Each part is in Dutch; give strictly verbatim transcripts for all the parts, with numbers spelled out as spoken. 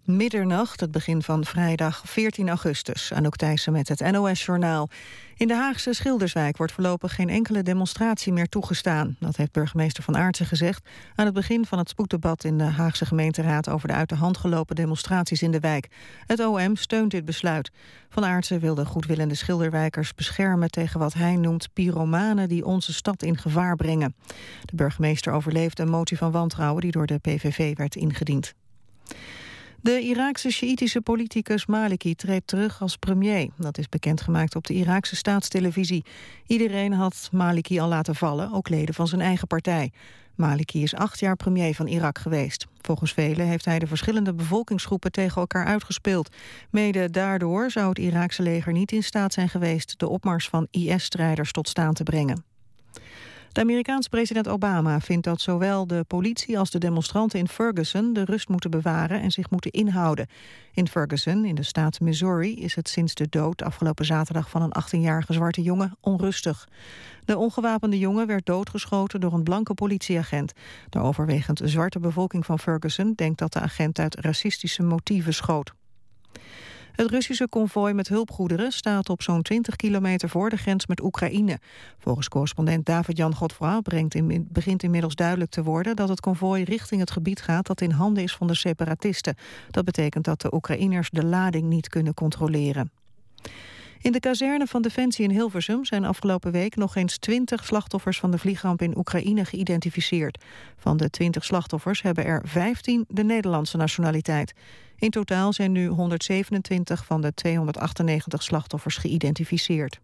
Middernacht, het begin van vrijdag veertien augustus. Anouk Thijssen met het N O S-journaal. In de Haagse Schilderswijk wordt voorlopig geen enkele demonstratie meer toegestaan. Dat heeft burgemeester Van Aartsen gezegd aan het begin van het spoeddebat in de Haagse gemeenteraad over de uit de hand gelopen demonstraties in de wijk. Het O M steunt dit besluit. Van Aartsen wil de goedwillende Schilderwijkers beschermen tegen wat hij noemt pyromanen die onze stad in gevaar brengen. De burgemeester overleefde een motie van wantrouwen die door de P V V werd ingediend. De Iraakse Sjiïtische politicus Maliki treedt terug als premier. Dat is bekendgemaakt op de Iraakse staatstelevisie. Iedereen had Maliki al laten vallen, ook leden van zijn eigen partij. Maliki is acht jaar premier van Irak geweest. Volgens velen heeft hij de verschillende bevolkingsgroepen tegen elkaar uitgespeeld. Mede daardoor zou het Iraakse leger niet in staat zijn geweest de opmars van I S-strijders tot staan te brengen. De Amerikaanse president Obama vindt dat zowel de politie als de demonstranten in Ferguson de rust moeten bewaren en zich moeten inhouden. In Ferguson, in de staat Missouri, is het sinds de dood afgelopen zaterdag van een achttienjarige zwarte jongen onrustig. De ongewapende jongen werd doodgeschoten door een blanke politieagent. De overwegend zwarte bevolking van Ferguson denkt dat de agent uit racistische motieven schoot. Het Russische konvooi met hulpgoederen staat op zo'n twintig kilometer voor de grens met Oekraïne. Volgens correspondent David-Jan Godfroy brengt in, begint inmiddels duidelijk te worden dat het konvooi richting het gebied gaat dat in handen is van de separatisten. Dat betekent dat de Oekraïners de lading niet kunnen controleren. In de kazerne van Defensie in Hilversum zijn afgelopen week nog eens twintig slachtoffers van de vliegramp in Oekraïne geïdentificeerd. Van de twintig slachtoffers hebben er vijftien de Nederlandse nationaliteit. In totaal zijn nu honderdzevenentwintig van de tweehonderdachtennegentig slachtoffers geïdentificeerd.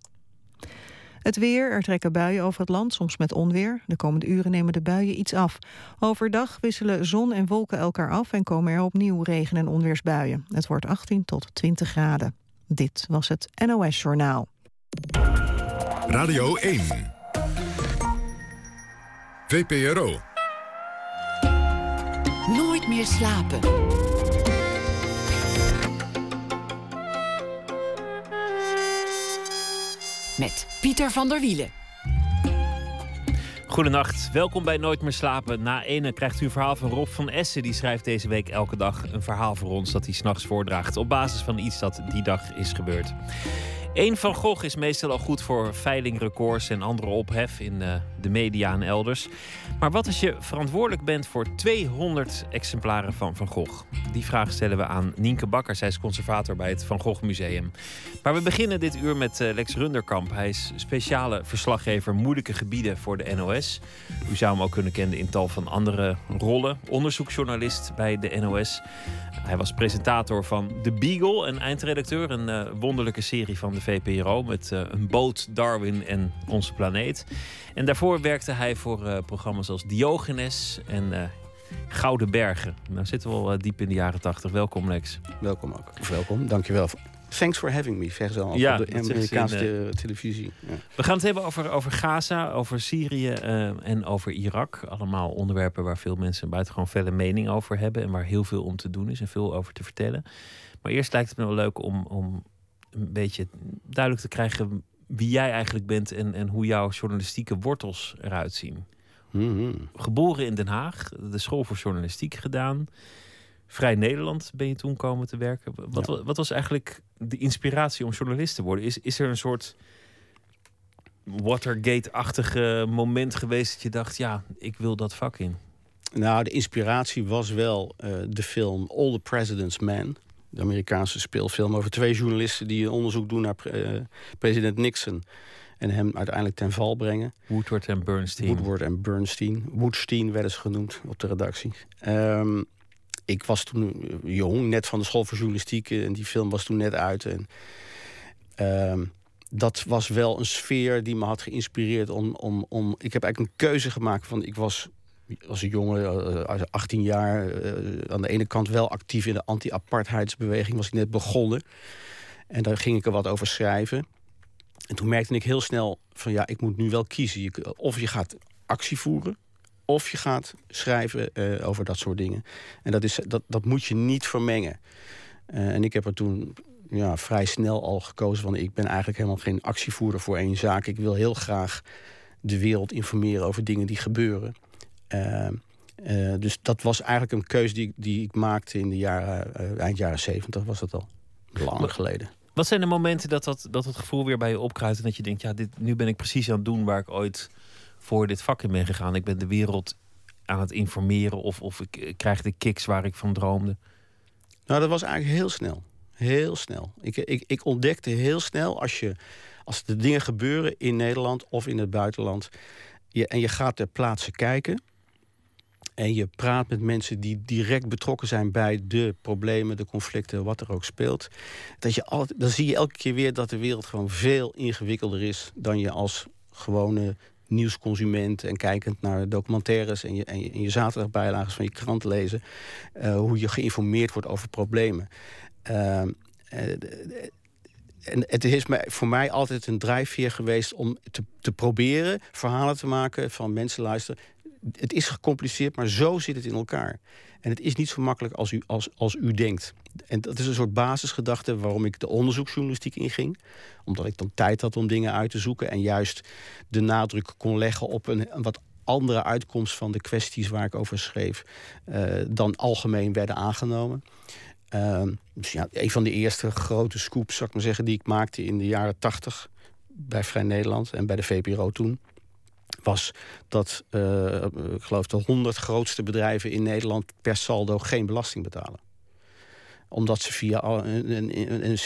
Het weer, er trekken buien over het land, soms met onweer. De komende uren nemen de buien iets af. Overdag wisselen zon en wolken elkaar af en komen er opnieuw regen- en onweersbuien. Het wordt achttien tot twintig graden. Dit was het N O S-journaal. Radio één. V P R O. Nooit meer slapen. Met Pieter van der Wielen. Goedenacht, welkom bij Nooit meer slapen. Na ene krijgt u een verhaal van Rob van Essen. Die schrijft deze week elke dag een verhaal voor ons dat hij 's nachts voordraagt op basis van iets dat die dag is gebeurd. Eén Van Gogh is meestal al goed voor veilingrecords en andere ophef in uh, de media en elders. Maar wat als je verantwoordelijk bent voor tweehonderd exemplaren van Van Gogh? Die vraag stellen we aan Nienke Bakker. Zij is conservator bij het Van Gogh Museum. Maar we beginnen dit uur met uh, Lex Runderkamp. Hij is speciale verslaggever moeilijke gebieden voor de N O S. U zou hem ook kunnen kennen in tal van andere rollen. Onderzoeksjournalist bij de N O S. Hij was presentator van The Beagle en eindredacteur. Een uh, wonderlijke serie van de V P R O met uh, een boot, Darwin en Onze Planeet. En daarvoor werkte hij voor uh, programma's als Diogenes en uh, Gouden Bergen. Nou zitten we al uh, diep in de jaren tachtig. Welkom, Lex. Welkom ook. Of welkom, dankjewel. Thanks for having me, zeggen ze al ja, op de Amerikaanse in, uh, televisie. Ja. We gaan het hebben over, over Gaza, over Syrië uh, en over Irak. Allemaal onderwerpen waar veel mensen buitengewoon felle mening over hebben en waar heel veel om te doen is en veel over te vertellen. Maar eerst lijkt het me wel leuk om, om een beetje duidelijk te krijgen wie jij eigenlijk bent en, en hoe jouw journalistieke wortels eruit zien. Mm-hmm. Geboren in Den Haag, de school voor journalistiek gedaan. Vrij Nederland ben je toen komen te werken. Wat, ja. wat was eigenlijk de inspiratie om journalist te worden? Is, is er een soort Watergate-achtige moment geweest dat je dacht, ja, ik wil dat vak in? Nou, de inspiratie was wel uh, de film All the President's Men. De Amerikaanse speelfilm over twee journalisten die een onderzoek doen naar pre- uh, president Nixon. En hem uiteindelijk ten val brengen. Woodward en Bernstein. Woodward en Bernstein. Woodstein werden ze genoemd op de redactie. Um, ik was toen jong, net van de school voor journalistiek. En die film was toen net uit. En, um, dat was wel een sfeer die me had geïnspireerd om... om, om ik heb eigenlijk een keuze gemaakt van... Ik was als een jongen, uh, achttien jaar... Uh, aan de ene kant wel actief in de anti-apartheidsbeweging. Was ik net begonnen. En daar ging ik er wat over schrijven. En toen merkte ik heel snel van ja, ik moet nu wel kiezen. Je, of je gaat actie voeren, of je gaat schrijven uh, over dat soort dingen. En dat, is, dat, dat moet je niet vermengen. Uh, en ik heb er toen ja, vrij snel al gekozen van ik ben eigenlijk helemaal geen actievoerder voor één zaak. Ik wil heel graag de wereld informeren over dingen die gebeuren. Uh, Uh, dus dat was eigenlijk een keuze die, die ik maakte in de jaren, uh, eind jaren zeventig was dat al. Lang maar, geleden. Wat zijn de momenten dat, dat, dat het gevoel weer bij je opkruidt en dat je denkt, ja, dit, nu ben ik precies aan het doen waar ik ooit voor dit vak in ben gegaan. Ik ben de wereld aan het informeren of, of ik, ik krijg de kicks waar ik van droomde. Nou, dat was eigenlijk heel snel. Heel snel. Ik, ik, ik ontdekte heel snel, als, je, als de dingen gebeuren in Nederland of in het buitenland, je, en je gaat ter plaatse kijken en je praat met mensen die direct betrokken zijn bij de problemen, de conflicten, wat er ook speelt, dat je altijd, dan zie je elke keer weer dat de wereld gewoon veel ingewikkelder is dan je als gewone nieuwsconsument en kijkend naar documentaires en je, en je, en je zaterdagbijlagen van je krant lezen, uh, hoe je geïnformeerd wordt over problemen. Uh, uh, en het is voor mij altijd een drijfveer geweest om te, te proberen verhalen te maken van mensen luisteren. Het is gecompliceerd, maar zo zit het in elkaar. En het is niet zo makkelijk als u, als, als u denkt. En dat is een soort basisgedachte waarom ik de onderzoeksjournalistiek inging. Omdat ik dan tijd had om dingen uit te zoeken en juist de nadruk kon leggen op een, een wat andere uitkomst van de kwesties waar ik over schreef uh, dan algemeen werden aangenomen. Uh, dus ja, een van de eerste grote scoops, zou ik maar zeggen, die ik maakte in de jaren tachtig bij Vrij Nederland en bij de V P R O toen, was dat, uh, ik geloof, de honderd grootste bedrijven in Nederland per saldo geen belasting betalen. Omdat ze via een, een, een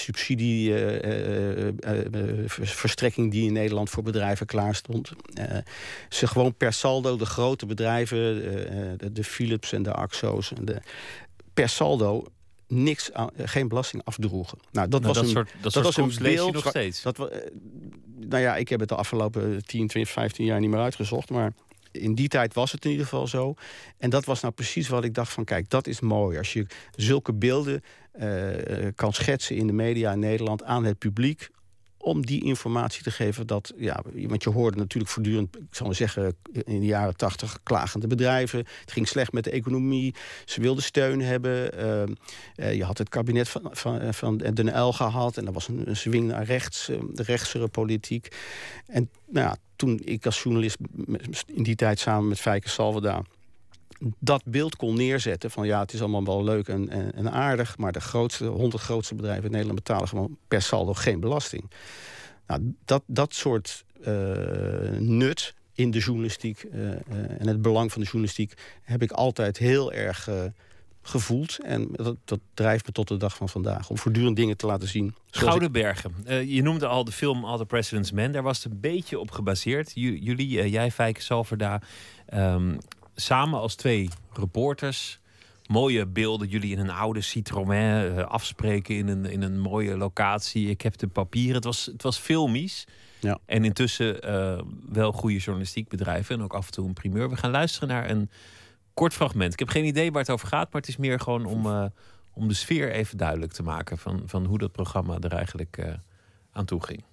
subsidieverstrekking uh, uh, uh, die in Nederland voor bedrijven klaar stond, uh, ze gewoon per saldo de grote bedrijven, uh, de, de Philips en de Axo's, en de, per saldo niks aan, geen belasting afdroegen. Nou, dat nou, was dat een, soort, dat dat soort was een beeld nog steeds. Dat, uh, nou ja, ik heb het de afgelopen tien, twintig, vijftien jaar niet meer uitgezocht, maar in die tijd was het in ieder geval zo. En dat was nou precies wat ik dacht van, kijk, dat is mooi. Als je zulke beelden uh, kan schetsen in de media in Nederland aan het publiek, om die informatie te geven dat, ja, want je hoorde natuurlijk voortdurend, ik zal maar zeggen, in de jaren tachtig klagende bedrijven. Het ging slecht met de economie. Ze wilden steun hebben. Uh, uh, je had het kabinet van, van, van Den Uyl gehad en er was een, een swing naar rechts, uh, de rechtsere politiek. En nou ja, toen ik als journalist in die tijd samen met Feike Salveda dat beeld kon neerzetten van, ja, het is allemaal wel leuk en, en, en aardig, maar de grootste, honderd grootste bedrijven in Nederland betalen gewoon per saldo geen belasting. Nou, dat, dat soort uh, nut in de journalistiek uh, uh, en het belang van de journalistiek heb ik altijd heel erg uh, gevoeld. En dat, dat drijft me tot de dag van vandaag, om voortdurend dingen te laten zien. Gouden ik... Bergen. Uh, je noemde al de film All the President's Men. Daar was het een beetje op gebaseerd. J- jullie, uh, jij, Feike Salveda, um, samen als twee reporters, mooie beelden, jullie in een oude Citroën uh, afspreken in een, in een mooie locatie. Ik heb de papieren. Het was, het was filmisch. Ja. En intussen uh, wel goede journalistiek bedrijven en ook af en toe een primeur. We gaan luisteren naar een kort fragment. Ik heb geen idee waar het over gaat, maar het is meer gewoon om, uh, om de sfeer even duidelijk te maken van, van hoe dat programma er eigenlijk uh, aan toe ging.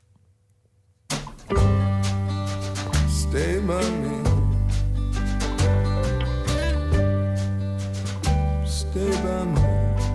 Stay by me. Stay by me.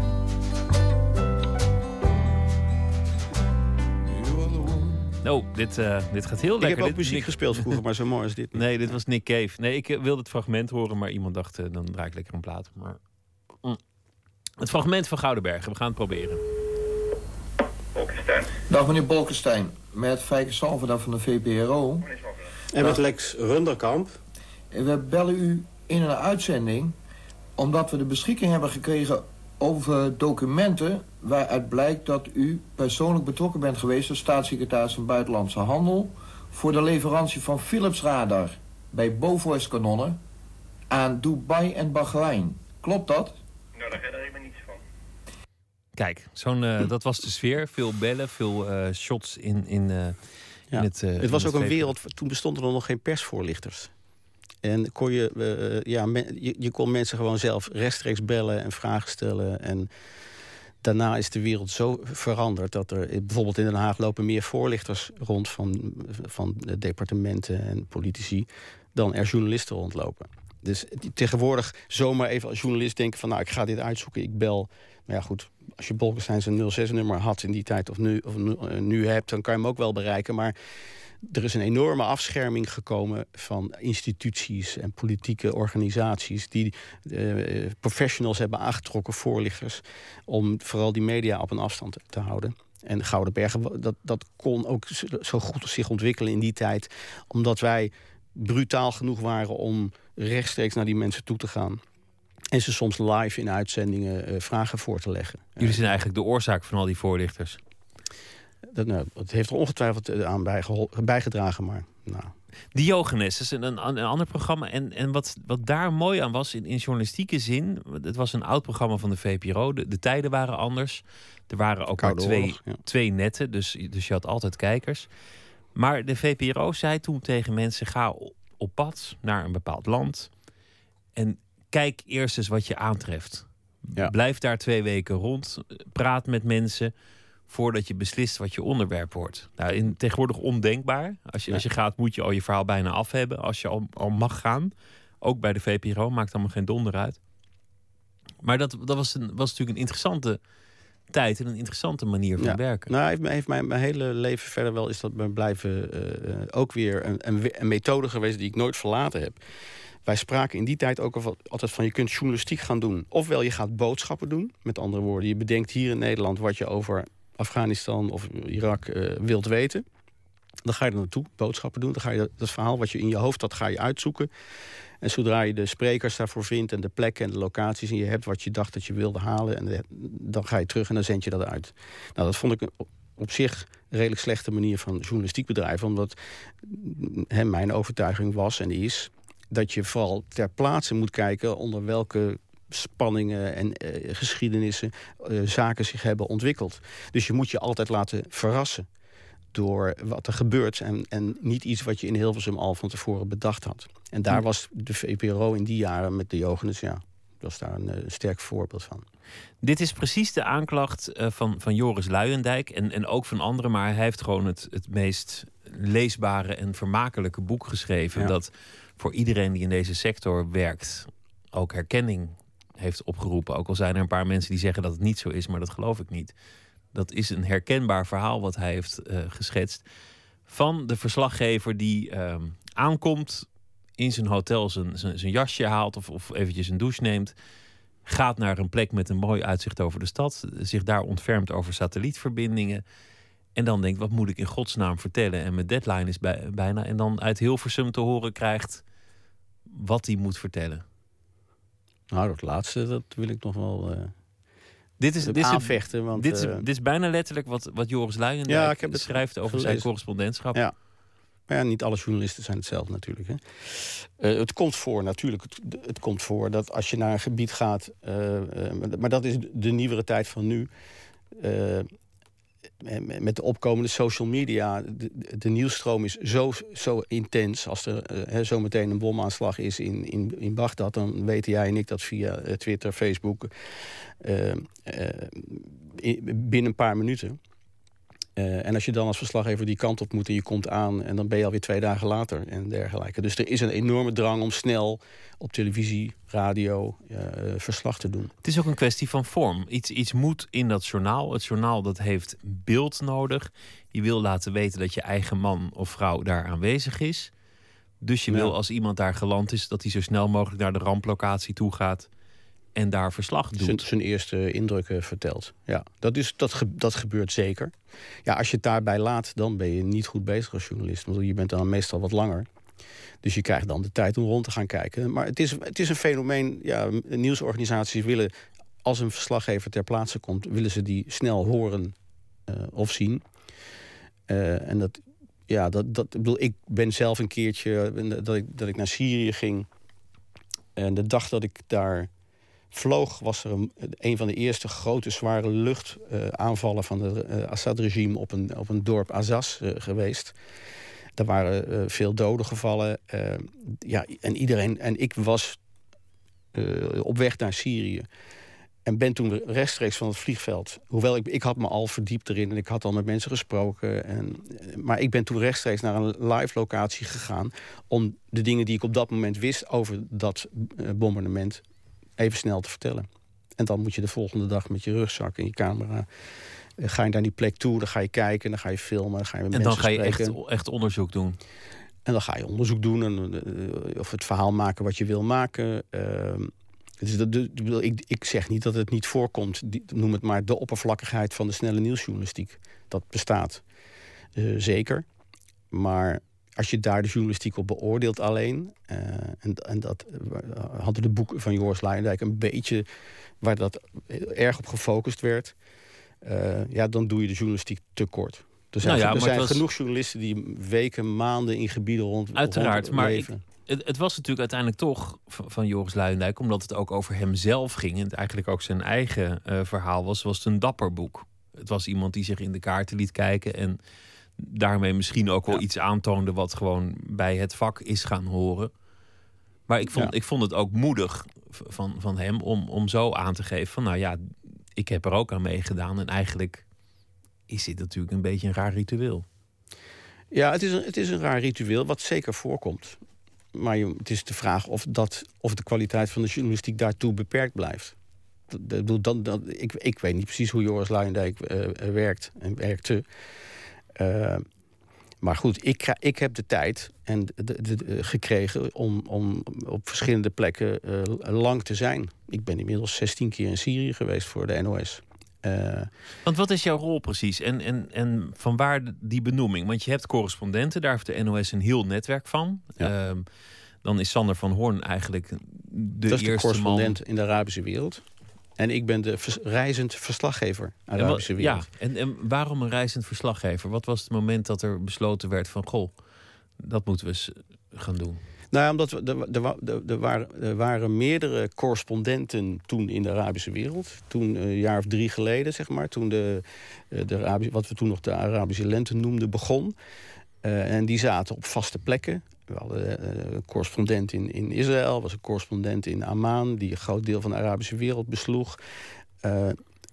Nou, dit, uh, dit gaat heel ik lekker. Ik heb ook dit, muziek Nick... gespeeld vroeger, maar zo mooi is dit niet. Nee, dit was Nick Cave. Nee, ik wilde het fragment horen, maar iemand dacht, uh, dan draai ik lekker een plaat. Maar... Mm. Het fragment van Gouden Bergen, we gaan het proberen. Bolkestein. Dag meneer Bolkestein, met Feike Salveda van de V P R O. En met Lex Runderkamp. We bellen u in een uitzending omdat we de beschikking hebben gekregen over documenten waaruit blijkt dat u persoonlijk betrokken bent geweest als staatssecretaris van Buitenlandse Handel voor de leverantie van Philips radar bij Bofors-kanonnen aan Dubai en Bahrein. Klopt dat? Nou, daar herinner ik me niets van. Kijk, zo'n, uh, dat was de sfeer. Veel bellen, veel uh, shots in, in, uh, in ja. het uh, Het was ook het een wereld, toen bestonden er nog geen persvoorlichters. En kon je, uh, ja, me, je, je kon mensen gewoon zelf rechtstreeks bellen en vragen stellen. En daarna is de wereld zo veranderd dat er bijvoorbeeld in Den Haag lopen meer voorlichters rond van, van departementen en politici dan er journalisten rondlopen. Dus tegenwoordig zomaar even als journalist denken van... nou, ik ga dit uitzoeken, ik bel. Maar ja, goed, als je Bolkestein zijn nul zes nummer had in die tijd... of nu, of nu, uh, nu hebt, dan kan je hem ook wel bereiken. Maar er is een enorme afscherming gekomen van instituties... en politieke organisaties die uh, professionals hebben aangetrokken, voorlichters... om vooral die media op een afstand te houden. En Gouden Bergen, dat, dat kon ook zo goed zich ontwikkelen in die tijd... omdat wij brutaal genoeg waren om rechtstreeks naar die mensen toe te gaan... en ze soms live in uitzendingen uh, vragen voor te leggen. Jullie zijn eigenlijk de oorzaak van al die voorlichters. Dat, nou, het heeft er ongetwijfeld aan bijgehol- bijgedragen, maar... Nou. Diogenes is een, een, een ander programma. En, en wat, wat daar mooi aan was, in, in journalistieke zin... het was een oud programma van de V P R O. De, de tijden waren anders. Er waren ook maar twee, oorlog, ja. twee netten, dus, dus je had altijd kijkers. Maar de V P R O zei toen tegen mensen... ga op pad naar een bepaald land... en kijk eerst eens wat je aantreft. Ja. Blijf daar twee weken rond. Praat met mensen... voordat je beslist wat je onderwerp wordt. Nou, in, tegenwoordig ondenkbaar. Als je, ja. als je gaat, moet je al je verhaal bijna af hebben. Als je al, al mag gaan. Ook bij de V P R O, maakt allemaal geen donder uit. Maar dat, dat was, een, was natuurlijk een interessante tijd... en een interessante manier van ja. werken. Nou, heeft, heeft mijn, mijn hele leven verder wel... is dat me blijven uh, ook weer een, een, een methode geweest... die ik nooit verlaten heb. Wij spraken in die tijd ook altijd van... je kunt journalistiek gaan doen. Ofwel je gaat boodschappen doen. Met andere woorden, je bedenkt hier in Nederland... wat je over Afghanistan of Irak uh, wilt weten. Dan ga je er naartoe, boodschappen doen. Dan ga je dat verhaal wat je in je hoofd had, ga je uitzoeken. En zodra je de sprekers daarvoor vindt... en de plekken en de locaties... en je hebt wat je dacht dat je wilde halen... En de, dan ga je terug en dan zend je dat uit. Nou, dat vond ik op, op zich een redelijk slechte manier van journalistiek bedrijven. Omdat he, mijn overtuiging was en is... dat je vooral ter plaatse moet kijken... onder welke spanningen en uh, geschiedenissen... Uh, zaken zich hebben ontwikkeld. Dus je moet je altijd laten verrassen... door wat er gebeurt... en, en niet iets wat je in Hilversum al van tevoren bedacht had. En daar was de V P R O in die jaren met Diogenes... ja, dat was daar een uh, sterk voorbeeld van. Dit is precies de aanklacht uh, van, van Joris Luijendijk... En, en ook van anderen, maar hij heeft gewoon het, het meest leesbare... en vermakelijke boek geschreven... Ja. dat voor iedereen die in deze sector werkt... ook herkenning heeft opgeroepen. Ook al zijn er een paar mensen die zeggen dat het niet zo is... maar dat geloof ik niet. Dat is een herkenbaar verhaal wat hij heeft uh, geschetst... van de verslaggever die uh, aankomt... in zijn hotel zijn, zijn, zijn jasje haalt of, of eventjes een douche neemt... gaat naar een plek met een mooi uitzicht over de stad... zich daar ontfermt over satellietverbindingen... en dan denkt, wat moet ik in godsnaam vertellen? En mijn deadline is bij, bijna... en dan uit Hilversum te horen krijgt wat hij moet vertellen. Nou, dat laatste, dat wil ik nog wel... Uh... Dit is, dit is aanvechten. Want, dit, is, uh... dit is bijna letterlijk wat, wat Joris Luijendijk ja, schrijft over gelezen. Zijn correspondentschap. Ja. Maar ja, niet alle journalisten zijn hetzelfde natuurlijk. Hè. Uh, het komt voor, natuurlijk. Het, het komt voor dat als je naar een gebied gaat... Uh, uh, maar dat is de nieuwere tijd van nu... Uh, met de opkomende social media... de, de nieuwsstroom is zo, zo intens... als er uh, zo meteen een bomaanslag is in, in, in Bagdad... dan weten jij en ik dat via uh, Twitter, Facebook... Uh, uh, binnen een paar minuten... Uh, en als je dan als verslaggever die kant op moet en je komt aan... en dan ben je alweer twee dagen later en dergelijke. Dus er is een enorme drang om snel op televisie, radio uh, verslag te doen. Het is ook een kwestie van vorm. Iets, iets moet in dat journaal. Het journaal dat heeft beeld nodig. Je wil laten weten dat je eigen man of vrouw daar aanwezig is. Dus je ja. wil als iemand daar geland is... dat hij zo snel mogelijk naar de ramplocatie toe gaat... en daar verslag doet. Zijn, zijn eerste indrukken vertelt. Ja, dat, is, dat, ge, dat gebeurt zeker. Ja, als je het daarbij laat, dan ben je niet goed bezig als journalist. Want je bent dan meestal wat langer. Dus je krijgt dan de tijd om rond te gaan kijken. Maar het is, het is een fenomeen. Ja, nieuwsorganisaties willen, als een verslaggever ter plaatse komt... willen ze die snel horen uh, of zien. Uh, en dat, ja, dat, dat, ik bedoel, ik ben zelf een keertje... dat ik, dat ik naar Syrië ging. En de dag dat ik daar... vloog, was er een, een van de eerste grote zware luchtaanvallen uh, van het uh, Assad-regime op een, op een dorp Azaz uh, geweest. Daar waren uh, veel doden gevallen. Uh, ja, en iedereen en ik was uh, op weg naar Syrië. En ben toen rechtstreeks van het vliegveld... hoewel ik, ik had me al verdiept erin en ik had al met mensen gesproken. En, maar ik ben toen rechtstreeks naar een live locatie gegaan... om de dingen die ik op dat moment wist over dat uh, bombardement... even snel te vertellen. En dan moet je de volgende dag met je rugzak en je camera... Uh, ga je naar die plek toe, dan ga je kijken, dan ga je filmen... dan ga je met en dan mensen ga je spreken. echt, echt onderzoek doen? En dan ga je onderzoek doen en, uh, of het verhaal maken wat je wil maken... Uh, Dus dat, ik, ik zeg niet dat het niet voorkomt. Die, noem het maar de oppervlakkigheid van de snelle nieuwsjournalistiek. Dat bestaat uh, zeker. Maar als je daar de journalistiek op beoordeelt alleen... Uh, en, en dat uh, hadden de boeken van Joris Luijendijk een beetje... waar dat erg op gefocust werd... Uh, ja, dan doe je de journalistiek te kort. Er zijn, nou ja, er zijn was... genoeg journalisten die weken, maanden in gebieden rond Uiteraard, rond maar leven. Ik... Het, het was natuurlijk uiteindelijk toch van Joris Luijendijk... omdat het ook over hemzelf ging... en het eigenlijk ook zijn eigen uh, verhaal was... was het een dapper boek. Het was iemand die zich in de kaarten liet kijken... en daarmee misschien ook wel ja. iets aantoonde... wat gewoon bij het vak is gaan horen. Maar ik vond, ja. ik vond het ook moedig van, van hem... Om, om zo aan te geven van... nou ja, ik heb er ook aan meegedaan... en eigenlijk is dit natuurlijk een beetje een raar ritueel. Ja, het is een, het is een raar ritueel wat zeker voorkomt... Maar je, het is de vraag of, dat, of de kwaliteit van de journalistiek daartoe beperkt blijft. Dat, dat, dat, ik, ik weet niet precies hoe Joris Luijendijk uh, werkt en werkte. Uh, maar goed, ik, ik heb de tijd en de, de, de, gekregen om, om op verschillende plekken uh, lang te zijn. Ik ben inmiddels zestien keer in Syrië geweest voor de N O S. Uh, Want wat is jouw rol precies? En, en, en van waar die benoeming? Want je hebt correspondenten, daar heeft de N O S een heel netwerk van. Ja. Uh, dan is Sander van Hoorn eigenlijk de dat is eerste de correspondent man... in de Arabische wereld. En ik ben de vers- reizend verslaggever aan de Arabische wereld. Ja, en, en waarom een reizend verslaggever? Wat was het moment dat er besloten werd van... goh, dat moeten we eens gaan doen? Nou ja, omdat we, er, er, er, waren, er waren meerdere correspondenten toen in de Arabische wereld. Toen een jaar of drie geleden, zeg maar. Toen de, de Arabische, wat we toen nog de Arabische lente noemden, begon. Uh, en die zaten op vaste plekken. We hadden uh, een correspondent in, in Israël, was een correspondent in Amman... die een groot deel van de Arabische wereld besloeg. Uh,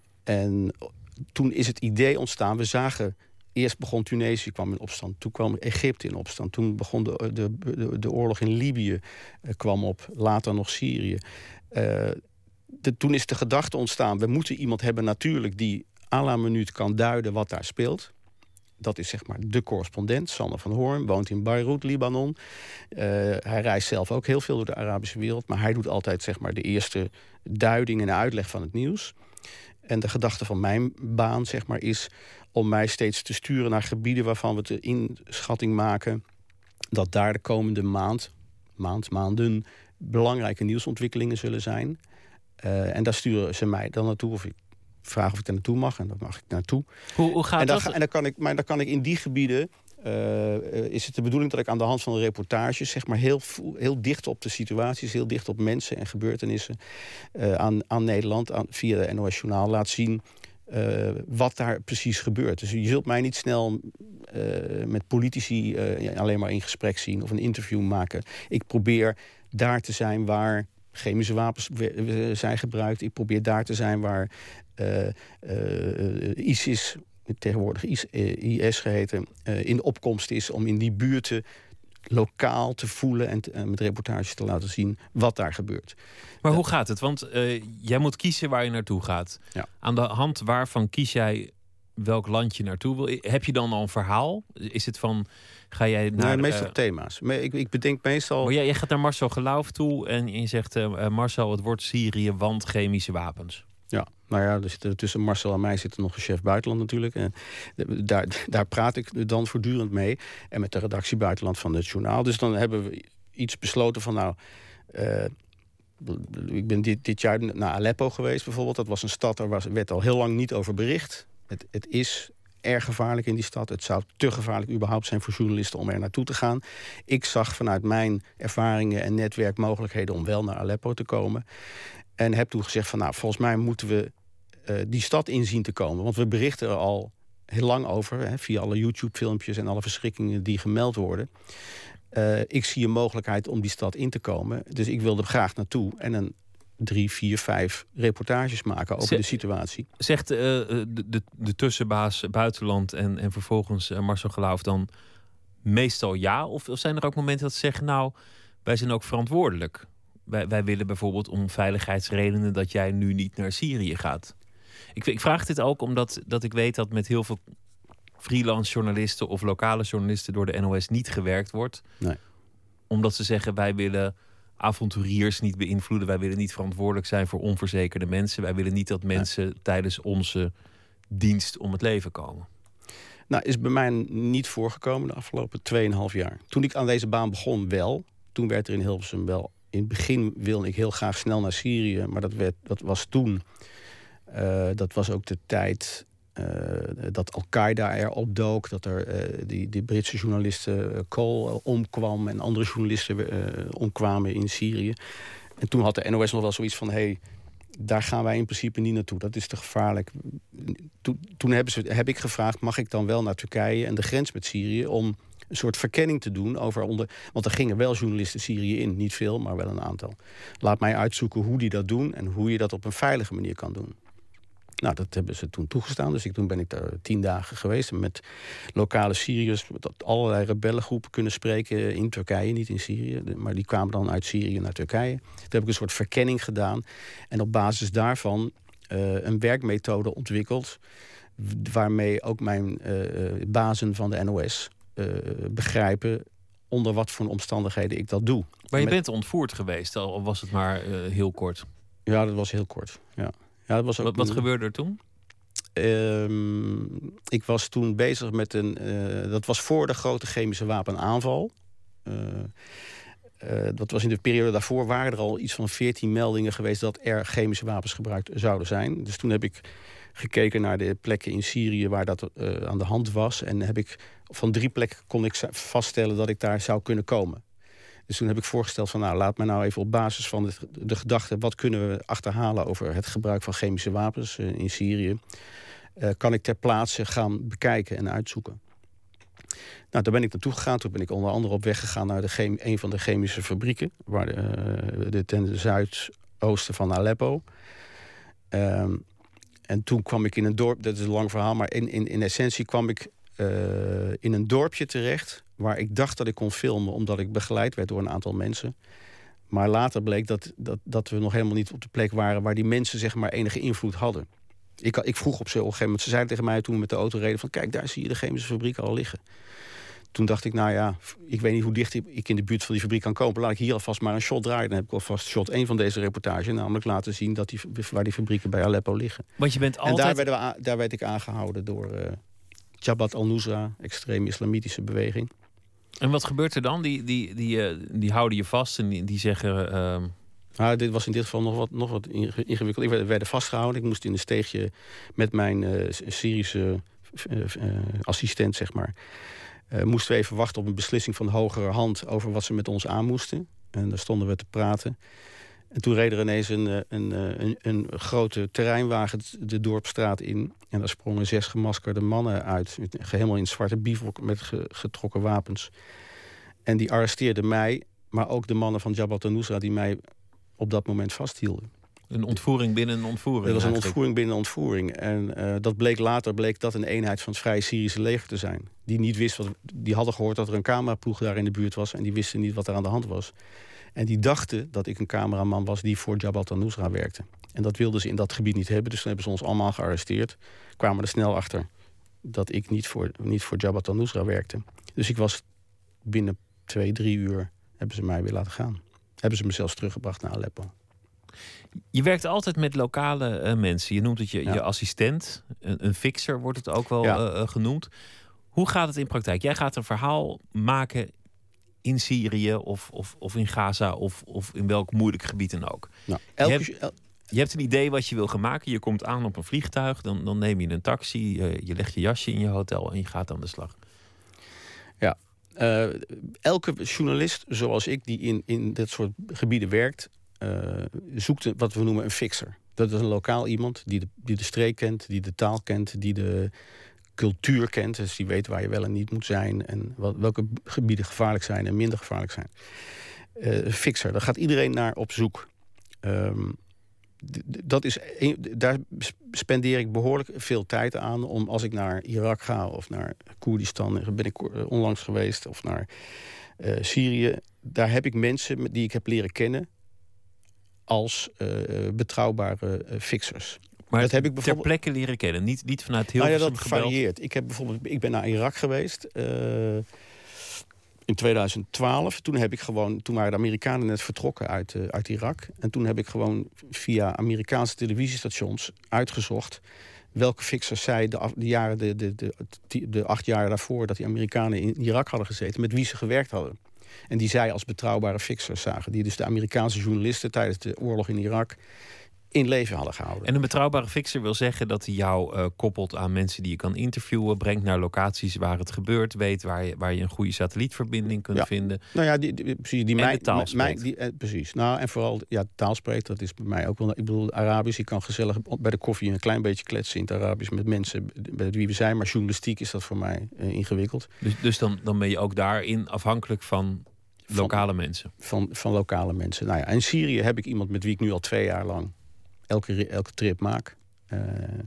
en toen is het idee ontstaan, we zagen... Eerst begon Tunesië kwam in opstand, toen kwam Egypte in opstand... toen begon de, de, de, de oorlog in Libië, uh, kwam op, later nog Syrië. Uh, de, toen is de gedachte ontstaan, we moeten iemand hebben natuurlijk... die à la minuut kan duiden wat daar speelt... Dat is zeg maar de correspondent, Sander van Hoorn, woont in Beirut, Libanon. Uh, hij reist zelf ook heel veel door de Arabische wereld... maar hij doet altijd zeg maar de eerste duiding en uitleg van het nieuws. En de gedachte van mijn baan zeg maar, is om mij steeds te sturen naar gebieden... waarvan we de inschatting maken dat daar de komende maand, maand maanden... belangrijke nieuwsontwikkelingen zullen zijn. Uh, en daar sturen ze mij dan naartoe of ik... vraag of ik daar naartoe mag en dan mag ik naartoe. Hoe, hoe gaat en dan, dat? En dan kan ik, maar dan kan ik in die gebieden... Uh, is het de bedoeling dat ik aan de hand van de reportages... zeg maar heel, heel dicht op de situaties... heel dicht op mensen en gebeurtenissen... Uh, aan, aan Nederland aan, via de N O S-journaal laat zien... Uh, wat daar precies gebeurt. Dus je zult mij niet snel uh, met politici uh, alleen maar in gesprek zien... of een interview maken. Ik probeer daar te zijn waar... chemische wapens zijn gebruikt. Ik probeer daar te zijn waar uh, uh, ISIS, tegenwoordig I S geheten, uh, in de opkomst is... om in die buurten lokaal te voelen en te, uh, met reportages te laten zien wat daar gebeurt. Maar uh, hoe gaat het? Want uh, jij moet kiezen waar je naartoe gaat. Ja. Aan de hand waarvan kies jij welk land je naartoe wil? Heb je dan al een verhaal? Is het van... Ga jij naar, nee, meestal uh, thema's. Ik, ik bedenk meestal... Maar jij, jij gaat naar Marcel Geloof toe en je zegt... Uh, Marcel, het wordt Syrië, want chemische wapens. Ja, nou ja, er zit, tussen Marcel en mij zit er nog een chef buitenland natuurlijk. En daar, daar praat ik dan voortdurend mee. En met de redactie buitenland van het journaal. Dus dan hebben we iets besloten van... nou, uh, ik ben dit, dit jaar naar Aleppo geweest bijvoorbeeld. Dat was een stad, daar was, werd al heel lang niet over bericht. Het, het is... erg gevaarlijk in die stad. Het zou te gevaarlijk überhaupt zijn voor journalisten om er naartoe te gaan. Ik zag vanuit mijn ervaringen en netwerkmogelijkheden om wel naar Aleppo te komen. En heb toen gezegd van nou, volgens mij moeten we uh, die stad inzien te komen. Want we berichten er al heel lang over, hè, via alle YouTube-filmpjes en alle verschrikkingen die gemeld worden. Uh, ik zie een mogelijkheid om die stad in te komen. Dus ik wilde er graag naartoe. En een drie, vier, vijf reportages maken over Ze- de situatie. Zegt uh, de, de, de tussenbaas buitenland en, en vervolgens uh, Marcel Geloof dan meestal ja? Of, of zijn er ook momenten dat ze zeggen, nou, wij zijn ook verantwoordelijk. Wij, wij willen bijvoorbeeld om veiligheidsredenen dat jij nu niet naar Syrië gaat. Ik, ik vraag dit ook omdat dat ik weet dat met heel veel freelance journalisten of lokale journalisten door de N O S niet gewerkt wordt. Nee. Omdat ze zeggen, wij willen avonturiers niet beïnvloeden. Wij willen niet verantwoordelijk zijn voor onverzekerde mensen. Wij willen niet dat mensen ja. tijdens onze dienst om het leven komen. Nou, is bij mij niet voorgekomen de afgelopen tweeënhalf jaar. Toen ik aan deze baan begon wel. Toen werd er in Hilversum wel. In het begin wilde ik heel graag snel naar Syrië. Maar dat, werd, dat was toen. Uh, dat was ook de tijd uh, dat Al-Qaeda er opdook. Dat er uh, die, die Britse journaliste uh, Cole uh, omkwam. En andere journalisten uh, omkwamen in Syrië. En toen had de N O S nog wel zoiets van, hé, hey, daar gaan wij in principe niet naartoe. Dat is te gevaarlijk. Toen, toen hebben ze, heb ik gevraagd, mag ik dan wel naar Turkije en de grens met Syrië om een soort verkenning te doen over onder. Want er gingen wel journalisten Syrië in. Niet veel, maar wel een aantal. Laat mij uitzoeken hoe die dat doen en hoe je dat op een veilige manier kan doen. Nou, dat hebben ze toen toegestaan. Dus ik, toen ben ik daar tien dagen geweest. Met lokale Syriërs, met allerlei rebellengroepen kunnen spreken in Turkije, niet in Syrië. Maar die kwamen dan uit Syrië naar Turkije. Toen heb ik een soort verkenning gedaan. En op basis daarvan uh, een werkmethode ontwikkeld, waarmee ook mijn uh, bazen van de N O S uh, begrijpen onder wat voor omstandigheden ik dat doe. Maar je met... bent ontvoerd geweest, al was het maar uh, heel kort. Ja, dat was heel kort, ja. Ja, dat was ook wat, wat een... gebeurde er toen? Um, ik was toen bezig met een... Uh, dat was voor de grote chemische wapenaanval. Uh, uh, dat was in de periode daarvoor. Waren er al iets van veertien meldingen geweest dat er chemische wapens gebruikt zouden zijn. Dus toen heb ik gekeken naar de plekken in Syrië waar dat uh, aan de hand was. En heb ik, van drie plekken kon ik vaststellen dat ik daar zou kunnen komen. Dus toen heb ik voorgesteld van, nou, laat me nou even op basis van de, de gedachte, wat kunnen we achterhalen over het gebruik van chemische wapens uh, in Syrië, uh, kan ik ter plaatse gaan bekijken en uitzoeken. Nou, daar ben ik naartoe gegaan. Toen ben ik onder andere op weg gegaan naar de chem- een van de chemische fabrieken, waar de, uh, de ten zuidoosten van Aleppo. Um, en toen kwam ik in een dorp, dat is een lang verhaal, maar in, in, in essentie kwam ik uh, in een dorpje terecht waar ik dacht dat ik kon filmen, omdat ik begeleid werd door een aantal mensen. Maar later bleek dat, dat, dat we nog helemaal niet op de plek waren waar die mensen zeg maar enige invloed hadden. Ik, ik vroeg op ze op een gegeven moment, ze zeiden tegen mij toen we met de auto reden van, kijk, daar zie je de chemische fabriek al liggen. Toen dacht ik, nou ja, ik weet niet hoe dicht ik in de buurt van die fabriek kan komen. Laat ik hier alvast maar een shot draaien. Dan heb ik alvast shot één van deze reportage, namelijk laten zien dat die, waar die fabrieken bij Aleppo liggen. Want je bent altijd... En daar, werden we a- daar werd ik aangehouden door uh, Jabhat al-Nusra, extreem islamitische beweging. En wat gebeurt er dan? Die, die, die, uh, die houden je vast en die, die zeggen... Uh... Nou, dit was in dit geval nog wat, nog wat ingewikkeld. Ik werd, werd vastgehouden. Ik moest in een steegje met mijn uh, Syrische uh, uh, assistent, zeg maar. Uh, moesten we even wachten op een beslissing van de hogere hand over wat ze met ons aan moesten. En daar stonden we te praten. En toen reed er ineens een, een, een, een grote terreinwagen de dorpstraat in. En daar sprongen zes gemaskerde mannen uit. Helemaal in zwarte bivak met getrokken wapens. En die arresteerden mij, maar ook de mannen van Jabhat al-Nusra die mij op dat moment vasthielden. Een ontvoering binnen een ontvoering. Dat was een eigenlijk. ontvoering binnen een ontvoering. En uh, dat bleek later bleek dat een eenheid van het Vrije Syrische leger te zijn. Die niet wist wat. Die hadden gehoord dat er een cameraploeg daar in de buurt was. En die wisten niet wat er aan de hand was. En die dachten dat ik een cameraman was die voor Jabhat al-Nusra werkte. En dat wilden ze in dat gebied niet hebben. Dus toen hebben ze ons allemaal gearresteerd. Kwamen er snel achter dat ik niet voor, niet voor Jabhat al-Nusra werkte. Dus ik was binnen twee, drie uur hebben ze mij weer laten gaan. Hebben ze me zelfs teruggebracht naar Aleppo. Je werkt altijd met lokale uh, mensen. Je noemt het je, Ja. je assistent. Een, een fixer wordt het ook wel Ja. uh, uh, genoemd. Hoe gaat het in praktijk? Jij gaat een verhaal maken in Syrië of, of, of in Gaza of, of in welk moeilijk gebied dan ook. Nou, Je elke, hebt- el- Je hebt een idee wat je wil gaan maken. Je komt aan op een vliegtuig. Dan, dan neem je een taxi. Uh, je legt je jasje in je hotel en je gaat aan de slag. Uh, elke journalist zoals ik die in, in dit soort gebieden werkt, uh, zoekt een, wat we noemen een fixer. Dat is een lokaal iemand die de, die de streek kent, die de taal kent, die de cultuur kent. Dus die weet waar je wel en niet moet zijn en wat, welke gebieden gevaarlijk zijn en minder gevaarlijk zijn. Uh, een fixer, daar gaat iedereen naar op zoek. Um, dat is een, daar spendeer ik behoorlijk veel tijd aan om als ik naar Irak ga of naar Koerdistan, ben ik onlangs geweest, of naar uh, Syrië. Daar heb ik mensen die ik heb leren kennen als uh, betrouwbare uh, fixers. Maar dat heb ik ter plekke leren kennen, niet, niet vanuit heel nou veel ja, dat gebeld. varieert. Ik heb bijvoorbeeld, ik ben naar Irak geweest uh, in tweeduizend twaalf. Toen heb ik gewoon, toen waren de Amerikanen net vertrokken uit, uh, uit Irak. En toen heb ik gewoon via Amerikaanse televisiestations uitgezocht welke fixers zij de, af, de jaren, de, de, de, de, de acht jaar daarvoor dat die Amerikanen in Irak hadden gezeten, met wie ze gewerkt hadden. En die zij als betrouwbare fixers zagen. Die dus de Amerikaanse journalisten tijdens de oorlog in Irak in leven hadden gehouden. En een betrouwbare fixer wil zeggen dat hij jou uh, koppelt aan mensen die je kan interviewen, brengt naar locaties waar het gebeurt, weet waar je, waar je een goede satellietverbinding kunt ja. vinden. Nou ja, die, die, precies. Die en mij, de taal mij, die, eh, precies. Nou, en vooral, ja, taal spreekt, dat is bij mij ook wel. Ik bedoel, Arabisch, ik kan gezellig bij de koffie een klein beetje kletsen in het Arabisch met mensen met wie we zijn, maar journalistiek is dat voor mij uh, ingewikkeld. Dus, dus dan, dan ben je ook daarin afhankelijk van lokale van, mensen? Van, van lokale mensen. Nou ja, in Syrië heb ik iemand met wie ik nu al twee jaar lang elke, elke trip maak. Uh,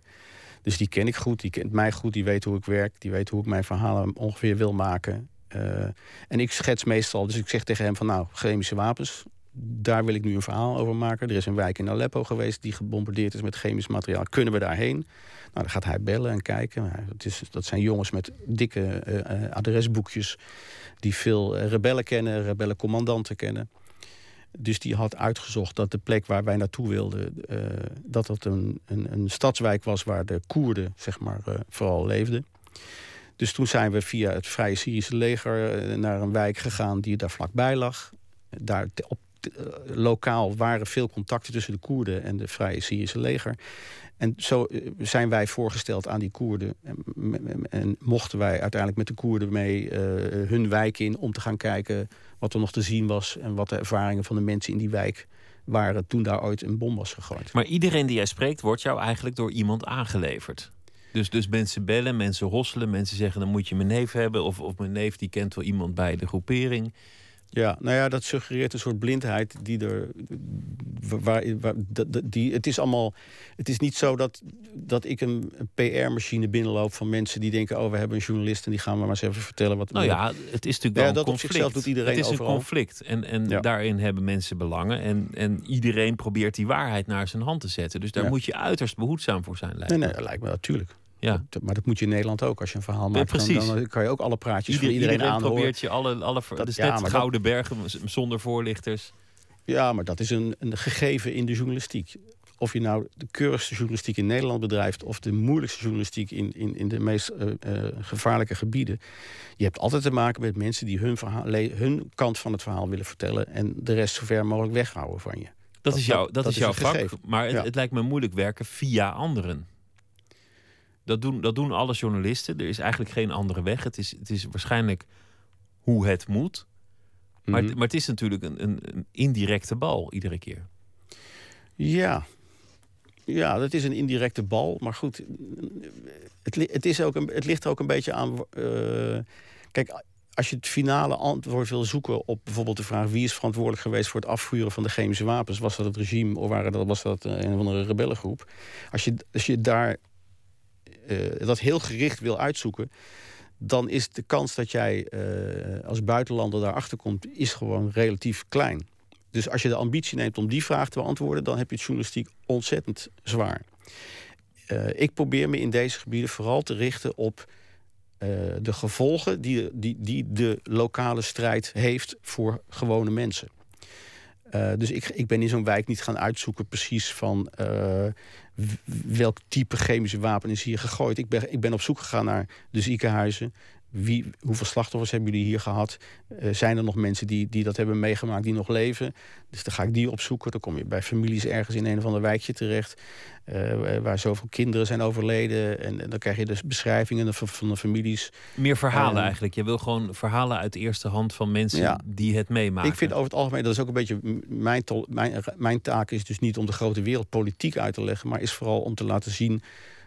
dus die ken ik goed, die kent mij goed, die weet hoe ik werk, die weet hoe ik mijn verhalen ongeveer wil maken. Uh, en ik schets meestal, dus ik zeg tegen hem van nou, chemische wapens, daar wil ik nu een verhaal over maken. Er is een wijk in Aleppo geweest die gebombardeerd is met chemisch materiaal. Kunnen we daarheen? Nou, dan gaat hij bellen en kijken. Nou, dat, is, dat zijn jongens met dikke uh, adresboekjes die veel uh, rebellen kennen, rebellencommandanten kennen. Dus die had uitgezocht dat de plek waar wij naartoe wilden, Uh, dat dat een, een, een stadswijk was waar de Koerden, zeg maar, uh, vooral leefden. Dus toen zijn we via het Vrije Syrische leger uh, naar een wijk gegaan die daar vlakbij lag. Daar te, op, te, uh, lokaal waren veel contacten tussen de Koerden en de Vrije Syrische leger. En zo uh, zijn wij voorgesteld aan die Koerden. En, en mochten wij uiteindelijk met de Koerden mee uh, hun wijk in om te gaan kijken wat er nog te zien was en wat de ervaringen van de mensen in die wijk waren toen daar ooit een bom was gegooid. Maar iedereen die jij spreekt wordt jou eigenlijk door iemand aangeleverd. Dus, dus mensen bellen, mensen hosselen, mensen zeggen dan moet je mijn neef hebben. Of, of mijn neef die kent wel iemand bij de groepering. Ja, nou ja, dat suggereert een soort blindheid die er. Waar, waar, die, het is allemaal. Het is niet zo dat, dat ik een, een P R-machine binnenloop van mensen die denken: oh, we hebben een journalist en die gaan we maar eens even vertellen wat. Nou ja, het is natuurlijk wel ja, een dat conflict. Op zichzelf doet iedereen het is overal. een conflict. En, en ja. daarin hebben mensen belangen. En, en iedereen probeert die waarheid naar zijn hand te zetten. Dus daar ja. moet je uiterst behoedzaam voor zijn. Lijkt nee, nee, dat lijkt me natuurlijk. Ja. Dat, maar dat moet je in Nederland ook. Als je een verhaal maakt, ja, dan, dan kan je ook alle praatjes Ieder, voor iedereen, iedereen aanhoren. probeert je alle... alle dat is ja, net Gouden dat, Bergen zonder voorlichters. Ja, maar dat is een, een gegeven in de journalistiek. Of je nou de keurigste journalistiek in Nederland bedrijft of de moeilijkste journalistiek in, in, in de meest uh, uh, gevaarlijke gebieden. Je hebt altijd te maken met mensen die hun, verhaal, hun kant van het verhaal willen vertellen en de rest zo ver mogelijk weghouden van je. Dat, dat is, jou, dat, dat is jouw vak, gegeven. Maar het, ja. het lijkt me moeilijk werken via anderen. Dat doen, dat doen alle journalisten. Er is eigenlijk geen andere weg. Het is, het is waarschijnlijk hoe het moet. Maar, Mm-hmm. maar het is natuurlijk een, een, een indirecte bal iedere keer. Ja. Ja, dat is een indirecte bal. Maar goed, het, het, is ook een, het ligt er ook een beetje aan. Uh, kijk, als je het finale antwoord wil zoeken op bijvoorbeeld de vraag wie is verantwoordelijk geweest voor het afvuren van de chemische wapens, was dat het regime of waren dat, was dat een of andere rebellengroep? Als je, als je daar uh, dat heel gericht wil uitzoeken, dan is de kans dat jij uh, als buitenlander daarachter komt, is gewoon relatief klein. Dus als je de ambitie neemt om die vraag te beantwoorden, dan heb je het journalistiek ontzettend zwaar. Uh, ik probeer me in deze gebieden vooral te richten op uh, de gevolgen die, die, die de lokale strijd heeft voor gewone mensen. Uh, dus ik, ik ben in zo'n wijk niet gaan uitzoeken precies van uh, welk type chemische wapen is hier gegooid. Ik ben, ik ben op zoek gegaan naar de ziekenhuizen. Wie, hoeveel slachtoffers hebben jullie hier gehad? Uh, zijn er nog mensen die, die dat hebben meegemaakt, die nog leven? Dus dan ga ik die opzoeken. Dan kom je bij families ergens in een of ander wijkje terecht, Uh, waar zoveel kinderen zijn overleden. En, en dan krijg je dus beschrijvingen van, van de families. Meer verhalen uh, eigenlijk. Je wil gewoon verhalen uit de eerste hand van mensen ja. die het meemaken. Ik vind over het algemeen, dat is ook een beetje mijn, tol, mijn, mijn taak is dus niet om de grote wereldpolitiek uit te leggen, maar is vooral om te laten zien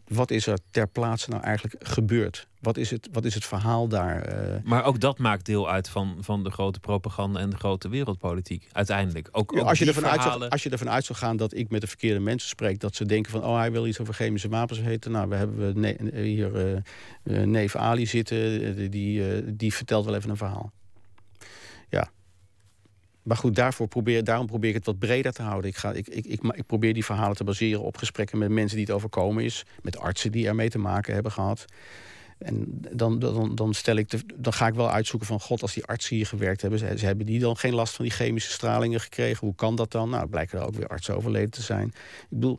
wat is er ter plaatse nou eigenlijk gebeurd? Wat is het, wat is het verhaal daar? Uh... Maar ook dat maakt deel uit van, van de grote propaganda en de grote wereldpolitiek. Uiteindelijk. Ook, ja, ook als, je verhalen... ervan uit zou, als je ervan uit zou gaan dat ik met de verkeerde mensen spreek, dat ze denken van, oh, hij wil iets over chemische wapens weten. Nou, we hebben ne- hier uh, uh, neef Ali zitten, uh, die, uh, die vertelt wel even een verhaal. Ja. Maar goed, daarvoor probeer, daarom probeer ik het wat breder te houden. Ik, ga, ik, ik, ik, ik probeer die verhalen te baseren op gesprekken met mensen die het overkomen is. Met artsen die ermee te maken hebben gehad. En dan, dan, dan, stel ik de, dan ga ik wel uitzoeken van, god, als die artsen hier gewerkt hebben, ze, ze hebben die dan geen last van die chemische stralingen gekregen? Hoe kan dat dan? Nou, blijken er ook weer artsen overleden te zijn. Ik bedoel,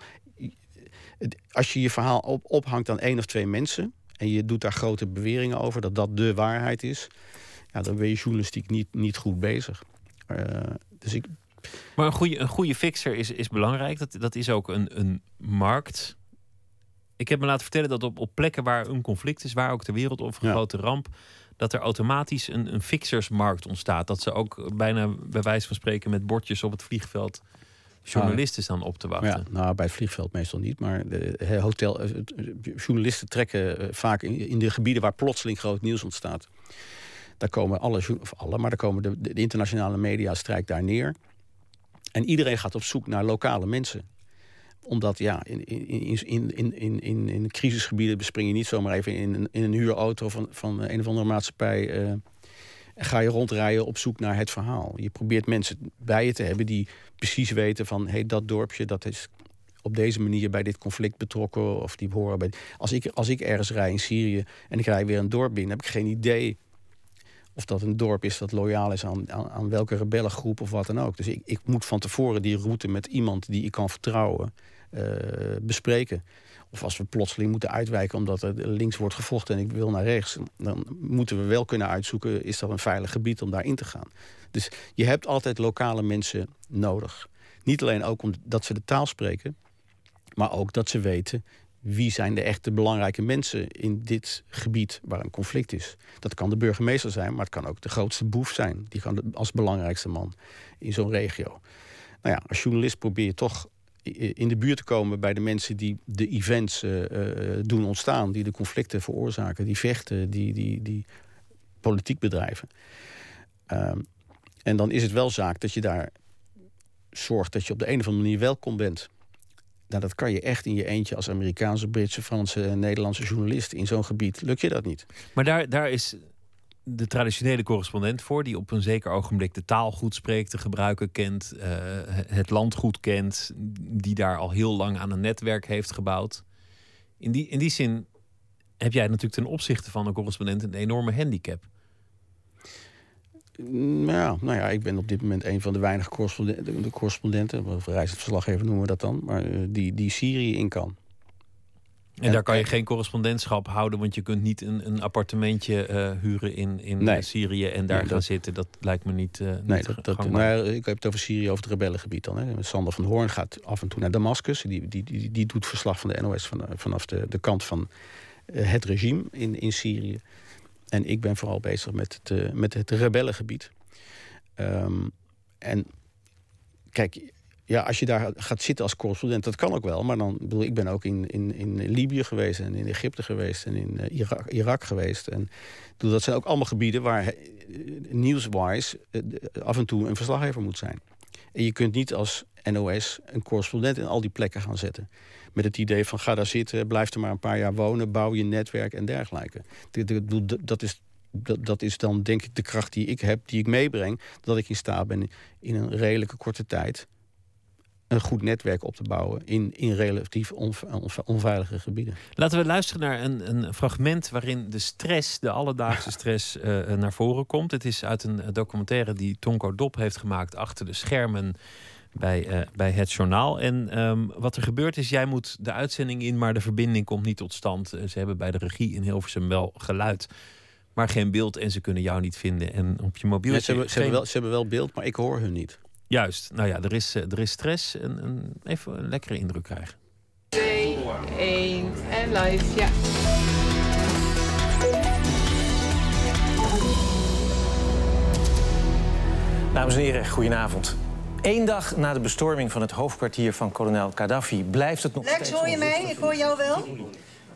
als je je verhaal op, ophangt aan één of twee mensen en je doet daar grote beweringen over dat dat de waarheid is, ja, dan ben je journalistiek niet, niet goed bezig. Uh, dus ik... Maar een goede, een goede fixer is, is belangrijk. Dat, dat is ook een, een markt. Ik heb me laten vertellen dat op, op plekken waar een conflict is, waar ook ter wereld of een ja. grote ramp, dat er automatisch een, een fixersmarkt ontstaat. Dat ze ook bijna bij wijze van spreken met bordjes op het vliegveld journalisten staan op te wachten. Ja, nou, bij het vliegveld meestal niet. Maar de hotel, journalisten trekken vaak in, in de gebieden waar plotseling groot nieuws ontstaat. Daar komen alle, of alle, maar daar komen de, de internationale media strijkt daar neer. En iedereen gaat op zoek naar lokale mensen. Omdat ja, in, in, in, in, in, in, in crisisgebieden bespring je niet zomaar even in een, in een huurauto van, van een of andere maatschappij. Uh, en ga je rondrijden op zoek naar het verhaal. Je probeert mensen bij je te hebben die precies weten van, hé, hey, dat dorpje, dat is op deze manier bij dit conflict betrokken. Of die horen bij. Als ik, als ik ergens rij in Syrië en ik rij weer een dorp binnen, heb ik geen idee of dat een dorp is dat loyaal is aan, aan, aan welke rebellengroep of wat dan ook. Dus ik, ik moet van tevoren die route met iemand die ik kan vertrouwen uh, bespreken. Of als we plotseling moeten uitwijken omdat er links wordt gevochten en ik wil naar rechts, dan moeten we wel kunnen uitzoeken, is dat een veilig gebied om daarin te gaan. Dus je hebt altijd lokale mensen nodig. Niet alleen ook omdat ze de taal spreken, maar ook dat ze weten wie zijn de echte belangrijke mensen in dit gebied waar een conflict is. Dat kan de burgemeester zijn, maar het kan ook de grootste boef zijn. Die kan als belangrijkste man in zo'n regio. Nou ja, als journalist probeer je toch in de buurt te komen bij de mensen die de events uh, uh, doen ontstaan, die de conflicten veroorzaken, die vechten, die, die, die politiek bedrijven. Um, en dan is het wel zaak dat je daar zorgt dat je op de een of andere manier welkom bent. Nou, dat kan je echt in je eentje als Amerikaanse, Britse, Franse en Nederlandse journalist in zo'n gebied. Lukt je dat niet? Maar daar, daar is de traditionele correspondent voor, die op een zeker ogenblik de taal goed spreekt, de gebruiken kent, uh, het land goed kent, die daar al heel lang aan een netwerk heeft gebouwd. In die, in die zin heb jij natuurlijk ten opzichte van een correspondent een enorme handicap. Nou, nou ja, ik ben op dit moment een van de weinige correspondenten, de correspondenten, of reisverslaggever noemen we dat dan, maar die, die Syrië in kan. En, en daar kan je geen correspondentschap houden, want je kunt niet een, een appartementje uh, huren in, in nee. Syrië en daar nee, gaan dat, zitten. Dat lijkt me niet, uh, niet nee, dat, dat, nou, ik heb het over Syrië, over het rebellengebied dan. Hè. Sander van Hoorn gaat af en toe naar Damascus. Die, die, die, die doet verslag van de N O S van, vanaf de, de kant van uh, het regime in, in Syrië. En ik ben vooral bezig met het, uh, met het rebellengebied. Um, en kijk, ja, als je daar gaat zitten als correspondent, dat kan ook wel. Maar dan bedoel ik ben ook in, in, in Libië geweest en in Egypte geweest en in uh, Irak, Irak geweest. En bedoel, dat zijn ook allemaal gebieden waar uh, nieuwswise uh, af en toe een verslaggever moet zijn. En je kunt niet als N O S een correspondent in al die plekken gaan zetten. Met het idee van ga daar zitten, blijf er maar een paar jaar wonen, bouw je netwerk en dergelijke. Dat is, dat, dat is dan denk ik de kracht die ik heb, die ik meebreng, dat ik in staat ben in een redelijke korte tijd een goed netwerk op te bouwen in, in relatief onve, onve, onveilige gebieden. Laten we luisteren naar een, een fragment waarin de stress, de alledaagse stress, uh, naar voren komt. Het is uit een documentaire die Tonko Dop heeft gemaakt achter de schermen bij, uh, bij Het Journaal. En um, wat er gebeurt is, jij moet de uitzending in, maar de verbinding komt niet tot stand. Uh, ze hebben bij de regie in Hilversum wel geluid, maar geen beeld en ze kunnen jou niet vinden. En op je mobiel... Ja, ze, hebben, ze, geen... hebben wel, ze hebben wel beeld, maar ik hoor hun niet. Juist. Nou ja, er is, er is stress. En, en even een lekkere indruk krijgen. twee, één en live, ja. Dames en heren, goedenavond. Eén dag na de bestorming van het hoofdkwartier van kolonel Gaddafi blijft het nog Lex, steeds... hoor je mij? Ik hoor jou wel.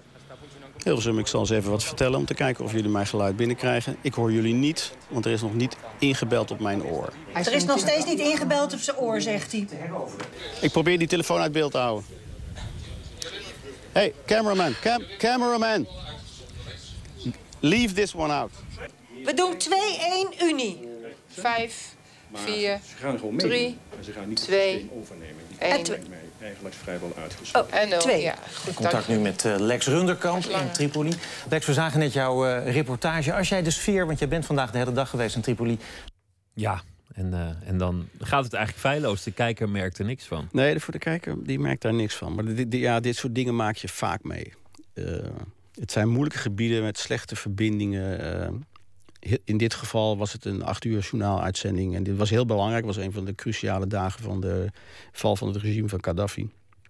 Hilversum, ik zal eens even wat vertellen om te kijken of jullie mijn geluid binnenkrijgen. Ik hoor jullie niet, want er is nog niet ingebeld op mijn oor. Er is nog steeds niet ingebeld op zijn oor, zegt hij. Ik probeer die telefoon uit beeld te houden. Hey, cameraman, cam cameraman. Leave this one out. We doen twee één Unie. Vijf, vier, Ze gaan gewoon mee. drie, maar ze gaan niet twee, meteen overnemen. één. Dat lijkt mij eigenlijk vrijwel uitgesloten. Oh, En nul. twee. Ja, goed, Contact dank nu met uh, Lex Runderkamp in Tripoli. Lex, we zagen net jouw uh, reportage. Als jij de sfeer, want jij bent vandaag de hele dag geweest in Tripoli. Ja, en, uh, en dan gaat het eigenlijk feilloos. De kijker merkt er niks van. Nee, voor de kijker die merkt daar niks van. Maar dit, dit, ja, dit soort dingen maak je vaak mee. Uh, het zijn moeilijke gebieden met slechte verbindingen. Uh, in dit geval was het een acht uur journaaluitzending. En dit was heel belangrijk. Het was een van de cruciale dagen van de val van het regime van Gaddafi.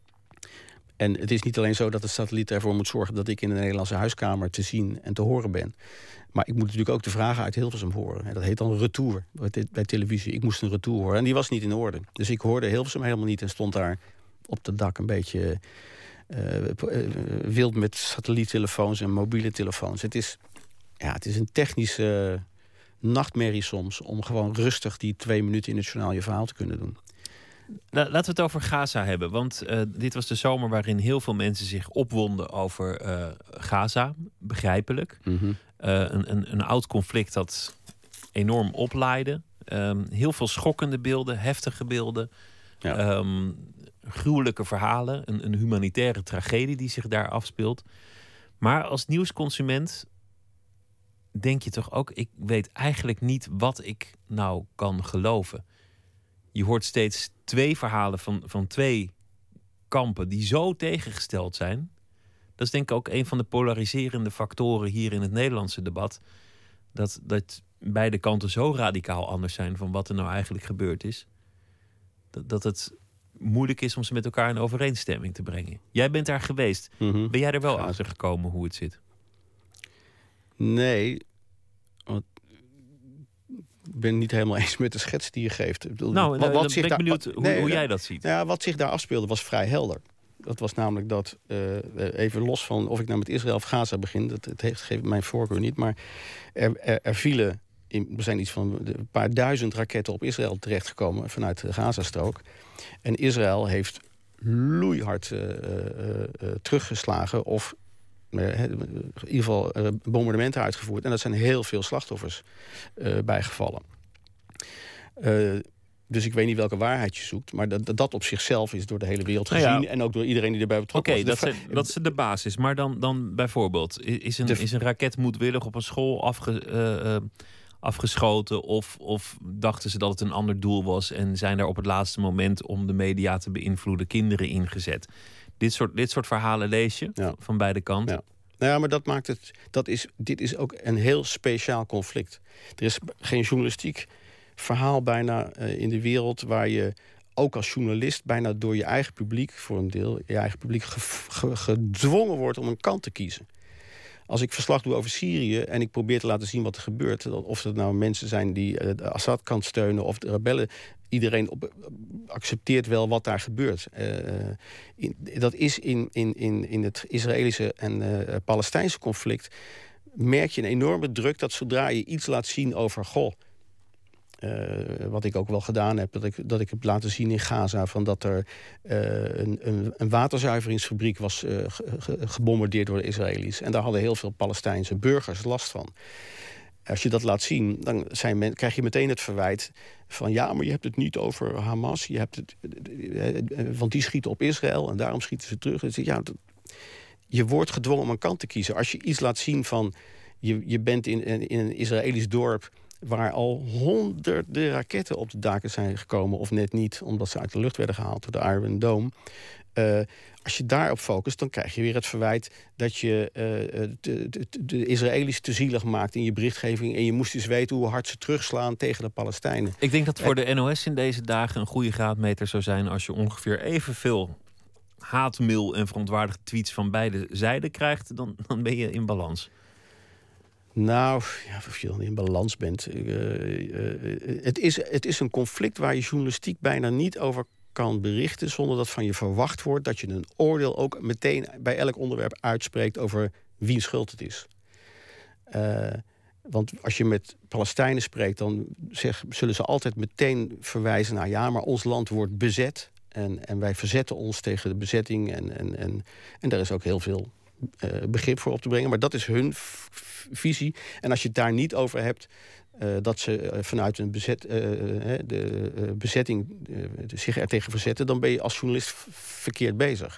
En het is niet alleen zo dat de satelliet ervoor moet zorgen dat ik in de Nederlandse huiskamer te zien en te horen ben. Maar ik moet natuurlijk ook de vragen uit Hilversum horen. Dat heet dan retour bij televisie. Ik moest een retour horen en die was niet in orde. Dus ik hoorde Hilversum helemaal niet en stond daar op het dak een beetje uh, uh, wild met satelliettelefoons en mobiele telefoons. Het is, ja, het is een technische nachtmerrie soms om gewoon rustig die twee minuten in het journaal je verhaal te kunnen doen. Laten we het over Gaza hebben. Want uh, dit was de zomer waarin heel veel mensen zich opwonden over uh, Gaza. Begrijpelijk. Mm-hmm. Uh, een, een, een oud conflict dat enorm oplaaide. Um, heel veel schokkende beelden, heftige beelden. Ja. Um, gruwelijke verhalen. Een, een humanitaire tragedie die zich daar afspeelt. Maar als nieuwsconsument denk je toch ook, ik weet eigenlijk niet wat ik nou kan geloven. Je hoort steeds twee verhalen van, van twee kampen die zo tegengesteld zijn. Dat is denk ik ook een van de polariserende factoren hier in het Nederlandse debat. Dat, dat beide kanten zo radicaal anders zijn van wat er nou eigenlijk gebeurd is. Dat, dat het moeilijk is om ze met elkaar in overeenstemming te brengen. Jij bent daar geweest. Mm-hmm. Ben jij er wel achter gekomen hoe het zit? Nee, want ik ben het niet helemaal eens met de schets die je geeft. Ik bedoel, nou, wat, wat dan zich ben ik daar, benieuwd hoe, nee, hoe jij dat ziet. Ja, wat zich daar afspeelde was vrij helder. Dat was namelijk dat, uh, even los van of ik nou met Israël of Gaza begin, dat het heeft, geeft mijn voorkeur niet, maar er, er, er vielen, in, er zijn iets van een paar duizend raketten op Israël terechtgekomen vanuit de Gazastrook. En Israël heeft loeihard uh, uh, uh, teruggeslagen of uh, in ieder geval uh, bombardementen uitgevoerd. En dat zijn heel veel slachtoffers uh, bijgevallen. Uh, Dus ik weet niet welke waarheid je zoekt. Maar dat, dat op zichzelf is door de hele wereld gezien. Nou ja. En ook door iedereen die erbij betrokken okay, was. Oké, dat, dat is de basis. Maar dan, dan bijvoorbeeld, is een, de... is een raket moedwillig op een school afge, uh, uh, afgeschoten? Of, of dachten ze dat het een ander doel was en zijn er op het laatste moment om de media te beïnvloeden kinderen ingezet? Dit soort, dit soort verhalen lees je ja. van beide kanten. Ja. Nou ja, maar dat maakt het. Dat is, dit is ook een heel speciaal conflict. Er is geen journalistiek verhaal bijna uh, in de wereld waar je ook als journalist bijna door je eigen publiek, voor een deel, je eigen publiek ge- ge- gedwongen wordt om een kant te kiezen. Als ik verslag doe over Syrië en ik probeer te laten zien wat er gebeurt, of het nou mensen zijn die uh, de Assad-kant steunen of de rebellen, iedereen op, accepteert wel wat daar gebeurt. Uh, in, dat is in, in, in, in het Israëlische en uh, Palestijnse conflict, merk je een enorme druk dat zodra je iets laat zien over, goh, Uh, wat ik ook wel gedaan heb, dat ik, dat ik heb laten zien in Gaza, van dat er uh, een, een, een waterzuiveringsfabriek was uh, ge, gebombardeerd door de Israëli's. En daar hadden heel veel Palestijnse burgers last van. Als je dat laat zien, dan zijn men, krijg je meteen het verwijt van ja, maar je hebt het niet over Hamas, je hebt het, want die schieten op Israël en daarom schieten ze terug. Dus ja, je wordt gedwongen om een kant te kiezen. Als je iets laat zien van je, je bent in, in een Israëlisch dorp waar al honderden raketten op de daken zijn gekomen, of net niet, omdat ze uit de lucht werden gehaald door de Iron Dome. Uh, als je daarop focust, dan krijg je weer het verwijt dat je uh, de, de, de Israëli's te zielig maakt in je berichtgeving en je moest eens weten hoe hard ze terugslaan tegen de Palestijnen. Ik denk dat voor de N O S in deze dagen een goede graadmeter zou zijn als je ongeveer evenveel haatmail en verontwaardigde tweets van beide zijden krijgt, dan, dan ben je in balans. Nou, ja, of je dan in balans bent. Uh, uh, het, is, het is een conflict waar je journalistiek bijna niet over kan berichten zonder dat van je verwacht wordt dat je een oordeel ook meteen bij elk onderwerp uitspreekt over wie schuld het is. Uh, want als je met Palestijnen spreekt, dan zeg, zullen ze altijd meteen verwijzen naar ja, maar ons land wordt bezet. En, en wij verzetten ons tegen de bezetting. En, en, en, en daar is ook heel veel uh, begrip voor op te brengen. Maar dat is hun f- f- visie. En als je het daar niet over hebt, uh, dat ze uh, vanuit een bezet, uh, de uh, bezetting uh, zich er tegen verzetten, dan ben je als journalist v- verkeerd bezig.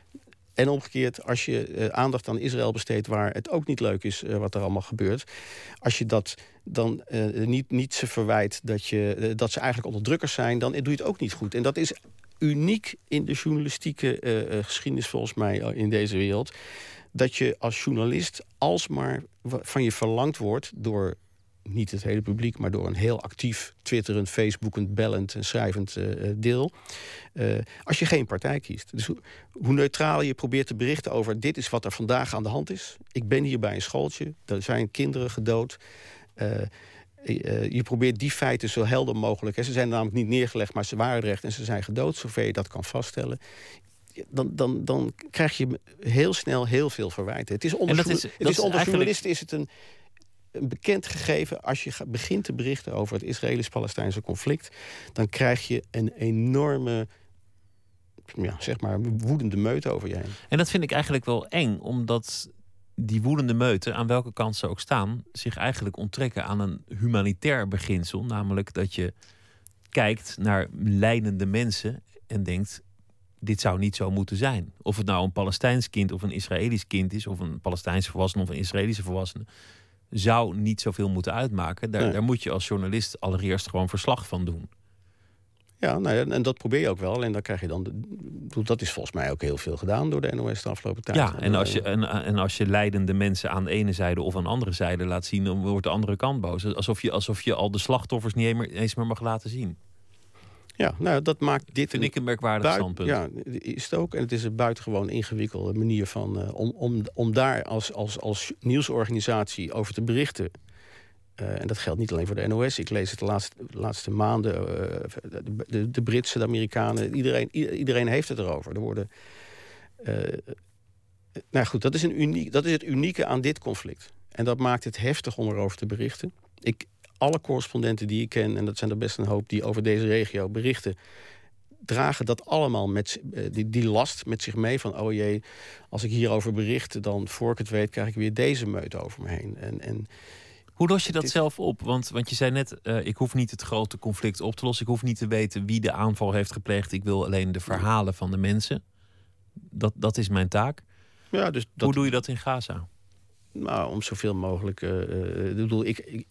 En omgekeerd, als je uh, aandacht aan Israël besteedt, waar het ook niet leuk is uh, wat er allemaal gebeurt, als je dat dan uh, niet, niet ze verwijt dat, je, uh, dat ze eigenlijk onderdrukkers zijn, dan doe je het ook niet goed. En dat is uniek in de journalistieke uh, geschiedenis volgens mij uh, in deze wereld. Dat je als journalist alsmaar van je verlangd wordt door niet het hele publiek, maar door een heel actief twitterend, facebookend, bellend en schrijvend uh, deel. Uh, als je geen partij kiest. Dus hoe, hoe neutraal je probeert te berichten over dit is wat er vandaag aan de hand is. Ik ben hier bij een schooltje, er zijn kinderen gedood. Uh, uh, je probeert die feiten zo helder mogelijk. Hè. Ze zijn namelijk niet neergelegd, maar ze waren er echt en ze zijn gedood, zover je dat kan vaststellen. Dan, dan, dan krijg je heel snel heel veel verwijten. Het is onder, dat is, het dat is is onder eigenlijk... journalisten is het een Een bekend gegeven, als je begint te berichten over het Israëlisch-Palestijnse conflict, dan krijg je een enorme, ja, zeg maar, woedende meute over je heen. En dat vind ik eigenlijk wel eng, omdat die woedende meuten, aan welke kant ze ook staan, zich eigenlijk onttrekken aan een humanitair beginsel. Namelijk dat je kijkt naar lijdende mensen en denkt, dit zou niet zo moeten zijn. Of het nou een Palestijns kind of een Israëlisch kind is, of een Palestijnse volwassene of een Israëlische volwassene, zou niet zoveel moeten uitmaken. Daar, nee. daar moet je als journalist allereerst gewoon verslag van doen. Ja, nou ja, en dat probeer je ook wel. En dan krijg je dan. De, dat is volgens mij ook heel veel gedaan door de N O S de afgelopen tijd. Ja, en als je, en, en als je lijdende mensen aan de ene zijde of aan de andere zijde laat zien, dan wordt de andere kant boos. Alsof je, alsof je al de slachtoffers niet meer, eens meer mag laten zien. Ja, nou, dat maakt dit vind ik een merkwaardig buiten, standpunt. Ja, is het ook. En het is een buitengewoon ingewikkelde manier van uh, om, om, om daar als, als, als nieuwsorganisatie over te berichten. Uh, en dat geldt niet alleen voor de N O S. Ik lees het de laatste, de laatste maanden. Uh, de, de, de Britse, de Amerikanen. Iedereen, iedereen heeft het erover. Er worden. Uh, nou goed, dat is, een uniek, dat is het unieke aan dit conflict. En dat maakt het heftig om erover te berichten. Ik. Alle correspondenten die ik ken, en dat zijn er best een hoop die over deze regio berichten, dragen dat allemaal met die, die last met zich mee van oh jee, als ik hierover bericht, dan voor ik het weet krijg ik weer deze meute over me heen. En, en hoe los je dat dit... zelf op? Want, want je zei net, uh, ik hoef niet het grote conflict op te lossen. Ik hoef niet te weten wie de aanval heeft gepleegd. Ik wil alleen de verhalen van de mensen. Dat, dat is mijn taak. Ja, dus dat... Hoe doe je dat in Gaza? Nou, om zoveel mogelijk. Uh, uh, ik bedoel, ik, ik,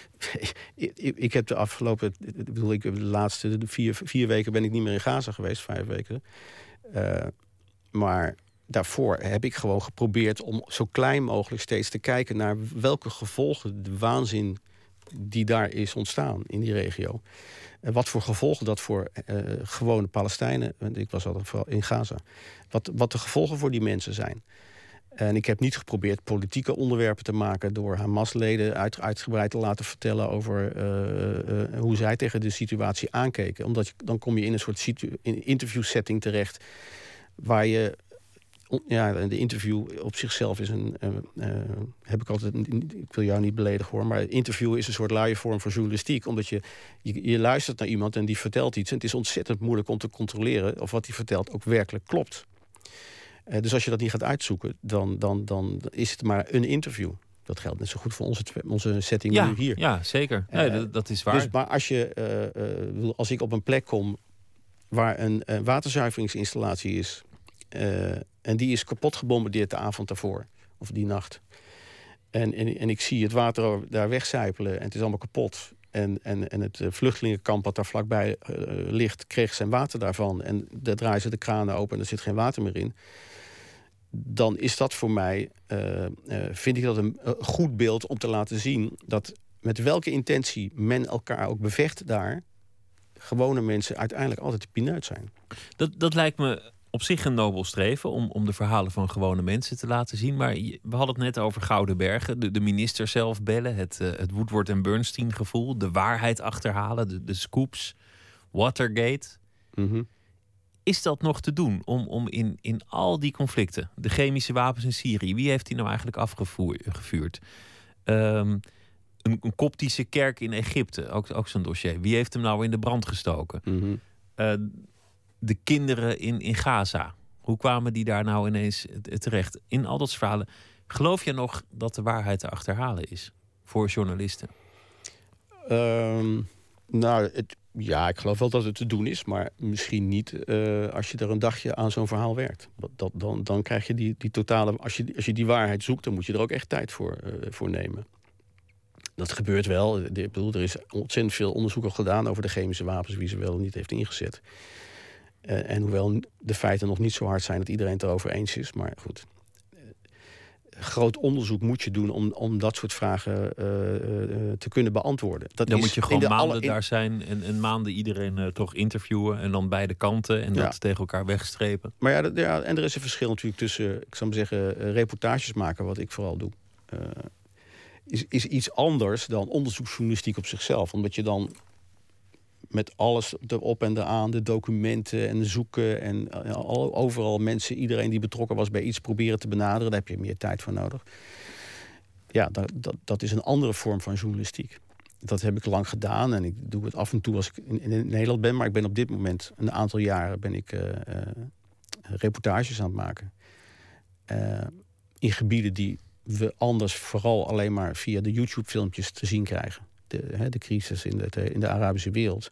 ik, ik heb de afgelopen. Ik bedoel, ik de laatste vier, vier weken ben ik niet meer in Gaza geweest, vijf weken. Uh, maar daarvoor heb ik gewoon geprobeerd om zo klein mogelijk steeds te kijken naar welke gevolgen de waanzin die daar is ontstaan in die regio. Uh, wat voor gevolgen dat voor uh, gewone Palestijnen. Want ik was altijd vooral in Gaza. Wat, wat de gevolgen voor die mensen zijn. En ik heb niet geprobeerd politieke onderwerpen te maken door Hamas-leden uit, uitgebreid te laten vertellen over uh, uh, hoe zij tegen de situatie aankeken. Omdat je, dan kom je in een soort situ- in interviewsetting terecht waar je. Ja, de interview op zichzelf is een. Uh, uh, heb ik altijd. Ik wil jou niet beledigen hoor, maar interview is een soort luie vorm van journalistiek. Omdat je, je, je luistert naar iemand en die vertelt iets. En het is ontzettend moeilijk om te controleren of wat hij vertelt ook werkelijk klopt. Uh, dus als je dat niet gaat uitzoeken, dan, dan, dan is het maar een interview. Dat geldt net zo goed voor onze, onze setting ja, nu hier. Ja, zeker. Nee, uh, dat, dat is waar. Dus, maar als, je, uh, uh, als ik op een plek kom waar een uh, waterzuiveringsinstallatie is, Uh, en die is kapot gebombardeerd de avond daarvoor. Of die nacht. En, en, en ik zie het water daar wegcijpelen en het is allemaal kapot. En, en, en het uh, vluchtelingenkamp wat daar vlakbij uh, ligt, kreeg zijn water daarvan. En daar draaien ze de kranen open en er zit geen water meer in. Dan is dat voor mij, uh, uh, vind ik dat een uh, goed beeld om te laten zien dat met welke intentie men elkaar ook bevecht daar, gewone mensen uiteindelijk altijd de pineut zijn. Dat, dat lijkt me op zich een nobel streven om, om de verhalen van gewone mensen te laten zien. Maar we hadden het net over Gouden Bergen. De, de minister zelf bellen. Het, uh, het Woodward en Bernstein gevoel. De waarheid achterhalen. De, de scoops. Watergate. Mm-hmm. Is dat nog te doen om, om in, in al die conflicten, de chemische wapens in Syrië, wie heeft die nou eigenlijk afgevuurd? Um, een, een koptische kerk in Egypte, ook, ook zo'n dossier. Wie heeft hem nou in de brand gestoken? Mm-hmm. Uh, de kinderen in, in Gaza, hoe kwamen die daar nou ineens terecht? In al dat soort verhalen, geloof je nog dat de waarheid te achterhalen is voor journalisten? Um, nou, het, ja, ik geloof wel dat het te doen is, maar misschien niet uh, als je er een dagje aan zo'n verhaal werkt. Dat, dan, dan krijg je die, die totale. Als je, als je die waarheid zoekt, dan moet je er ook echt tijd voor, uh, voor nemen. Dat gebeurt wel. Ik bedoel, er is ontzettend veel onderzoek al gedaan over de chemische wapens, wie ze wel of niet heeft ingezet. Uh, en hoewel de feiten nog niet zo hard zijn dat iedereen het erover eens is, maar goed. Groot onderzoek moet je doen om, om dat soort vragen uh, uh, te kunnen beantwoorden. Dat dan is moet je gewoon maanden alle, in... daar zijn en, en maanden iedereen uh, toch interviewen en dan beide kanten en ja. dat tegen elkaar wegstrepen. Maar ja, dat, ja, en er is een verschil natuurlijk tussen, ik zou maar zeggen, uh, reportages maken, wat ik vooral doe. Uh, is, is iets anders dan onderzoeksjournalistiek op zichzelf. Omdat je dan met alles erop en eraan, de documenten en zoeken en uh, overal mensen, iedereen die betrokken was bij iets proberen te benaderen, daar heb je meer tijd voor nodig. Ja, dat, dat, dat is een andere vorm van journalistiek. Dat heb ik lang gedaan en ik doe het af en toe als ik in, in Nederland ben, maar ik ben op dit moment, een aantal jaren, ben ik uh, uh, reportages aan het maken. Uh, in gebieden die we anders vooral alleen maar via de YouTube-filmpjes te zien krijgen. De, hè, de crisis in de, in de Arabische wereld.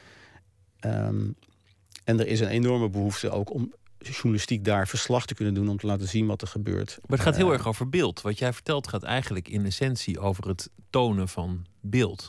Um, en er is een enorme behoefte ook om journalistiek daar verslag te kunnen doen, om te laten zien wat er gebeurt. Maar het gaat heel uh, erg over beeld. Wat jij vertelt gaat eigenlijk in essentie over het tonen van beeld.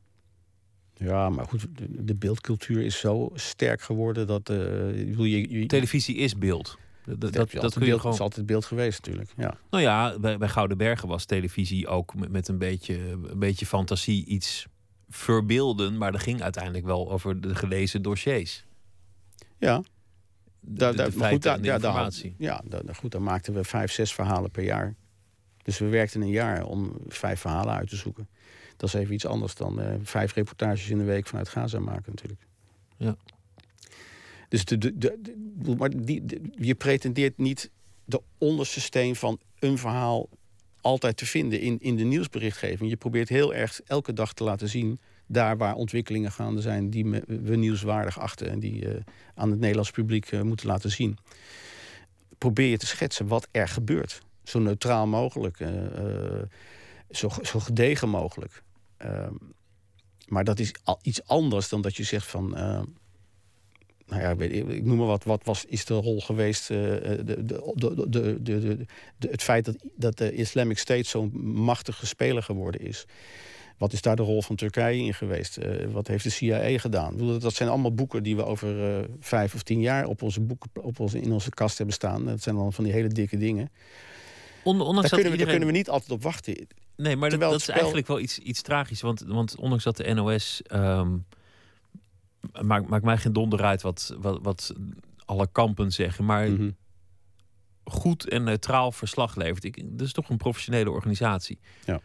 Ja, maar goed, de, de beeldcultuur is zo sterk geworden dat uh, je, je, televisie is beeld. Dat, dat, dat, dat kun je beeld, gewoon... is altijd beeld geweest natuurlijk. Ja. Nou ja, bij, bij Gouden Bergen was televisie ook met, met een, beetje, een beetje fantasie iets verbeelden, maar dat ging uiteindelijk wel over de gelezen dossiers. Ja. De, daar, de, daar, de feiten goed, daar, en de ja, informatie. Daar, ja, daar, goed, daar maakten we vijf, zes verhalen per jaar. Dus we werkten een jaar om vijf verhalen uit te zoeken. Dat is even iets anders dan uh, vijf reportages in de week vanuit Gaza maken natuurlijk. Ja. Dus de, de, de, de, maar die, de, je pretendeert niet de onderste steen van een verhaal altijd te vinden in, in de nieuwsberichtgeving. Je probeert heel erg elke dag te laten zien, daar waar ontwikkelingen gaande zijn die me, we nieuwswaardig achten en die uh, aan het Nederlands publiek uh, moeten laten zien. Probeer je te schetsen wat er gebeurt. Zo neutraal mogelijk, uh, uh, zo, zo gedegen mogelijk. Uh, maar dat is al iets anders dan dat je zegt van, Uh, nou ja, ik noem maar wat, wat was, is de rol geweest, uh, de, de, de, de, de, de, het feit dat, dat de Islamic State zo'n machtige speler geworden is. Wat is daar de rol van Turkije in geweest? Uh, wat heeft de C I A gedaan? Bedoel, dat zijn allemaal boeken die we over uh, vijf of tien jaar op onze boeken, op onze, in onze kast hebben staan. Dat zijn dan van die hele dikke dingen. On, ondanks daar, dat kunnen we, iedereen... daar kunnen we niet altijd op wachten. Nee, maar dat, dat is spel... eigenlijk wel iets, iets tragisch. Want, want ondanks dat de N O S... Um... Maakt, maakt mij geen donder uit wat, wat, wat alle kampen zeggen. Maar mm-hmm. goed en neutraal verslag levert. Ik, dat is toch een professionele organisatie. Ja.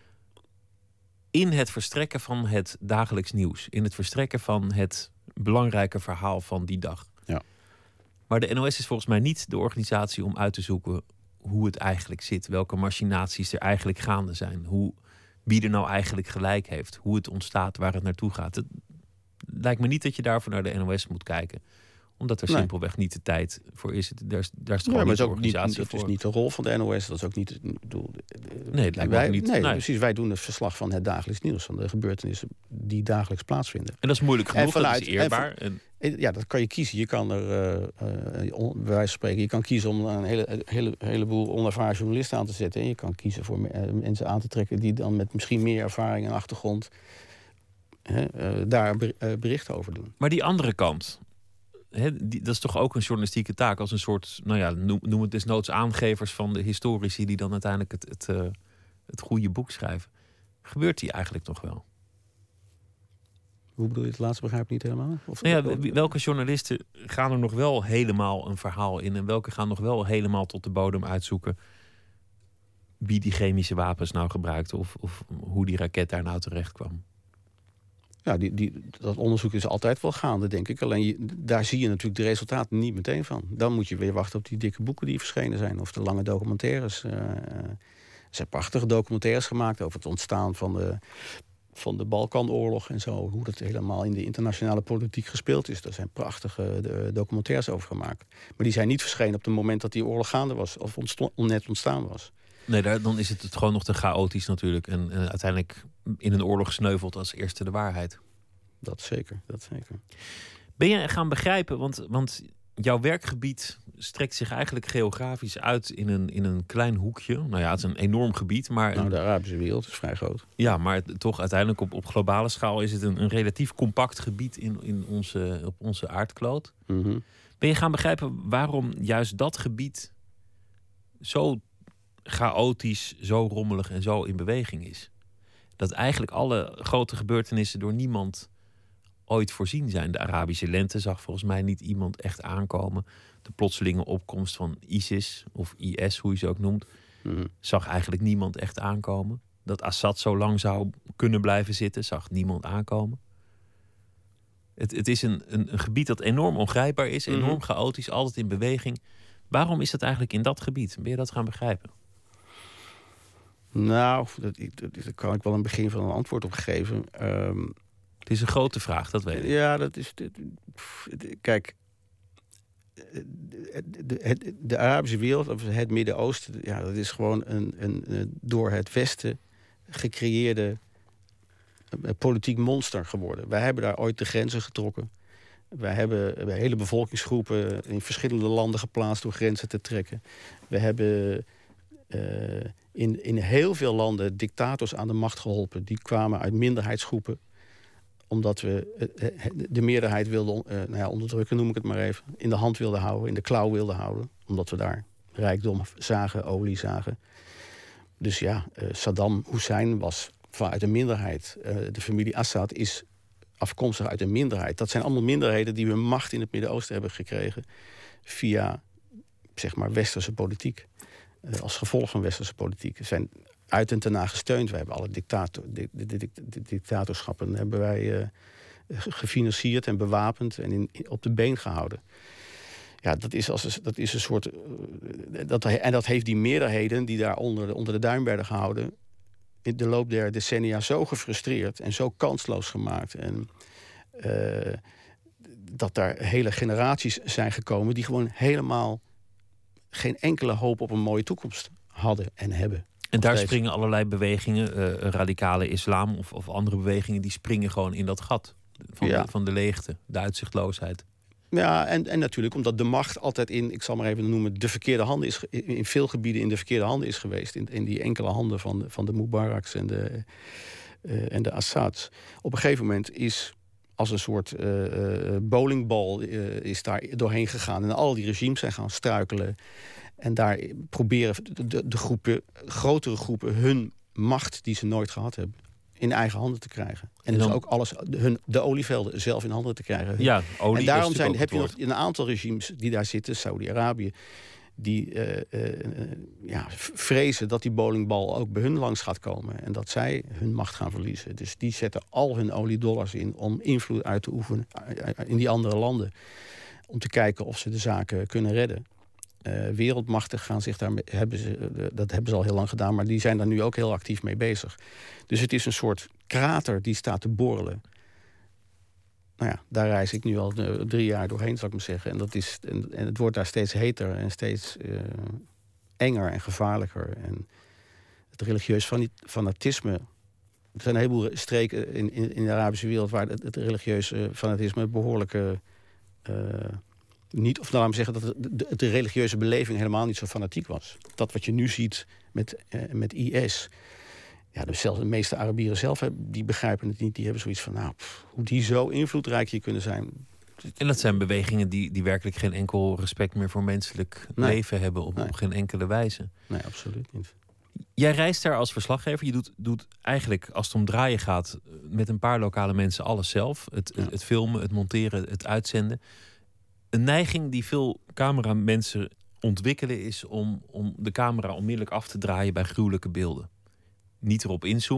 In het verstrekken van het dagelijks nieuws. In het verstrekken van het belangrijke verhaal van die dag. Ja. Maar de N O S is volgens mij niet de organisatie om uit te zoeken hoe het eigenlijk zit. Welke machinaties er eigenlijk gaande zijn. Hoe, wie er nou eigenlijk gelijk heeft. Hoe het ontstaat, waar het naartoe gaat. Het, lijkt me niet dat je daarvoor naar de N O S moet kijken. Omdat er nee. simpelweg niet de tijd voor is. Daar is, daar is ja, gewoon maar niet de ook organisatie niet, dat voor. is niet de rol van de N O S. Dat is ook niet... Bedoel, nee, het lijkt wij, me ook niet. Nee, nee, precies. Wij doen het verslag van het dagelijks nieuws. Van de gebeurtenissen die dagelijks plaatsvinden. En dat is moeilijk genoeg, vanuit, dat is eerbaar. En van, ja, dat kan je kiezen. Je kan er, uh, uh, on, bij wijze van spreken, je kan kiezen om een hele, hele, heleboel onervaren journalisten aan te zetten. En je kan kiezen voor uh, mensen aan te trekken die dan met misschien meer ervaring en achtergrond He, uh, daar berichten over doen. Maar die andere kant, he, die, dat is toch ook een journalistieke taak als een soort, nou ja, noem, noem het desnoods aangevers van de historici die dan uiteindelijk het, het, uh, het goede boek schrijven. Gebeurt die eigenlijk nog wel? Hoe bedoel je het laatste begrijp ik niet helemaal? Of, nou ja, welke journalisten gaan er nog wel helemaal een verhaal in en welke gaan nog wel helemaal tot de bodem uitzoeken wie die chemische wapens nou gebruikte of, of hoe die raket daar nou terecht kwam? Ja, die, die, dat onderzoek is altijd wel gaande, denk ik. Alleen je, daar zie je natuurlijk de resultaten niet meteen van. Dan moet je weer wachten op die dikke boeken die verschenen zijn. Of de lange documentaires. Uh, er zijn prachtige documentaires gemaakt over het ontstaan van de, van de Balkanoorlog en zo. Hoe dat helemaal in de internationale politiek gespeeld is. Daar zijn prachtige de, documentaires over gemaakt. Maar die zijn niet verschenen op het moment dat die oorlog gaande was. Of ontstond, net ontstaan was. Nee, daar, dan is het, het gewoon nog te chaotisch natuurlijk. En, en uiteindelijk in een oorlog sneuvelt als eerste de waarheid. Dat zeker, dat zeker. Ben je gaan begrijpen, want, want jouw werkgebied strekt zich eigenlijk geografisch uit in een, in een klein hoekje. Nou ja, het is een enorm gebied. Maar nou, de Arabische wereld is vrij groot. Ja, maar het, toch uiteindelijk op, op globale schaal is het een, een relatief compact gebied in, in onze, op onze aardkloot. Mm-hmm. Ben je gaan begrijpen waarom juist dat gebied zo chaotisch, zo rommelig en zo in beweging is? Dat eigenlijk alle grote gebeurtenissen door niemand ooit voorzien zijn. De Arabische lente zag volgens mij niet iemand echt aankomen. De plotselinge opkomst van ISIS of I S, hoe je ze ook noemt, mm-hmm. zag eigenlijk niemand echt aankomen. Dat Assad zo lang zou kunnen blijven zitten, zag niemand aankomen. Het, het is een, een, een gebied dat enorm ongrijpbaar is, enorm mm-hmm. chaotisch, altijd in beweging. Waarom is dat eigenlijk in dat gebied? Ben je dat gaan begrijpen? Nou, daar kan ik wel een begin van een antwoord op geven. Um, het is een grote vraag, dat weet ik. Ja, dat is... Kijk, de, de, de Arabische wereld, of het Midden-Oosten, ja, dat is gewoon een, een, een door het Westen gecreëerde een politiek monster geworden. Wij hebben daar ooit de grenzen getrokken. Wij hebben hele bevolkingsgroepen in verschillende landen geplaatst door grenzen te trekken. We hebben uh, in, in heel veel landen dictators aan de macht geholpen. Die kwamen uit minderheidsgroepen. Omdat we uh, de meerderheid wilden uh, nou ja, onderdrukken, noem ik het maar even. In de hand wilden houden, in de klauw wilden houden. Omdat we daar rijkdom zagen, olie zagen. Dus ja, uh, Saddam Hussein was vanuit een minderheid. Uh, de familie Assad is afkomstig uit een minderheid. Dat zijn allemaal minderheden die hun macht in het Midden-Oosten hebben gekregen via, zeg maar, westerse politiek. Uh, als gevolg van westerse politiek. Ze zijn uit en ten na gesteund. We hebben alle dictator, de, de, de, de dictatorschappen hebben wij uh, gefinancierd en bewapend en in, op de been gehouden. Ja, dat is, als, dat is een soort... Uh, dat, en dat heeft die meerderheden die daar onder, onder de duim werden gehouden in de loop der decennia zo gefrustreerd en zo kansloos gemaakt. En uh, dat daar hele generaties zijn gekomen die gewoon helemaal geen enkele hoop op een mooie toekomst hadden en hebben. En daar springen allerlei bewegingen, uh, radicale islam of, of andere bewegingen, die springen gewoon in dat gat van, ja. de, van de leegte, de uitzichtloosheid. Ja, en, en natuurlijk omdat de macht altijd in, ik zal maar even noemen, de verkeerde handen is, in veel gebieden in de verkeerde handen is geweest. In, in die enkele handen van, van de Mubaraks en de, uh, en de Assads. Op een gegeven moment is als een soort uh, bowlingbal uh, is daar doorheen gegaan. En al die regimes zijn gaan struikelen. En daar proberen de, de groepen, grotere groepen, hun macht die ze nooit gehad hebben, in eigen handen te krijgen. En, en dan, dus ook alles, hun, de olievelden zelf in handen te krijgen. Ja, olie. En daarom zijn, heb je nog een aantal regimes die daar zitten, Saudi-Arabië, die uh, uh, ja, vrezen dat die bowlingbal ook bij hun langs gaat komen. En dat zij hun macht gaan verliezen. Dus die zetten al hun oliedollars in om invloed uit te oefenen in die andere landen. Om te kijken of ze de zaken kunnen redden. Uh, wereldmachten gaan zich daar, hebben ze, uh, dat hebben ze al heel lang gedaan, maar die zijn daar nu ook heel actief mee bezig. Dus het is een soort krater die staat te borrelen. Nou ja, daar reis ik nu al uh, drie jaar doorheen, zal ik maar zeggen. En, dat is, en, en het wordt daar steeds heter en steeds uh, enger en gevaarlijker. En het religieus fanatisme. Er zijn een heleboel streken in, in, in de Arabische wereld waar het, het religieuze fanatisme behoorlijke Uh, niet, of nou, laat me zeggen dat het, de, de religieuze beleving helemaal niet zo fanatiek was. Dat wat je nu ziet met, uh, met I S. Ja, dus zelfs de meeste Arabieren zelf hebben, die begrijpen het niet. Die hebben zoiets van, nou, pff, hoe die zo invloedrijk hier kunnen zijn. En dat zijn bewegingen die, die werkelijk geen enkel respect meer voor menselijk nee. leven hebben. Op, nee. op geen enkele wijze. Nee, absoluut niet. Jij reist daar als verslaggever. Je doet, doet eigenlijk, als het om draaien gaat, met een paar lokale mensen alles zelf. Het, ja. het, het filmen, het monteren, het uitzenden. Een neiging die veel cameramensen ontwikkelen is om, om de camera onmiddellijk af te draaien bij gruwelijke beelden. Niet erop inzoomen,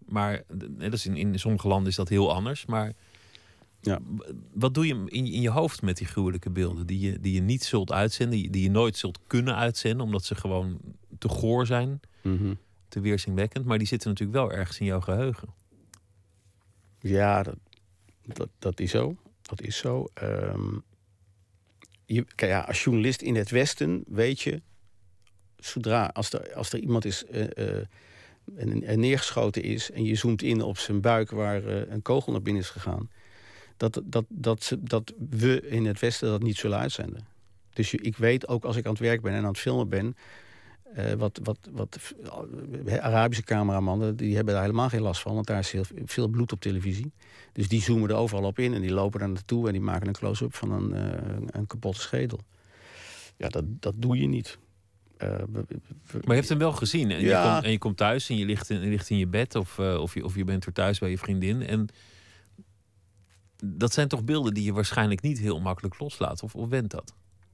Maar dat is in, in sommige landen is dat heel anders. Maar ja. Wat doe je in, in je hoofd met die gruwelijke beelden? Die je, die je niet zult uitzenden, die, die je nooit zult kunnen uitzenden, omdat ze gewoon te goor zijn, mm-hmm. te weerzinwekkend. Maar die zitten natuurlijk wel ergens in jouw geheugen. Ja, dat, dat, dat is zo. Dat is zo. Um, je, kijk, ja, als journalist in het Westen weet je, zodra als er, als er iemand is uh, uh, en, en neergeschoten is en je zoomt in op zijn buik waar uh, een kogel naar binnen is gegaan, dat, dat, dat, dat we in het Westen dat niet zullen uitzenden. Dus je, ik weet ook als ik aan het werk ben en aan het filmen ben, uh, wat, wat, wat uh, Arabische cameramannen, die hebben daar helemaal geen last van, want daar is heel veel bloed op televisie. Dus die zoomen er overal op in en die lopen daar naartoe en die maken een close-up van een, uh, een kapotte schedel. Ja, dat, dat doe je niet. Uh, we, we, maar je hebt hem wel gezien. En, ja. je, komt, en je komt thuis en je ligt in, je, ligt in je bed of, uh, of, je, of je bent er thuis bij je vriendin. En dat zijn toch beelden die je waarschijnlijk niet heel makkelijk loslaat. Of, of went dat?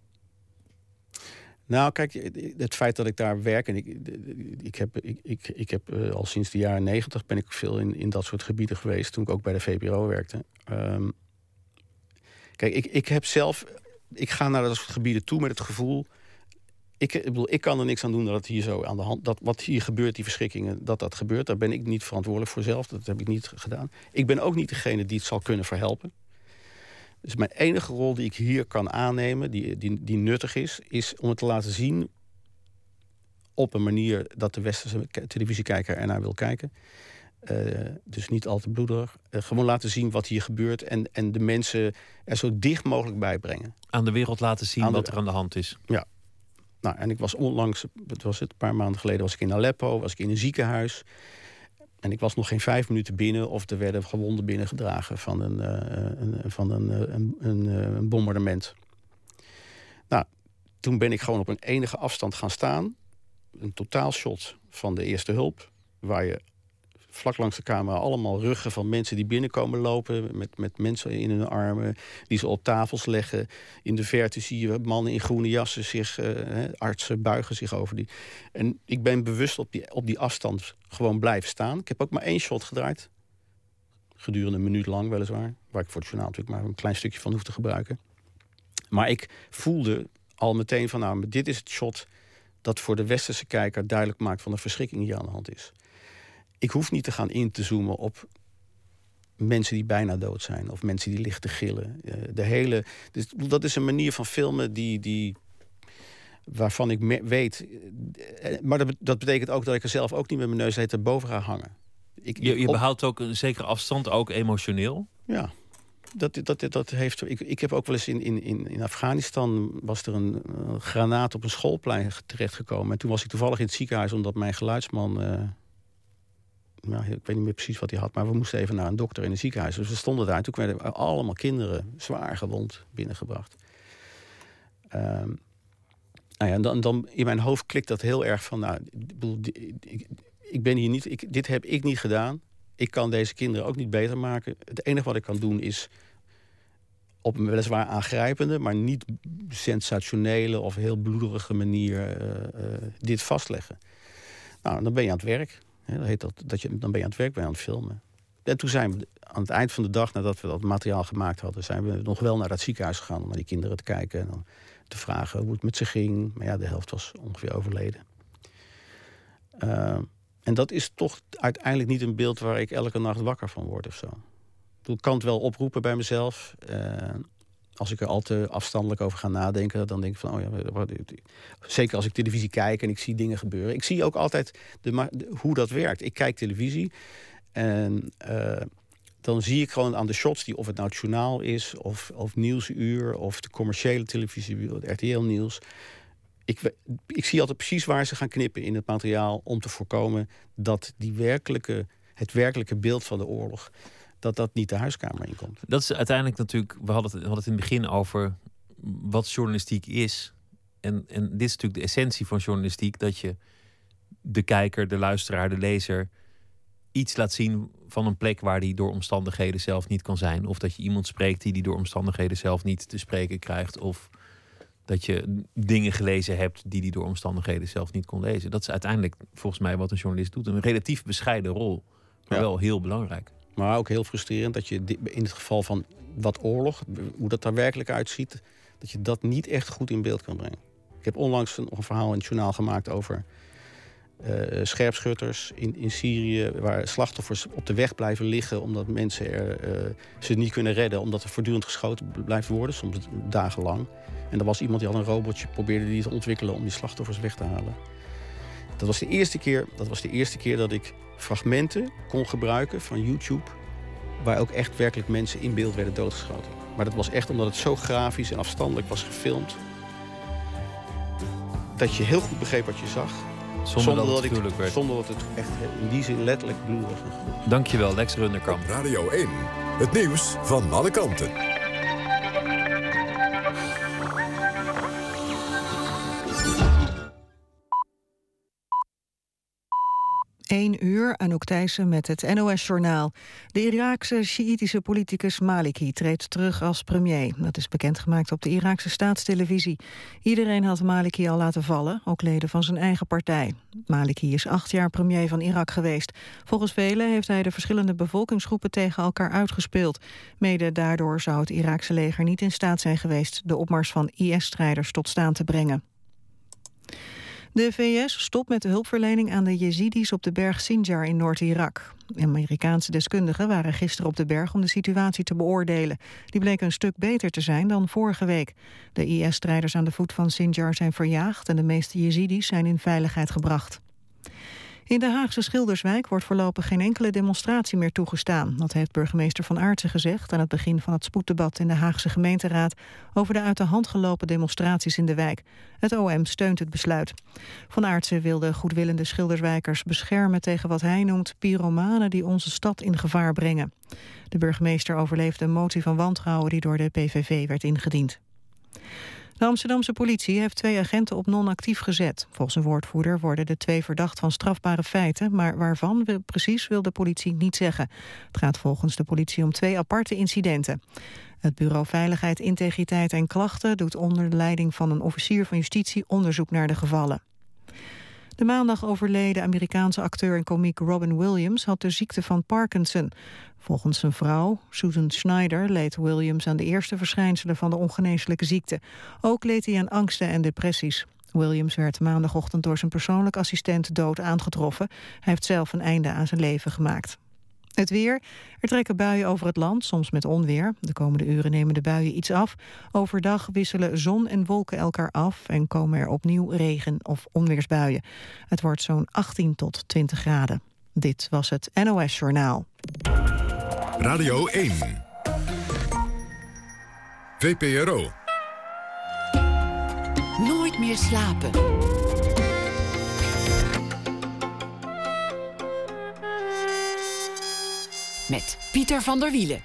Nou, kijk, het feit dat ik daar werk en ik, ik heb, ik, ik, ik heb uh, al sinds de jaren negentig ben ik veel in, in dat soort gebieden geweest, toen ik ook bij de V P R O werkte. Um, kijk, ik, ik heb zelf, ik ga naar dat soort gebieden toe met het gevoel, ik, ik bedoel, ik kan er niks aan doen dat het hier zo aan de hand, dat wat hier gebeurt, die verschrikkingen, dat dat gebeurt. Daar ben ik niet verantwoordelijk voor zelf, dat heb ik niet gedaan. Ik ben ook niet degene die het zal kunnen verhelpen. Dus mijn enige rol die ik hier kan aannemen, die, die, die nuttig is, is om het te laten zien op een manier dat de westerse televisiekijker ernaar wil kijken. Uh, dus niet al te bloederig. Uh, gewoon laten zien wat hier gebeurt en, en de mensen er zo dicht mogelijk bij brengen. Aan de wereld laten zien de, wat er aan de hand is. Ja. Nou, en ik was onlangs, het was het, een paar maanden geleden, was ik in Aleppo, was ik in een ziekenhuis. En ik was nog geen vijf minuten binnen of er werden gewonden binnengedragen van een, uh, een, van een, een, een, een bombardement. Nou, toen ben ik gewoon op een enige afstand gaan staan. Een totaalshot van de eerste hulp. Waar je vlak langs de camera allemaal ruggen van mensen die binnenkomen lopen. Met, met mensen in hun armen die ze op tafels leggen. In de verte zie je mannen in groene jassen zich, uh, artsen buigen zich over die. En ik ben bewust op die, op die afstand gewoon blijven staan. Ik heb ook maar één shot gedraaid. Gedurende een minuut lang weliswaar. Waar ik voor het journaal natuurlijk maar een klein stukje van hoef te gebruiken. Maar ik voelde al meteen van, nou, dit is het shot dat voor de westerse kijker duidelijk maakt van de verschrikking die aan de hand is. Ik hoef niet te gaan in te zoomen op mensen die bijna dood zijn. Of mensen die liggen te gillen. De hele, dus dat is een manier van filmen die, die, waarvan ik me, weet. Maar dat, dat betekent ook dat ik er zelf ook niet met mijn neus erboven ga hangen. Ik, je je op, behoudt ook een zekere afstand, ook emotioneel? Ja. Dat, dat, dat heeft, ik, ik heb ook wel eens in, in, in Afghanistan was er een, een granaat op een schoolplein terechtgekomen. En toen was ik toevallig in het ziekenhuis omdat mijn geluidsman. Uh, nou, ik weet niet meer precies wat hij had, maar we moesten even naar een dokter in het ziekenhuis. Dus we stonden daar en toen werden allemaal kinderen zwaar gewond binnengebracht. Um, nou ja, en dan, dan in mijn hoofd klikt dat heel erg van, nou, ik, ik, ik ben hier niet, ik, dit heb ik niet gedaan. Ik kan deze kinderen ook niet beter maken. Het enige wat ik kan doen is op een weliswaar aangrijpende, maar niet sensationele of heel bloederige manier uh, uh, dit vastleggen. Nou, dan ben je aan het werk. He, dat heet dat, dat je, dan ben je aan het werk, ben je aan het filmen. En toen zijn we aan het eind van de dag, nadat we dat materiaal gemaakt hadden, zijn we nog wel naar dat ziekenhuis gegaan om naar die kinderen te kijken en dan te vragen hoe het met ze ging. Maar ja, de helft was ongeveer overleden. Uh, En dat is toch uiteindelijk niet een beeld waar ik elke nacht wakker van word of zo. Ik kan het wel oproepen bij mezelf. Uh, als ik er al te afstandelijk over ga nadenken, dan denk ik van, oh ja, zeker als ik televisie kijk en ik zie dingen gebeuren. Ik zie ook altijd de, de, hoe dat werkt. Ik kijk televisie en uh, dan zie ik gewoon aan de shots die, of het nou het journaal is, of, of Nieuwsuur, of de commerciële televisie, het R T L-nieuws. Ik, ik zie altijd precies waar ze gaan knippen in het materiaal om te voorkomen dat die werkelijke, het werkelijke beeld van de oorlog, dat dat niet de huiskamer inkomt. Dat is uiteindelijk natuurlijk, we hadden het, we hadden het in het begin over wat journalistiek is. En, en dit is natuurlijk de essentie van journalistiek, dat je de kijker, de luisteraar, de lezer iets laat zien van een plek waar die door omstandigheden zelf niet kan zijn. Of dat je iemand spreekt die die door omstandigheden zelf niet te spreken krijgt. Of dat je dingen gelezen hebt die die door omstandigheden zelf niet kon lezen. Dat is uiteindelijk volgens mij wat een journalist doet. Een relatief bescheiden rol Maar ja. wel heel belangrijk. Maar ook heel frustrerend dat je in het geval van wat oorlog, hoe dat daar werkelijk uitziet, dat je dat niet echt goed in beeld kan brengen. Ik heb onlangs nog een verhaal in het journaal gemaakt over uh, scherpschutters in, in Syrië, waar slachtoffers op de weg blijven liggen omdat mensen er, uh, ze niet kunnen redden, omdat er voortdurend geschoten blijft worden, soms dagenlang. En er was iemand die had een robotje, probeerde die te ontwikkelen om die slachtoffers weg te halen. Dat was de eerste keer, dat was de eerste keer dat ik fragmenten kon gebruiken van YouTube, waar ook echt werkelijk mensen in beeld werden doodgeschoten. Maar dat was echt omdat het zo grafisch en afstandelijk was gefilmd, dat je heel goed begreep wat je zag. Zonder, zonder dat het gruwelijk ik, werd. Zonder dat het echt in die zin letterlijk bloedig was. Dankjewel, Lex Runderkamp. Op Radio één, het nieuws van alle kanten. één uur, Anouk Thijssen met het N O S-journaal. De Iraakse Sjiïtische politicus Maliki treedt terug als premier. Dat is bekendgemaakt op de Iraakse staatstelevisie. Iedereen had Maliki al laten vallen, ook leden van zijn eigen partij. Maliki is acht jaar premier van Irak geweest. Volgens velen heeft hij de verschillende bevolkingsgroepen tegen elkaar uitgespeeld. Mede daardoor zou het Iraakse leger niet in staat zijn geweest de opmars van I S-strijders tot staan te brengen. De V S stopt met de hulpverlening aan de Jezidis op de berg Sinjar in Noord-Irak. Amerikaanse deskundigen waren gisteren op de berg om de situatie te beoordelen. Die bleek een stuk beter te zijn dan vorige week. De I S-strijders aan de voet van Sinjar zijn verjaagd en de meeste Jezidis zijn in veiligheid gebracht. In de Haagse Schilderswijk wordt voorlopig geen enkele demonstratie meer toegestaan. Dat heeft burgemeester Van Aartsen gezegd aan het begin van het spoeddebat in de Haagse gemeenteraad over de uit de hand gelopen demonstraties in de wijk. Het O M steunt het besluit. Van Aartsen wil de goedwillende Schilderswijkers beschermen tegen wat hij noemt pyromanen die onze stad in gevaar brengen. De burgemeester overleefde een motie van wantrouwen die door de P V V werd ingediend. De Amsterdamse politie heeft twee agenten op non-actief gezet. Volgens een woordvoerder worden de twee verdacht van strafbare feiten, maar waarvan precies wil de politie niet zeggen. Het gaat volgens de politie om twee aparte incidenten. Het Bureau Veiligheid, Integriteit en Klachten doet onder de leiding van een officier van justitie onderzoek naar de gevallen. De maandag overleden Amerikaanse acteur en komiek Robin Williams had de ziekte van Parkinson. Volgens zijn vrouw, Susan Schneider, leed Williams aan de eerste verschijnselen van de ongeneeslijke ziekte. Ook leed hij aan angsten en depressies. Williams werd maandagochtend door zijn persoonlijk assistent dood aangetroffen. Hij heeft zelf een einde aan zijn leven gemaakt. Het weer. Er trekken buien over het land, soms met onweer. De komende uren nemen de buien iets af. Overdag wisselen zon en wolken elkaar af en komen er opnieuw regen- of onweersbuien. Het wordt zo'n achttien tot twintig graden. Dit was het N O S-journaal. Radio één. V P R O. Nooit meer slapen. Met Pieter van der Wielen.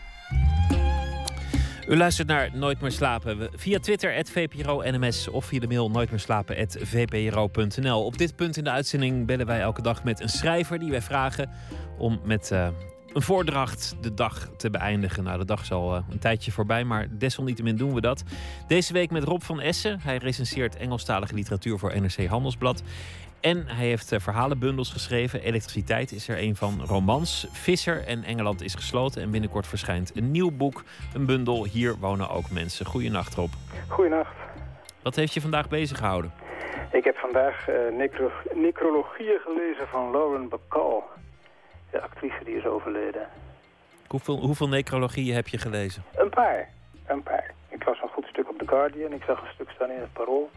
U luistert naar Nooit meer slapen. Via Twitter, at V P R O N M S... of via de mail nooitmeerslapen at v p r o punt n l. Op dit punt in de uitzending bellen wij elke dag met een schrijver... die wij vragen om met uh, een voordracht de dag te beëindigen. Nou, de dag is al uh, een tijdje voorbij, maar desalniettemin doen we dat. Deze week met Rob van Essen. Hij recenseert Engelstalige literatuur voor N R C Handelsblad. En hij heeft uh, verhalenbundels geschreven. Elektriciteit is er een van, romans, Visser en Engeland is gesloten. En binnenkort verschijnt een nieuw boek, een bundel, Hier wonen ook mensen. Goeienacht, Rob. Goeienacht. Wat heeft je vandaag bezig gehouden? Ik heb vandaag uh, necro necrologieën gelezen van Lauren Bacall, de actrice die is overleden. Hoeveel, hoeveel necrologieën heb je gelezen? Een paar, een paar. Ik las een goed stuk op The Guardian, ik zag een stuk staan in het Parool.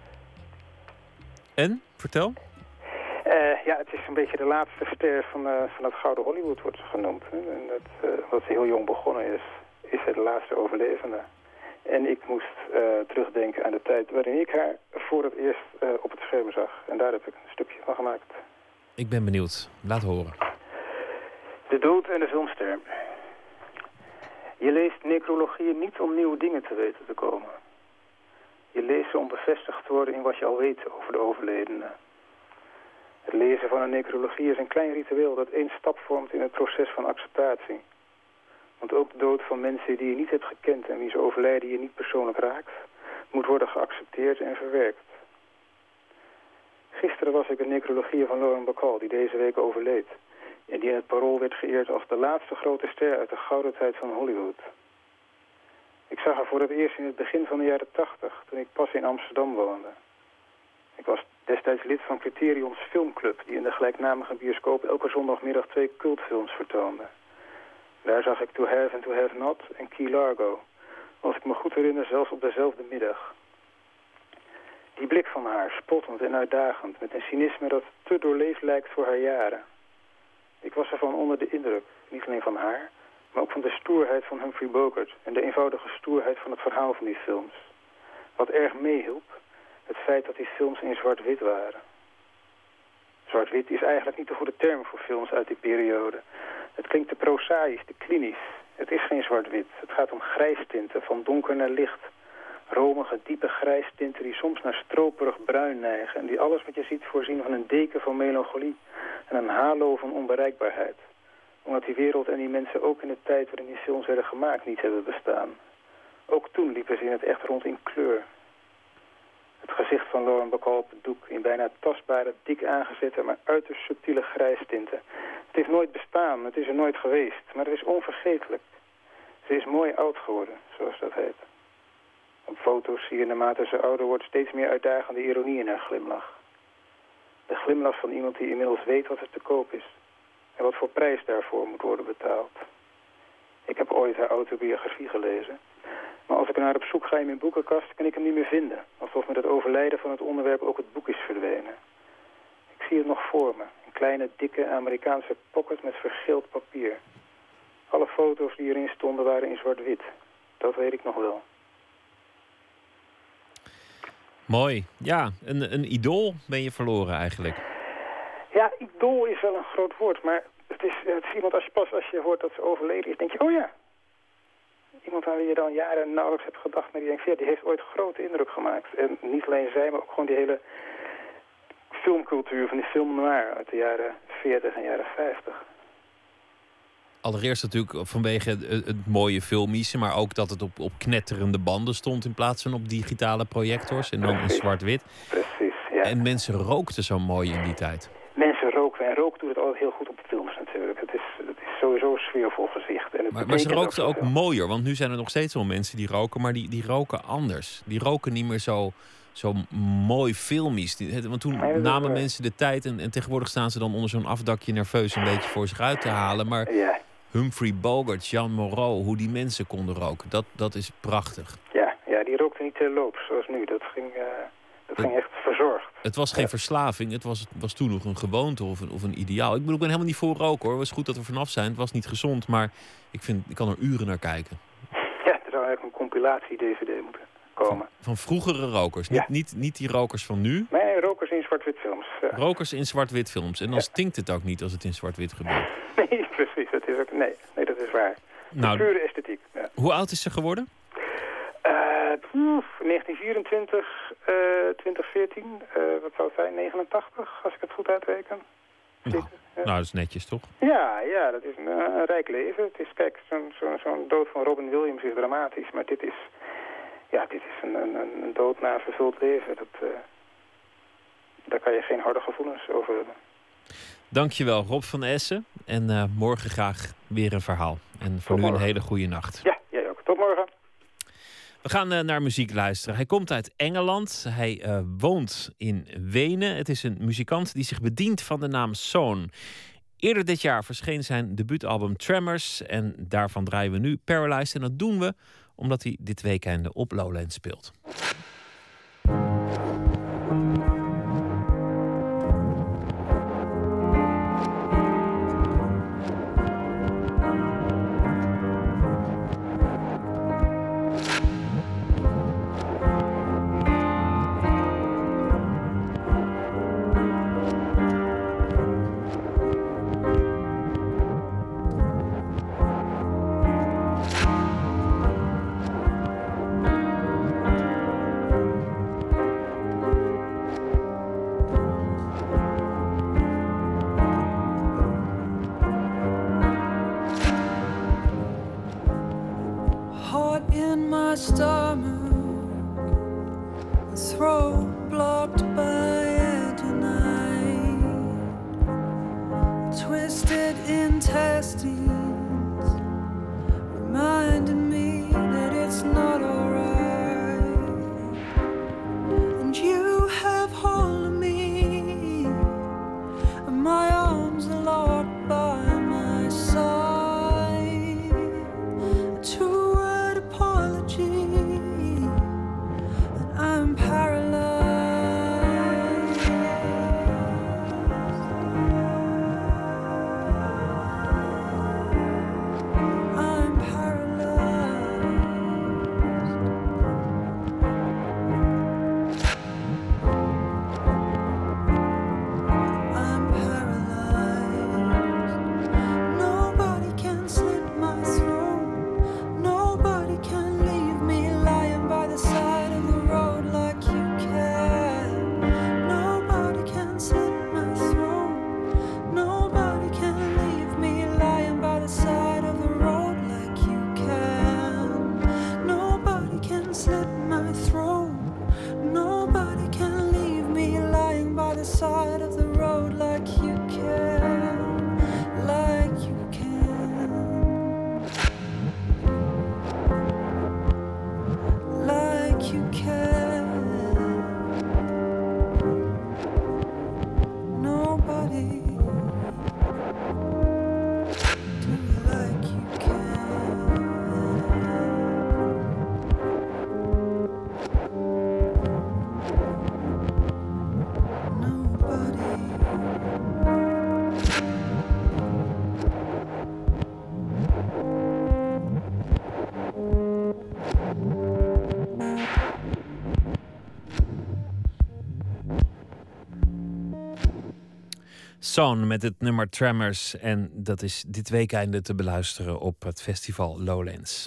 En? Vertel. Uh, ja, het is een beetje de laatste ster van, uh, van het Gouden Hollywood, wordt ze genoemd. Hè. En dat, uh, wat ze heel jong begonnen is, is ze de laatste overlevende. En ik moest uh, terugdenken aan de tijd waarin ik haar voor het eerst uh, op het scherm zag. En daar heb ik een stukje van gemaakt. Ik ben benieuwd. Laat horen. De dood en de filmster. Je leest necrologieën niet om nieuwe dingen te weten te komen. Je leest ze om bevestigd te worden in wat je al weet over de overledene. Het lezen van een necrologie is een klein ritueel dat één stap vormt in het proces van acceptatie. Want ook de dood van mensen die je niet hebt gekend en wie ze overlijden je niet persoonlijk raakt, moet worden geaccepteerd en verwerkt. Gisteren was ik een necrologie van Lauren Bacall, die deze week overleed. En die in het Parool werd geëerd als de laatste grote ster uit de gouden tijd van Hollywood. Ik zag haar voor het eerst in het begin van de jaren tachtig, toen ik pas in Amsterdam woonde. Ik was destijds lid van Criterion's Filmclub, die in de gelijknamige bioscoop elke zondagmiddag twee cultfilms vertoonde. Daar zag ik To Have and To Have Not en Key Largo, als ik me goed herinner zelfs op dezelfde middag. Die blik van haar, spottend en uitdagend, met een cynisme dat te doorleefd lijkt voor haar jaren. Ik was ervan onder de indruk, niet alleen van haar, maar ook van de stoerheid van Humphrey Bogart en de eenvoudige stoerheid van het verhaal van die films. Wat erg meehielp, het feit dat die films in zwart-wit waren. Zwart-wit is eigenlijk niet de goede term voor films uit die periode. Het klinkt te prosaïs, te klinisch. Het is geen zwart-wit. Het gaat om grijstinten, van donker naar licht. Romige, diepe grijstinten die soms naar stroperig bruin neigen en die alles wat je ziet voorzien van een deken van melancholie en een halo van onbereikbaarheid. Omdat die wereld en die mensen ook in de tijd waarin die films werden gemaakt niet hebben bestaan. Ook toen liepen ze in het echt rond in kleur. Het gezicht van Lauren Bacall op het doek in bijna tastbare, dik aangezette, maar uiterst subtiele grijstinten. Het heeft nooit bestaan, het is er nooit geweest, maar het is onvergetelijk. Ze is mooi oud geworden, zoals dat heet. Op foto's zie je naarmate ze ouder wordt steeds meer uitdagende ironie in haar glimlach. De glimlach van iemand die inmiddels weet wat er te koop is. En wat voor prijs daarvoor moet worden betaald. Ik heb ooit haar autobiografie gelezen. Maar als ik naar op zoek ga in mijn boekenkast, kan ik hem niet meer vinden. Alsof met het overlijden van het onderwerp ook het boek is verdwenen. Ik zie het nog voor me. Een kleine, dikke Amerikaanse pocket met vergeeld papier. Alle foto's die erin stonden waren in zwart-wit. Dat weet ik nog wel. Mooi. Ja, een, een idool ben je verloren eigenlijk. Ja, idool is wel een groot woord, maar het is, het is iemand als je pas als je hoort dat ze overleden is, denk je, oh ja. Iemand aan wie je dan jaren nauwelijks hebt gedacht, maar die denkt, ja, die heeft ooit grote indruk gemaakt. En niet alleen zij, maar ook gewoon die hele filmcultuur van die film noir uit de jaren veertig en jaren vijftig. Allereerst natuurlijk vanwege het, het mooie filmische, maar ook dat het op, op knetterende banden stond in plaats van op digitale projectors en dan in zwart-wit. Precies, ja. En mensen rookten zo mooi in die tijd. Mensen roken en rook doet het altijd heel goed op films natuurlijk. Het is, het is sowieso een sfeervol gezicht. En het maar, maar ze rookten ook veel. mooier, want nu zijn er nog steeds wel mensen die roken, maar die, die roken anders. Die roken niet meer zo, zo mooi filmisch. Die, want toen nee, namen is, mensen de tijd en, en tegenwoordig staan ze dan onder zo'n afdakje nerveus een beetje voor zich uit te halen. Maar ja. Humphrey Bogart, Jean Moreau, hoe die mensen konden roken, dat, dat is prachtig. Ja, ja, die rookten niet terloops zoals nu. Dat ging, uh, dat ging echt verzorgd. Het was geen ja. verslaving, het was, was toen nog een gewoonte of een, of een ideaal. Ik bedoel, ik ben helemaal niet voor roken hoor. Het was goed dat we vanaf zijn, het was niet gezond, maar ik, vind, ik kan er uren naar kijken. Ja, er zou eigenlijk een compilatie-D V D moeten komen. Van, van vroegere rokers, ja. niet, niet, niet die rokers van nu. Nee, rokers in zwart-wit films. Ja. Rokers in zwart-wit films. En dan ja. stinkt het ook niet als het in zwart-wit gebeurt. Nee, precies. Dat is ook, nee, nee, dat is waar. Nou, pure esthetiek. Ja. Hoe oud is ze geworden? Uh, negentien vierentwintig, uh, twintig veertien, uh, wat zou het zijn, negenentachtig, als ik het goed uitreken. Nou, ja. nou, dat is netjes, toch? Ja, ja, dat is een, uh, een rijk leven. Het is, kijk, zo'n zo, zo'n dood van Robin Williams is dramatisch, maar dit is, ja, dit is een, een, een dood na een vervuld leven. Dat, uh, daar kan je geen harde gevoelens over hebben. Dankjewel, Rob van Essen. En uh, morgen graag weer een verhaal. En voor Tot nu morgen. een hele goede nacht. Ja, jij ook. Tot morgen. We gaan uh, naar muziek luisteren. Hij komt uit Engeland. Hij uh, woont in Wenen. Het is een muzikant die zich bedient van de naam Sohn. Eerder dit jaar verscheen zijn debuutalbum Tremors. En daarvan draaien we nu Paralyzed. En dat doen we omdat hij dit weekend op Lowlands speelt. Twisted deeds, reminding me that it's not alright. And you have hold of me, and my arms are locked by my side. A two-word apology, and I'm paralyzed. Son met het nummer Tremors. En dat is dit weekende te beluisteren op het festival Lowlands.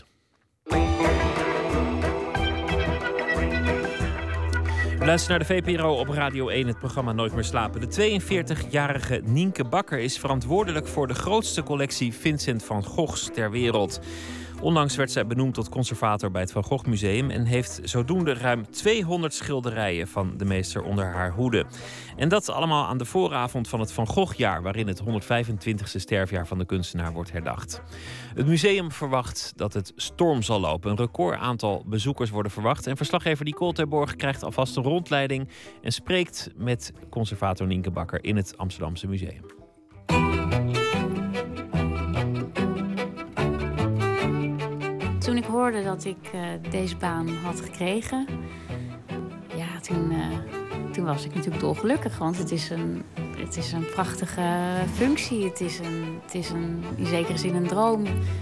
Luister naar de V P R O op Radio één, het programma Nooit meer slapen. De tweeënveertigjarige Nienke Bakker is verantwoordelijk voor de grootste collectie Vincent van Goghs ter wereld. Onlangs werd zij benoemd tot conservator bij het Van Gogh Museum en heeft zodoende ruim tweehonderd schilderijen van de meester onder haar hoede. En dat allemaal aan de vooravond van het Van Gogh-jaar, waarin het honderdvijfentwintigste sterfjaar van de kunstenaar wordt herdacht. Het museum verwacht dat het storm zal lopen. Een record aantal bezoekers worden verwacht. En verslaggever Nicole Terborg krijgt alvast een rondleiding en spreekt met conservator Nienke Bakker in het Amsterdamse museum. Toen ik hoorde dat ik uh, deze baan had gekregen, ja, toen, uh, toen was ik natuurlijk dolgelukkig. Want het is een, het is een prachtige functie. Het is, een, het is een, in zekere zin een droom.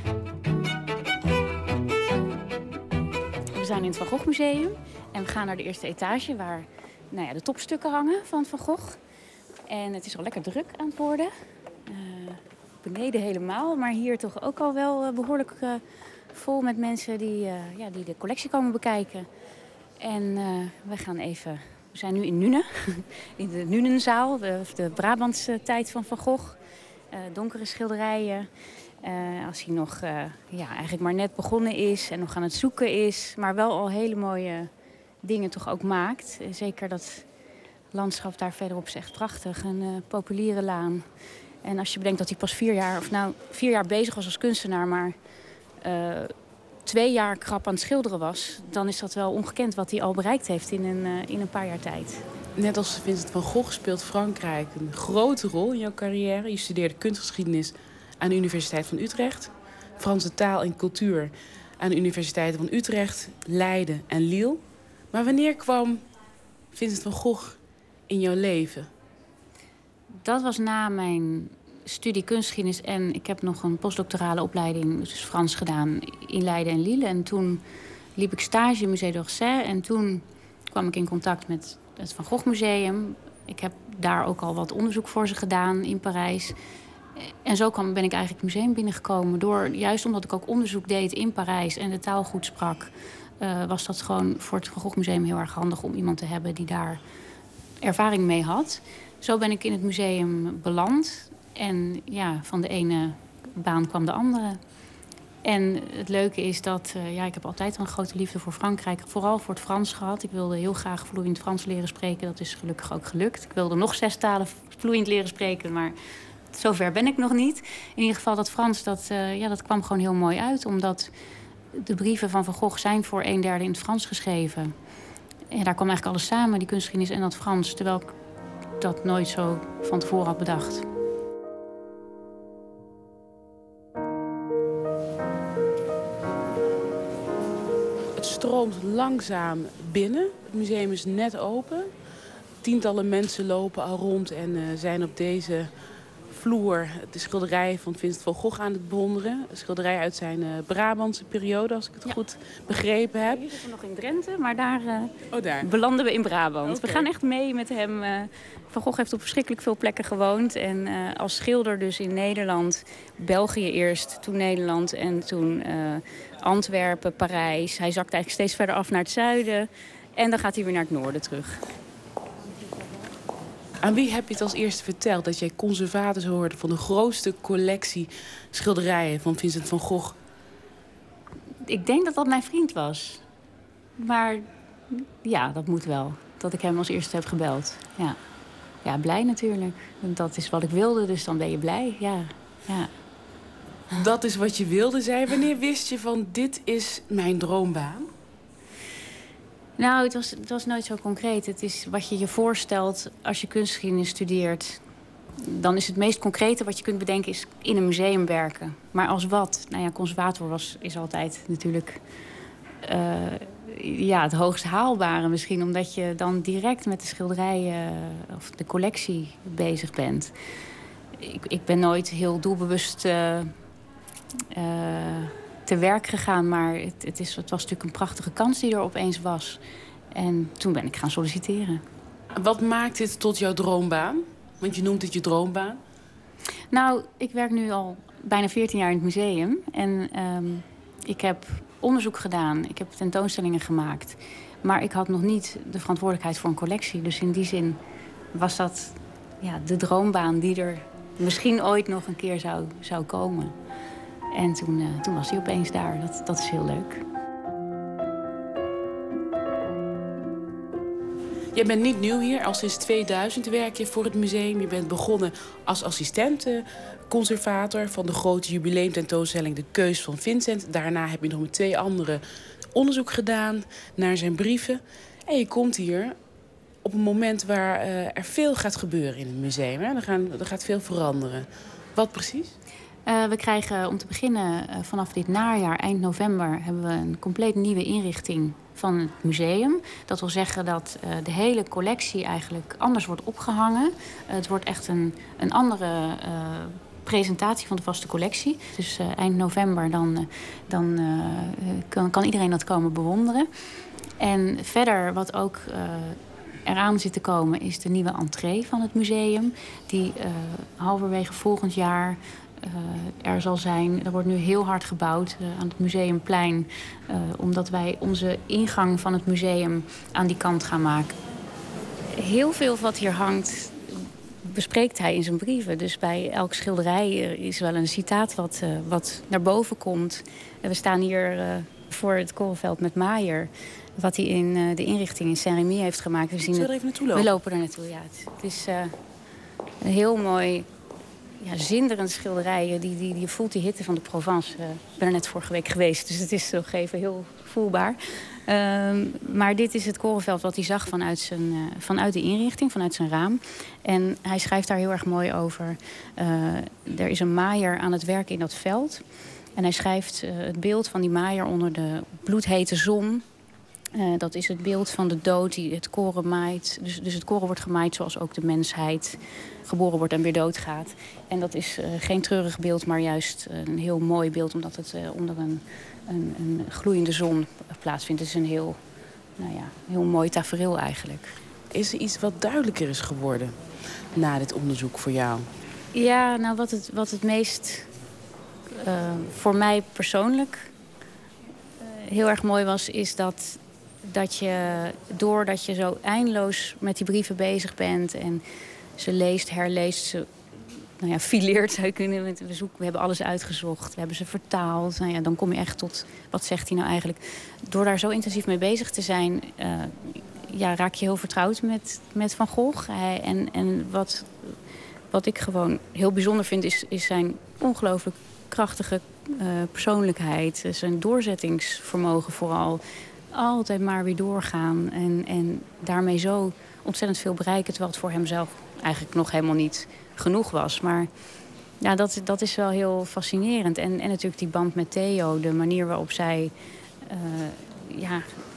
We zijn in het Van Gogh Museum en we gaan naar de eerste etage waar nou ja, de topstukken hangen van Van Gogh. En het is al lekker druk aan het worden. Uh, beneden helemaal, maar hier toch ook al wel uh, behoorlijk... Uh, vol met mensen die, uh, ja, die de collectie komen bekijken. En uh, we gaan even... We zijn nu in Nuenen, in de Nunenzaal, de, de Brabantse tijd van Van Gogh. Uh, donkere schilderijen. Uh, als hij nog uh, ja, eigenlijk maar net begonnen is en nog aan het zoeken is. Maar wel al hele mooie dingen toch ook maakt. Zeker dat landschap daar verderop is echt prachtig. Een uh, populiere laan. En als je bedenkt dat hij pas vier jaar, of nou, vier jaar bezig was als kunstenaar, maar... Uh, twee jaar krap aan het schilderen was, dan is dat wel ongekend wat hij al bereikt heeft in een, uh, in een paar jaar tijd. Net als Vincent van Gogh speelt Frankrijk een grote rol in jouw carrière. Je studeerde kunstgeschiedenis aan de Universiteit van Utrecht, Franse taal en cultuur aan de universiteiten van Utrecht, Leiden en Lille. Maar wanneer kwam Vincent van Gogh in jouw leven? Dat was na mijn studie kunstgeschiedenis en ik heb nog een postdoctorale opleiding, dus Frans, gedaan in Leiden en Lille. En toen liep ik stage in Musée d'Orsay en toen kwam ik in contact met het Van Gogh Museum. Ik heb daar ook al wat onderzoek voor ze gedaan in Parijs. En zo kwam, ben ik eigenlijk het museum binnengekomen. Door, juist omdat ik ook onderzoek deed in Parijs en de taal goed sprak, uh, was dat gewoon voor het Van Gogh Museum heel erg handig om iemand te hebben die daar ervaring mee had. Zo ben ik in het museum beland. En ja, van de ene baan kwam de andere. En het leuke is dat, uh, ja, ik heb altijd een grote liefde voor Frankrijk. Vooral voor het Frans gehad. Ik wilde heel graag vloeiend Frans leren spreken. Dat is gelukkig ook gelukt. Ik wilde nog zes talen vloeiend leren spreken, maar zover ben ik nog niet. In ieder geval dat Frans, dat, uh, ja, dat kwam gewoon heel mooi uit. Omdat de brieven van Van Gogh zijn voor een derde in het Frans geschreven. En daar kwam eigenlijk alles samen, die kunstgeschiedenis en dat Frans. Terwijl ik dat nooit zo van tevoren had bedacht. Het stroomt langzaam binnen. Het museum is net open. Tientallen mensen lopen al rond en uh, zijn op deze vloer de schilderij van Vincent van Gogh aan het bewonderen. Een schilderij uit zijn uh, Brabantse periode, als ik het ja. goed begrepen heb. Hier zitten we nog in Drenthe, maar daar, uh, oh, daar belanden we in Brabant. Okay. We gaan echt mee met hem. Uh, Van Gogh heeft op verschrikkelijk veel plekken gewoond. En uh, als schilder dus in Nederland, België eerst, toen Nederland en toen uh, Antwerpen, Parijs. Hij zakt eigenlijk steeds verder af naar het zuiden. En dan gaat hij weer naar het noorden terug. Aan wie heb je het als eerste verteld dat jij conservator zou worden van de grootste collectie schilderijen van Vincent van Gogh? Ik denk dat dat mijn vriend was. Maar ja, dat moet wel. Dat ik hem als eerste heb gebeld. Ja, ja blij natuurlijk. Dat is wat ik wilde, dus dan ben je blij. Ja, ja. Dat is wat je wilde, zei. Wanneer wist je van dit is mijn droombaan? Nou, het was, het was nooit zo concreet. Het is wat je je voorstelt als je kunstgeschiedenis studeert. Dan is het meest concrete wat je kunt bedenken is in een museum werken. Maar als wat? Nou ja, conservator was, is altijd natuurlijk uh, ja, het hoogst haalbare misschien. Omdat je dan direct met de schilderijen of de collectie bezig bent. Ik, ik ben nooit heel doelbewust uh, uh, te werk gegaan. Maar het, het, is, het was natuurlijk een prachtige kans die er opeens was. En toen ben ik gaan solliciteren. Wat maakt dit tot jouw droombaan? Want je noemt het je droombaan. Nou, ik werk nu al bijna veertien jaar in het museum. En um, ik heb onderzoek gedaan. Ik heb tentoonstellingen gemaakt. Maar ik had nog niet de verantwoordelijkheid voor een collectie. Dus in die zin was dat ja, de droombaan die er misschien ooit nog een keer zou, zou komen. En toen, uh, toen was hij opeens daar. Dat, dat is heel leuk. Je bent niet nieuw hier. Al sinds tweeduizend werk je voor het museum. Je bent begonnen als assistent-conservator van de grote jubileumtentoonstelling De Keus van Vincent. Daarna heb je nog met twee anderen onderzoek gedaan naar zijn brieven. En je komt hier op een moment waar uh, er veel gaat gebeuren in het museum. Hè? Er, gaan, er gaat veel veranderen. Wat precies? Uh, we krijgen om te beginnen uh, vanaf dit najaar, eind november, hebben we een compleet nieuwe inrichting van het museum. Dat wil zeggen dat uh, de hele collectie eigenlijk anders wordt opgehangen. Uh, het wordt echt een, een andere uh, presentatie van de vaste collectie. Dus uh, eind november dan, uh, dan uh, kan, kan iedereen dat komen bewonderen. En verder wat ook uh, eraan zit te komen is de nieuwe entree van het museum. Die uh, halverwege volgend jaar Uh, er zal zijn. Er wordt nu heel hard gebouwd uh, aan het Museumplein. Uh, omdat wij onze ingang van het museum aan die kant gaan maken. Heel veel wat hier hangt bespreekt hij in zijn brieven. Dus bij elk schilderij is wel een citaat wat, uh, wat naar boven komt. Uh, we staan hier uh, voor het Korenveld met Maier. Wat hij in uh, de inrichting in Saint-Rémy heeft gemaakt. We zien Zullen we er even naartoe lopen? We lopen er naartoe, ja. Het, het is uh, een heel mooi, ja, zinderend schilderijen. Die, die, die voelt die hitte van de Provence. Uh, ik ben er net vorige week geweest, dus het is nog even heel voelbaar. Um, maar dit is het Korenveld wat hij zag vanuit, zijn, uh, vanuit de inrichting, vanuit zijn raam. En hij schrijft daar heel erg mooi over. Uh, er is een maaier aan het werk in dat veld. En hij schrijft uh, het beeld van die maaier onder de bloedhete zon. Uh, dat is het beeld van de dood die het koren maait. Dus, dus het koren wordt gemaaid zoals ook de mensheid geboren wordt en weer doodgaat. En dat is uh, geen treurig beeld, maar juist een heel mooi beeld, omdat het uh, onder een, een, een gloeiende zon plaatsvindt. Het is een heel, nou ja, heel mooi tafereel eigenlijk. Is er iets wat duidelijker is geworden na dit onderzoek voor jou? Ja, nou wat het, wat het meest uh, voor mij persoonlijk uh, heel erg mooi was, is dat, dat je, doordat je zo eindeloos met die brieven bezig bent en ze leest, herleest, ze nou ja, fileert zou je kunnen. We, zoeken, we hebben alles uitgezocht, we hebben ze vertaald. Nou ja, dan kom je echt tot, wat zegt hij nou eigenlijk? Door daar zo intensief mee bezig te zijn, uh, ja, raak je heel vertrouwd met, met Van Gogh. Hij, en en wat, wat ik gewoon heel bijzonder vind, is, is zijn ongelooflijk krachtige uh, persoonlijkheid. Zijn doorzettingsvermogen vooral. Altijd maar weer doorgaan. En, en daarmee zo ontzettend veel bereiken. Terwijl het voor hemzelf eigenlijk nog helemaal niet genoeg was. Maar ja, dat, dat is wel heel fascinerend. En, en natuurlijk die band met Theo. De manier waarop zij... Uh, ja,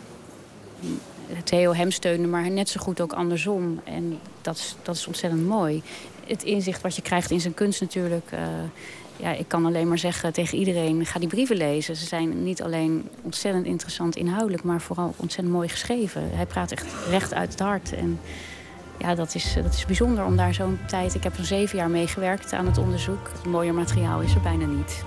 Theo hem steunde, maar net zo goed ook andersom. En dat is, dat is ontzettend mooi. Het inzicht wat je krijgt in zijn kunst natuurlijk... Uh, ja, ik kan alleen maar zeggen tegen iedereen, ga die brieven lezen. Ze zijn niet alleen ontzettend interessant inhoudelijk... maar vooral ontzettend mooi geschreven. Hij praat echt recht uit het hart. En ja, dat is, dat is bijzonder om daar zo'n tijd... Ik heb er zeven jaar meegewerkt aan het onderzoek. Het mooier materiaal is er bijna niet.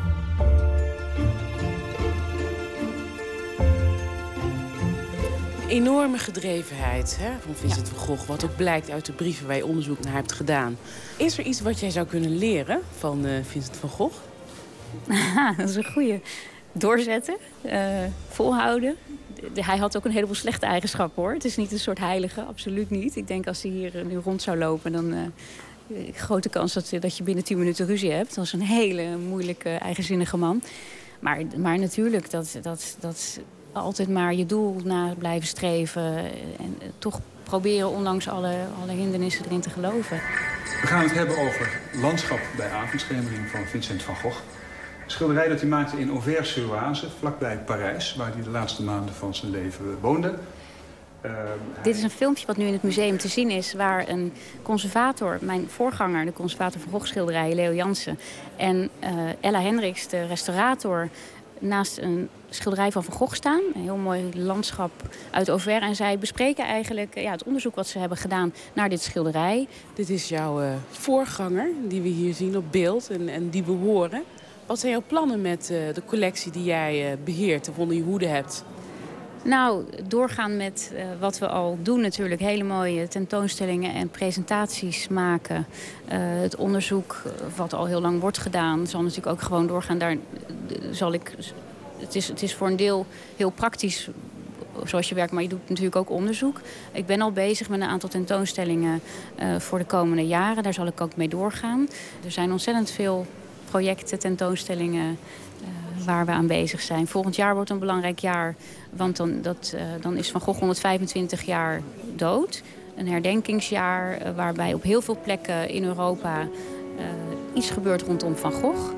Enorme gedrevenheid hè, van Vincent ja. van Gogh. Wat ook blijkt uit de brieven waar je onderzoek naar hebt gedaan. Is er iets wat jij zou kunnen leren van uh, Vincent van Gogh? Dat is een goeie. Doorzetten, uh, volhouden. De, hij had ook een heleboel slechte eigenschappen, hoor. Het is niet een soort heilige, absoluut niet. Ik denk als hij hier nu rond zou lopen... dan uh, grote kans dat, dat je binnen tien minuten ruzie hebt. Dat is een hele moeilijke, eigenzinnige man. Maar, maar natuurlijk, dat... dat, dat altijd maar je doel na blijven streven. En toch proberen ondanks alle, alle hindernissen erin te geloven. We gaan het hebben over Landschap bij avondschemering van Vincent van Gogh. Een schilderij dat hij maakte in Auvers-sur-Oise, vlakbij Parijs... waar hij de laatste maanden van zijn leven woonde. Uh, Dit is een filmpje wat nu in het museum te zien is... waar een conservator, mijn voorganger, de conservator van Gogh schilderijen... Leo Jansen, en uh, Ella Hendricks, de restaurator... naast een schilderij van Van Gogh staan. Een heel mooi landschap uit Auvers. En zij bespreken eigenlijk ja, het onderzoek wat ze hebben gedaan naar dit schilderij. Dit is jouw uh, voorganger, die we hier zien op beeld en, en die we horen. Wat zijn jouw plannen met uh, de collectie die jij uh, beheert of onder je hoede hebt? Nou, doorgaan met uh, wat we al doen natuurlijk. Hele mooie tentoonstellingen en presentaties maken. Uh, het onderzoek wat al heel lang wordt gedaan zal natuurlijk ook gewoon doorgaan. Daar uh, zal ik... Het is, het is voor een deel heel praktisch zoals je werkt, maar je doet natuurlijk ook onderzoek. Ik ben al bezig met een aantal tentoonstellingen uh, voor de komende jaren. Daar zal ik ook mee doorgaan. Er zijn ontzettend veel projecten, tentoonstellingen uh, waar we aan bezig zijn. Volgend jaar wordt een belangrijk jaar, want dan, dat, uh, dan is Van Gogh honderdvijfentwintig jaar dood. Een herdenkingsjaar uh, waarbij op heel veel plekken in Europa uh, iets gebeurt rondom Van Gogh.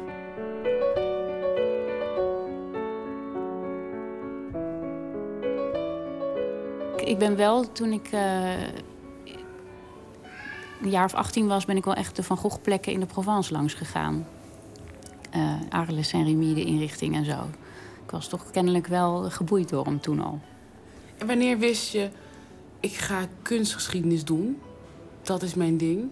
Ik ben wel, toen ik uh, een jaar of achttien was, ben ik wel echt de Van Gogh plekken in de Provence langs gegaan. Uh, Arles, Saint-Rémy, de inrichting en zo. Ik was toch kennelijk wel geboeid door hem toen al. En wanneer wist je, ik ga kunstgeschiedenis doen? Dat is mijn ding.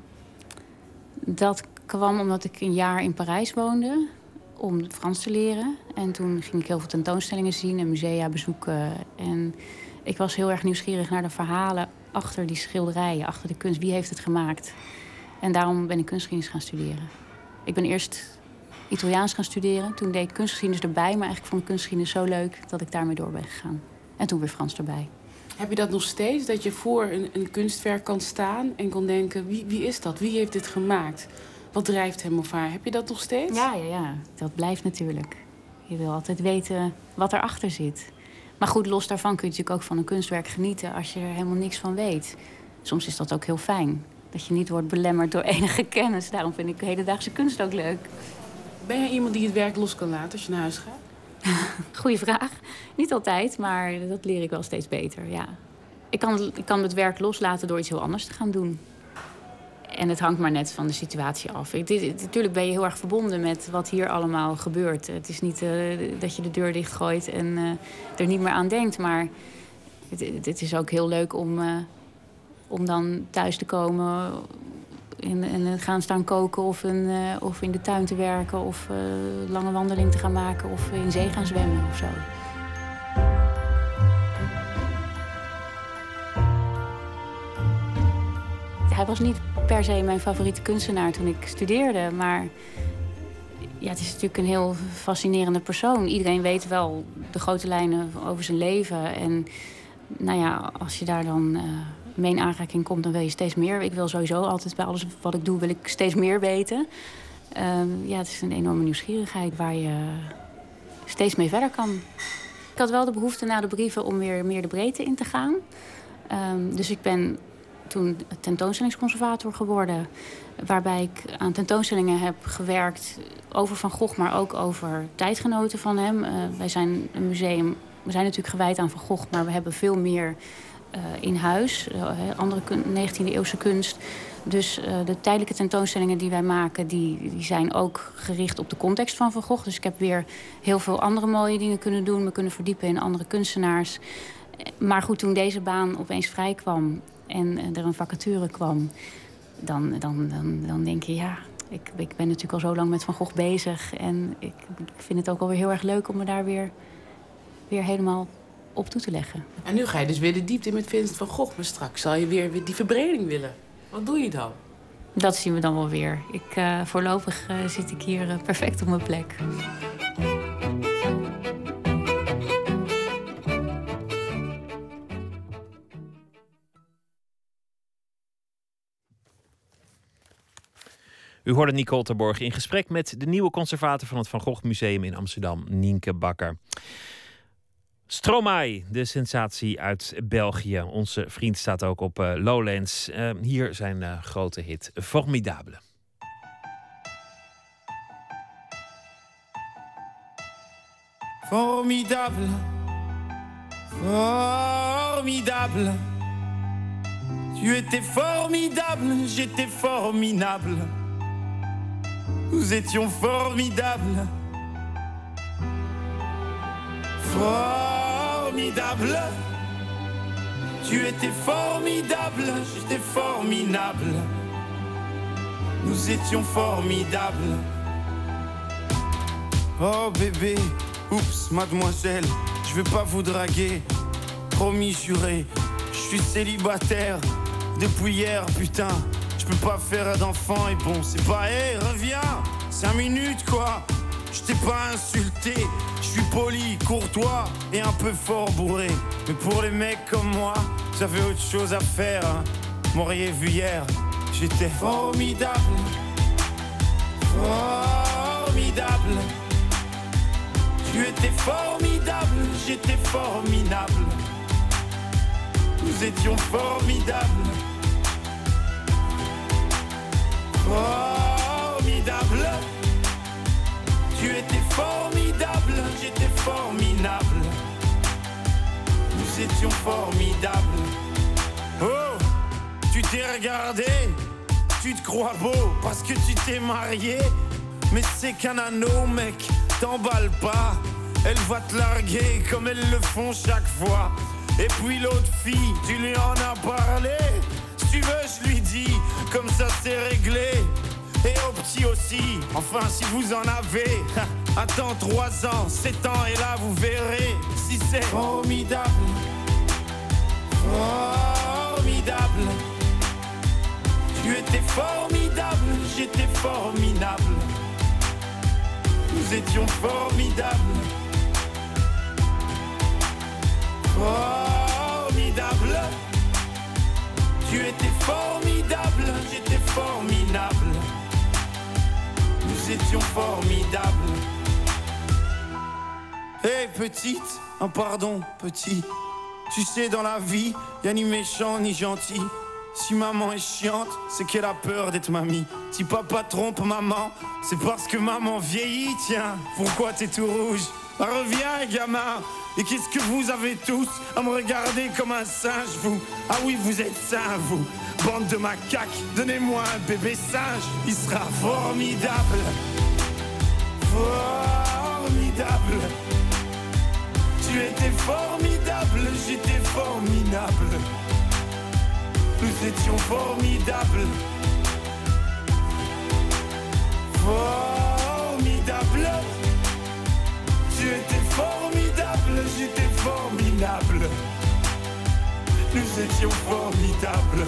Dat kwam omdat ik een jaar in Parijs woonde om Frans te leren. En toen ging ik heel veel tentoonstellingen zien en musea bezoeken. En ik was heel erg nieuwsgierig naar de verhalen achter die schilderijen, achter de kunst. Wie heeft het gemaakt? En daarom ben ik kunstgeschiedenis gaan studeren. Ik ben eerst Italiaans gaan studeren. Toen deed ik kunstgeschiedenis erbij, maar eigenlijk vond ik kunstgeschiedenis zo leuk dat ik daarmee door ben gegaan. En toen weer Frans erbij. Heb je dat nog steeds? Dat je voor een, een kunstwerk kan staan en kan denken, wie, wie is dat? Wie heeft dit gemaakt? Wat drijft hem of haar? Heb je dat nog steeds? Ja, ja, ja. Dat blijft natuurlijk. Je wil altijd weten wat erachter zit. Maar goed, los daarvan kun je natuurlijk ook van een kunstwerk genieten als je er helemaal niks van weet. Soms is dat ook heel fijn. Dat je niet wordt belemmerd door enige kennis. Daarom vind ik hedendaagse kunst ook leuk. Ben jij iemand die het werk los kan laten als je naar huis gaat? Goeie vraag. Niet altijd, maar dat leer ik wel steeds beter, ja. Ik kan, ik kan het werk loslaten door iets heel anders te gaan doen. En het hangt maar net van de situatie af. Ik, dit, natuurlijk ben je heel erg verbonden met wat hier allemaal gebeurt. Het is niet uh, dat je de deur dichtgooit en uh, er niet meer aan denkt. Maar het, het is ook heel leuk om, uh, om dan thuis te komen en, en gaan staan koken of, een, uh, of in de tuin te werken of uh, een lange wandeling te gaan maken of in zee gaan zwemmen of zo. Hij was niet per se mijn favoriete kunstenaar toen ik studeerde. Maar ja, het is natuurlijk een heel fascinerende persoon. Iedereen weet wel de grote lijnen over zijn leven. En nou ja, als je daar dan uh, mee in aanraking komt, dan wil je steeds meer. Ik wil sowieso altijd bij alles wat ik doe, wil ik steeds meer weten. Um, ja, het is een enorme nieuwsgierigheid waar je steeds mee verder kan. Ik had wel de behoefte na de brieven om weer meer de breedte in te gaan. Um, dus ik ben toen tentoonstellingsconservator geworden, waarbij ik aan tentoonstellingen heb gewerkt over Van Gogh, maar ook over tijdgenoten van hem. Uh, wij zijn een museum, we zijn natuurlijk gewijd aan Van Gogh, maar we hebben veel meer uh, in huis, uh, andere negentiende eeuwse kunst. Dus uh, de tijdelijke tentoonstellingen die wij maken, die, die zijn ook gericht op de context van Van Gogh. Dus ik heb weer heel veel andere mooie dingen kunnen doen, me kunnen verdiepen in andere kunstenaars. Maar goed, toen deze baan opeens vrij kwam en er een vacature kwam, dan, dan, dan, dan denk je, ja, ik, ik ben natuurlijk al zo lang met Van Gogh bezig. En ik, ik vind het ook alweer heel erg leuk om me daar weer, weer helemaal op toe te leggen. En nu ga je dus weer de diepte in met Vincent van Gogh, maar straks zal je weer, weer die verbreding willen. Wat doe je dan? Dat zien we dan wel weer. Ik, uh, voorlopig uh, zit ik hier uh, perfect op mijn plek. U hoorde Nicole Terborg in gesprek met de nieuwe conservator van het Van Gogh Museum in Amsterdam, Nienke Bakker. Stromae, de sensatie uit België. Onze vriend staat ook op uh, Lowlands. Uh, hier zijn uh, grote hit, Formidable. Formidable, formidable. Tu étais formidable, j'étais formidable. Nous étions formidables. Formidable. Tu étais formidable, j'étais formidable. Nous étions formidables. Oh bébé, oups, mademoiselle, je vais pas vous draguer. Promis, juré, je suis célibataire depuis hier, putain. Je peux pas faire d'enfant et bon, c'est pas, hé, hey, reviens, cinq minutes quoi. Je t'ai pas insulté, je suis poli, courtois et un peu fort bourré. Mais pour les mecs comme moi, j'avais autre chose à faire, hein. M'auriez vu hier, j'étais formidable. Formidable. Tu étais formidable, j'étais formidable. Nous étions formidables. Formidable. Tu étais formidable, j'étais formidable. Nous étions formidables. Oh, tu t'es regardé, tu te crois beau parce que tu t'es marié. Mais c'est qu'un anneau, mec, t'emballe pas. Elle va te larguer comme elles le font chaque fois. Et puis l'autre fille, tu lui en as parlé. Si tu veux, je lui dis, comme ça c'est réglé. Et au petit aussi, enfin si vous en avez. Attends trois ans, sept ans et là vous verrez si c'est formidable. Formidable. Tu étais formidable, j'étais formidable. Nous étions formidables. Formidable. Tu étais formidable, j'étais formidable. Nous étions formidables. Hé hey, petite, un pardon petit. Tu sais dans la vie, y'a ni méchant ni gentil. Si maman est chiante, c'est qu'elle a peur d'être mamie. Si papa trompe maman, c'est parce que maman vieillit. Tiens, pourquoi t'es tout rouge? Ah, reviens gamin. Et qu'est-ce que vous avez tous à me regarder comme un singe, vous? Ah oui, vous êtes sains, vous. Bande de macaques, donnez-moi un bébé singe. Il sera formidable. Formidable. Tu étais formidable, j'étais formidable. Nous étions formidables. Formidable. Tu étais formidable, j'étais formidable. Nous étions formidables.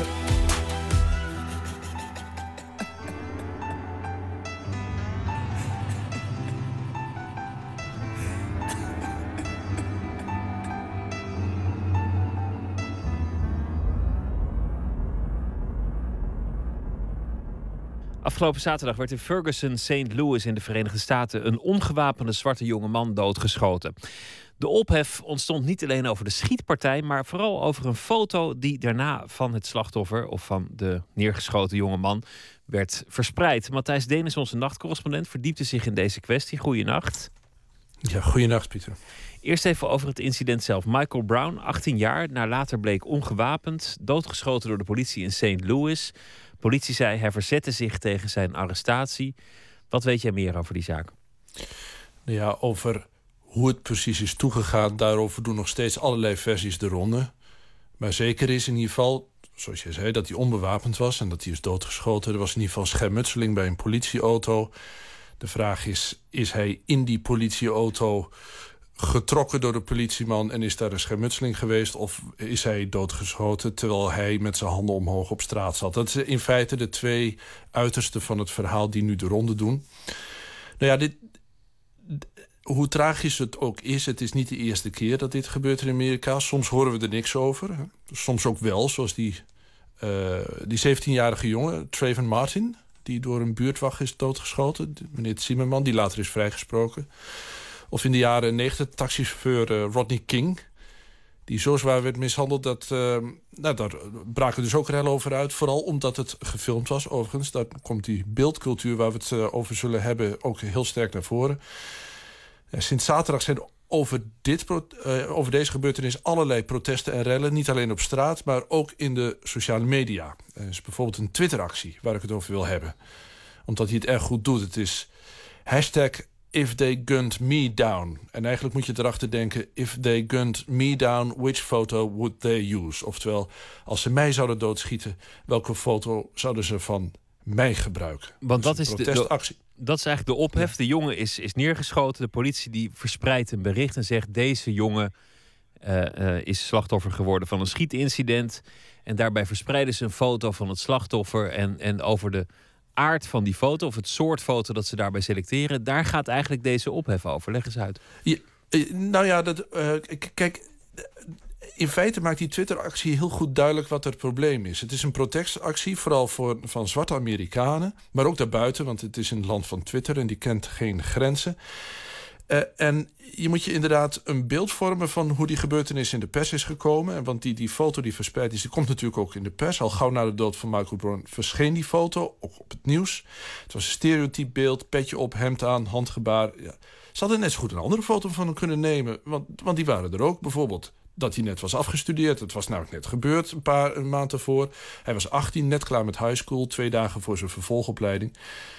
Afgelopen zaterdag werd in Ferguson, Saint Louis in de Verenigde Staten een ongewapende zwarte jongeman doodgeschoten. De ophef ontstond niet alleen over de schietpartij, maar vooral over een foto die daarna van het slachtoffer of van de neergeschoten jongeman werd verspreid. Matthijs Deen, onze nachtcorrespondent, verdiepte zich in deze kwestie. Goeienacht. Ja, goeienacht, Pieter. Eerst even over het incident zelf. Michael Brown, achttien jaar, naar later bleek ongewapend, doodgeschoten door de politie in Saint Louis. Politie zei hij verzette zich tegen zijn arrestatie. Wat weet jij meer over die zaak? Ja, over hoe het precies is toegegaan, daarover doen nog steeds allerlei versies de ronde. Maar zeker is in ieder geval, zoals je zei, dat hij onbewapend was en dat hij is doodgeschoten. Er was in ieder geval schermutseling bij een politieauto. De vraag is, is hij in die politieauto getrokken door de politieman en is daar een schermutseling geweest, of is hij doodgeschoten terwijl hij met zijn handen omhoog op straat zat? Dat zijn in feite de twee uitersten van het verhaal die nu de ronde doen. Nou ja, dit, hoe tragisch het ook is, het is niet de eerste keer dat dit gebeurt in Amerika. Soms horen we er niks over. Soms ook wel, zoals die, uh, die zeventienjarige jongen, Trayvon Martin, die door een buurtwacht is doodgeschoten. Meneer Zimmerman, die later is vrijgesproken. Of in de jaren negentig taxichauffeur uh, Rodney King, die zo zwaar werd mishandeld dat Uh, nou, daar braken dus ook rellen over uit. Vooral omdat het gefilmd was, overigens. Daar komt die beeldcultuur waar we het uh, over zullen hebben ook heel sterk naar voren. Uh, sinds zaterdag zijn over, dit pro- uh, over deze gebeurtenis allerlei protesten en rellen. Niet alleen op straat, maar ook in de sociale media. Er is bijvoorbeeld een Twitteractie waar ik het over wil hebben. Omdat hij het erg goed doet. Het is hashtag If they gunned me down. En eigenlijk moet je erachter denken, if they gunned me down, which photo would they use? Oftewel, als ze mij zouden doodschieten, welke foto zouden ze van mij gebruiken? Want dus dat is, de, protestactie. De, dat is eigenlijk de ophef. Ja. De jongen is, is neergeschoten. De politie die verspreidt een bericht en zegt, deze jongen uh, uh, is slachtoffer geworden van een schietincident. En daarbij verspreiden ze een foto van het slachtoffer en, en over de aard van die foto, of het soort foto dat ze daarbij selecteren, daar gaat eigenlijk deze ophef over. Leg eens uit. Ja, nou ja, dat, uh, kijk, in feite maakt die Twitter-actie heel goed duidelijk wat het probleem is. Het is een protestactie, vooral voor, van zwarte Amerikanen, maar ook daarbuiten, want het is een land van Twitter en die kent geen grenzen. Uh, en je moet je inderdaad een beeld vormen van hoe die gebeurtenis in de pers is gekomen. Want die, die foto die verspreid is, die komt natuurlijk ook in de pers. Al gauw na de dood van Michael Brown verscheen die foto, ook op het nieuws. Het was een stereotyp beeld, petje op, hemd aan, handgebaar. Ja. Ze hadden net zo goed een andere foto van hem kunnen nemen. Want, want die waren er ook. Bijvoorbeeld dat hij net was afgestudeerd. Het was namelijk net gebeurd, een paar een maand ervoor. Hij was achttien, net klaar met high school. Twee dagen voor zijn vervolgopleiding.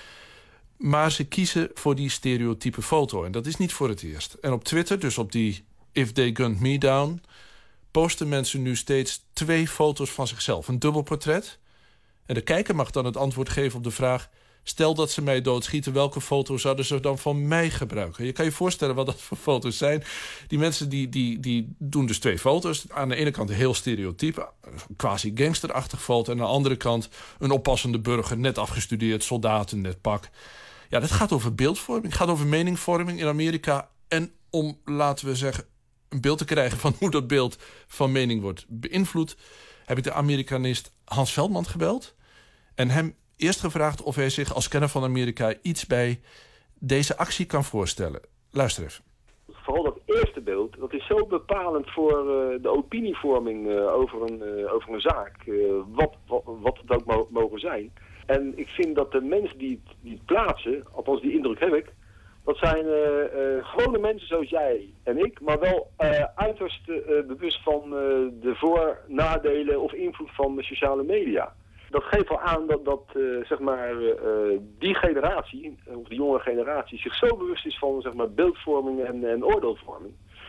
Maar ze kiezen voor die stereotype foto. En dat is niet voor het eerst. En op Twitter, dus op die If They Gunned Me Down, posten mensen nu steeds twee foto's van zichzelf. Een dubbelportret. En de kijker mag dan het antwoord geven op de vraag, stel dat ze mij doodschieten, welke foto zouden ze dan van mij gebruiken? Je kan je voorstellen wat dat voor foto's zijn. Die mensen die, die, die doen dus twee foto's. Aan de ene kant een heel stereotype, quasi gangsterachtig foto. En aan de andere kant een oppassende burger, net afgestudeerd, soldaten, net pak. Ja, dat gaat over beeldvorming, het gaat over meningvorming in Amerika. En om, laten we zeggen, een beeld te krijgen van hoe dat beeld van mening wordt beïnvloed, heb ik de Amerikanist Hans Veldman gebeld en hem eerst gevraagd of hij zich als kenner van Amerika iets bij deze actie kan voorstellen. Luister even. Vooral dat eerste beeld, dat is zo bepalend voor uh, de opinievorming uh, over, een, uh, over een zaak. Uh, wat, wat, wat het ook mo- mogen zijn. En ik vind dat de mensen die het, die het plaatsen, althans die indruk heb ik, dat zijn uh, uh, gewone mensen zoals jij en ik, maar wel uh, uiterst uh, bewust van uh, de voor-, nadelen of invloed van de sociale media. Dat geeft wel aan dat, dat uh, zeg maar, uh, die generatie, of die jonge generatie, zich zo bewust is van zeg maar, beeldvorming en, en oordeelvorming.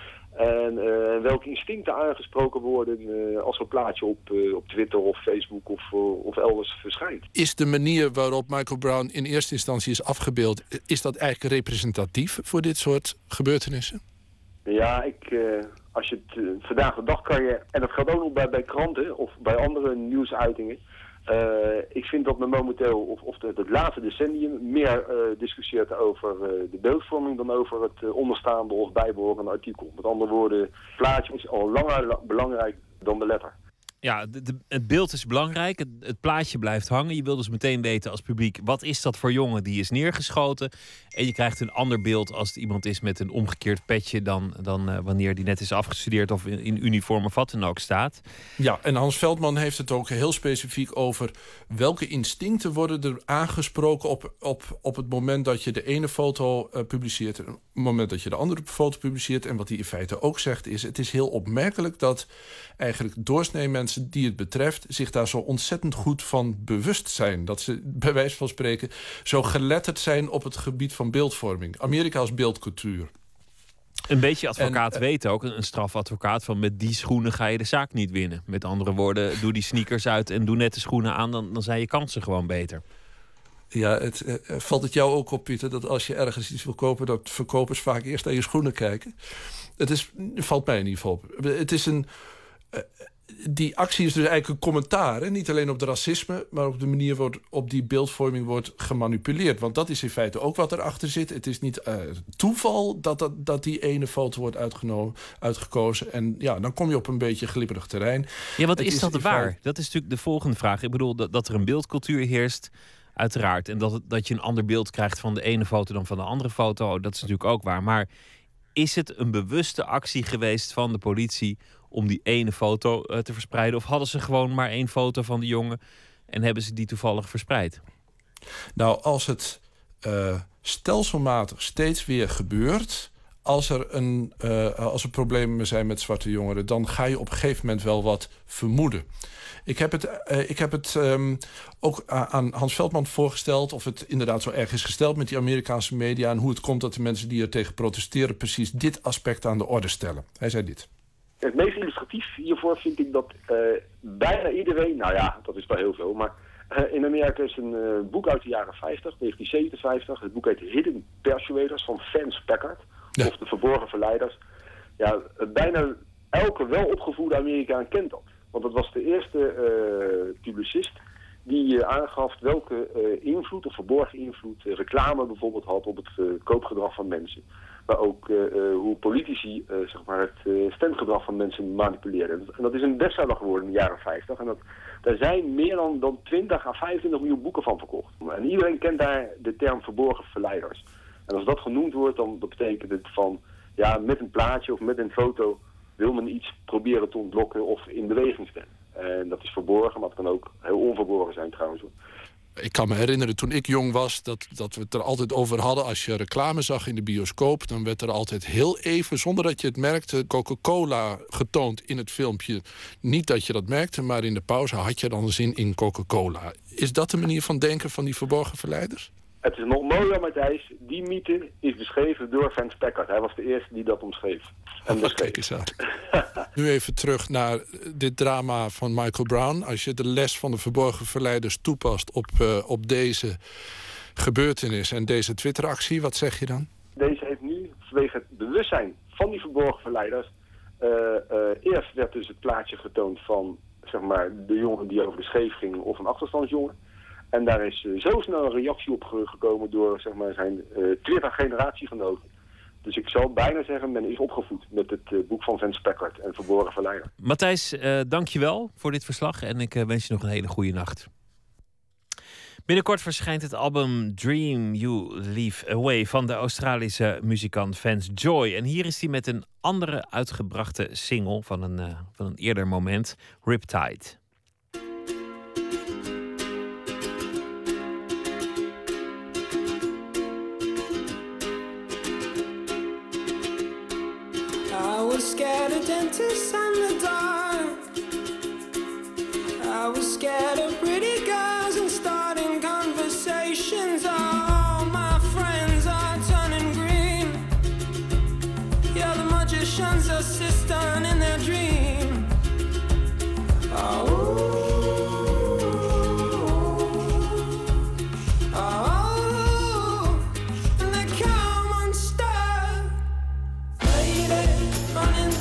En uh, welke instincten aangesproken worden uh, als een plaatje op, uh, op Twitter of Facebook of, uh, of elders verschijnt. Is de manier waarop Michael Brown in eerste instantie is afgebeeld, is dat eigenlijk representatief voor dit soort gebeurtenissen? Ja, ik, uh, als je het uh, vandaag de dag kan je, en dat geldt ook nog bij, bij kranten of bij andere nieuwsuitingen. Uh, ik vind dat men momenteel, of, of de, het laatste decennium, meer uh, discussieert over uh, de beeldvorming dan over het uh, onderstaande of bijbehorende artikel. Met andere woorden, het plaatje is al langer la- belangrijk dan de letter. Ja, de, de, het beeld is belangrijk. Het, het plaatje blijft hangen. Je wil dus meteen weten als publiek... wat is dat voor jongen die is neergeschoten? En je krijgt een ander beeld als het iemand is met een omgekeerd petje... dan, dan uh, wanneer die net is afgestudeerd of in, in uniform of wat dan ook staat. Ja, en Hans Veldman heeft het ook heel specifiek over... welke instincten worden er aangesproken op, op, op het moment dat je de ene foto uh, publiceert... en op het moment dat je de andere foto publiceert. En wat hij in feite ook zegt is... het is heel opmerkelijk dat eigenlijk doorsnee mensen die het betreft zich daar zo ontzettend goed van bewust zijn. Dat ze bij wijze van spreken zo geletterd zijn op het gebied van beeldvorming. Amerika als beeldcultuur. Een beetje advocaat en, weet ook, een strafadvocaat... van met die schoenen ga je de zaak niet winnen. Met andere woorden, doe die sneakers uit en doe net de schoenen aan... dan, dan zijn je kansen gewoon beter. Ja, het, uh, valt het jou ook op, Pieter, dat als je ergens iets wil kopen... dat verkopers vaak eerst naar je schoenen kijken? Het is, valt mij in ieder geval op. Het is een... Uh, Die actie is dus eigenlijk een commentaar. Hè? Niet alleen op de racisme, maar op de manier waarop die beeldvorming wordt gemanipuleerd. Want dat is in feite ook wat erachter zit. Het is niet uh, toeval dat, dat, dat die ene foto wordt uitgenomen, uitgekozen. En ja, dan kom je op een beetje glibberig terrein. Ja, wat het is, is dat waar? Feite... Dat is natuurlijk de volgende vraag. Ik bedoel, dat, dat er een beeldcultuur heerst, uiteraard. En dat, dat je een ander beeld krijgt van de ene foto dan van de andere foto. Dat is natuurlijk ook waar. Maar is het een bewuste actie geweest van de politie... om die ene foto uh, te verspreiden? Of hadden ze gewoon maar één foto van de jongen... en hebben ze die toevallig verspreid? Nou, als het uh, stelselmatig steeds weer gebeurt... Als er, een, uh, als er problemen zijn met zwarte jongeren... dan ga je op een gegeven moment wel wat vermoeden. Ik heb het, uh, ik heb het um, ook aan Hans Veldman voorgesteld... of het inderdaad zo erg is gesteld met die Amerikaanse media... en hoe het komt dat de mensen die er tegen protesteren... precies dit aspect aan de orde stellen. Hij zei dit. Het meest illustratief hiervoor vind ik dat uh, bijna iedereen... nou ja, dat is wel heel veel, maar... Uh, in Amerika is een uh, boek uit de jaren vijftig, negentien zevenenvijftig. Het boek heet Hidden Persuaders van Vance Packard. Ja. Of De Verborgen Verleiders. Ja, uh, bijna elke welopgevoede Amerikaan kent dat. Want dat was de eerste uh, publicist die uh, aangaf welke uh, invloed, of verborgen invloed, uh, reclame bijvoorbeeld had op het uh, koopgedrag van mensen. Maar ook uh, uh, hoe politici uh, zeg maar het uh, stemgedrag van mensen manipuleerden. En dat is een bestseller geworden in de jaren vijftig. En dat, daar zijn meer dan, dan twintig à vijfentwintig miljoen boeken van verkocht. En iedereen kent daar de term verborgen verleiders. En als dat genoemd wordt, dan betekent het van... ja, met een plaatje of met een foto wil men iets proberen te ontlokken of in beweging stellen. En dat is verborgen, maar het kan ook heel onverborgen zijn trouwens. Ik kan me herinneren, toen ik jong was, dat, dat we het er altijd over hadden. Als je reclame zag in de bioscoop, dan werd er altijd heel even, zonder dat je het merkte, Coca-Cola getoond in het filmpje. Niet dat je dat merkte, maar in de pauze had je dan zin in Coca-Cola. Is dat de manier van denken van die verborgen verleiders? Het is nog mooier, Matthijs. Die mythe is beschreven door Vance Packard. Hij was de eerste die dat omschreef. En oh, kijk eens aan. Nu even terug naar dit drama van Michael Brown. Als je de les van de verborgen verleiders toepast op, uh, op deze gebeurtenis en deze Twitteractie, wat zeg je dan? Deze heeft nu, vanwege het bewustzijn van die verborgen verleiders... Uh, uh, eerst werd dus het plaatje getoond van zeg maar, de jongen die over de scheef ging of een achterstandsjongen. En daar is uh, zo snel een reactie op gekomen door zeg maar, zijn uh, Twitter-generatiegenoten. Dus ik zou bijna zeggen, men is opgevoed met het uh, boek van Vance Packard en Verborgen Verleider. Matthijs, uh, dank je wel voor dit verslag en ik uh, wens je nog een hele goede nacht. Binnenkort verschijnt het album Dream You Leave Away van de Australische muzikant Vance Joy. En hier is hij met een andere uitgebrachte single van een, uh, van een eerder moment, Riptide. I was scared of dentists and the dark. I was scared of pretty girls and starting conversations. All my friends are turning green. Yeah, the magician's assistant in their dream. Oh.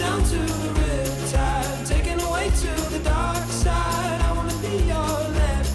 To the riptide, taken away to the dark side. I wanna be your left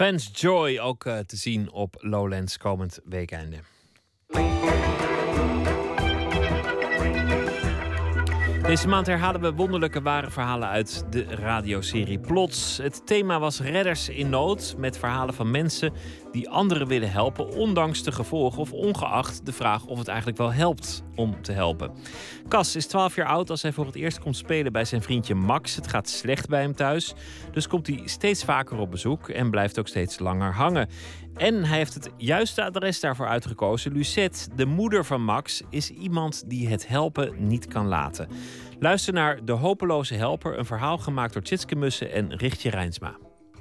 Vance Joy ook uh, te zien op Lowlands komend weekende. Deze maand herhalen we wonderlijke ware verhalen uit de radioserie Plots. Het thema was redders in nood, met verhalen van mensen die anderen willen helpen, ondanks de gevolgen of ongeacht de vraag of het eigenlijk wel helpt om te helpen. Cas is twaalf jaar oud als hij voor het eerst komt spelen bij zijn vriendje Max. Het gaat slecht bij hem thuis, dus komt hij steeds vaker op bezoek en blijft ook steeds langer hangen. En hij heeft het juiste adres daarvoor uitgekozen. Lucette, de moeder van Max, is iemand die het helpen niet kan laten. Luister naar De Hopeloze Helper, een verhaal gemaakt door Tjitske Mussen en Richtje Rijnsma.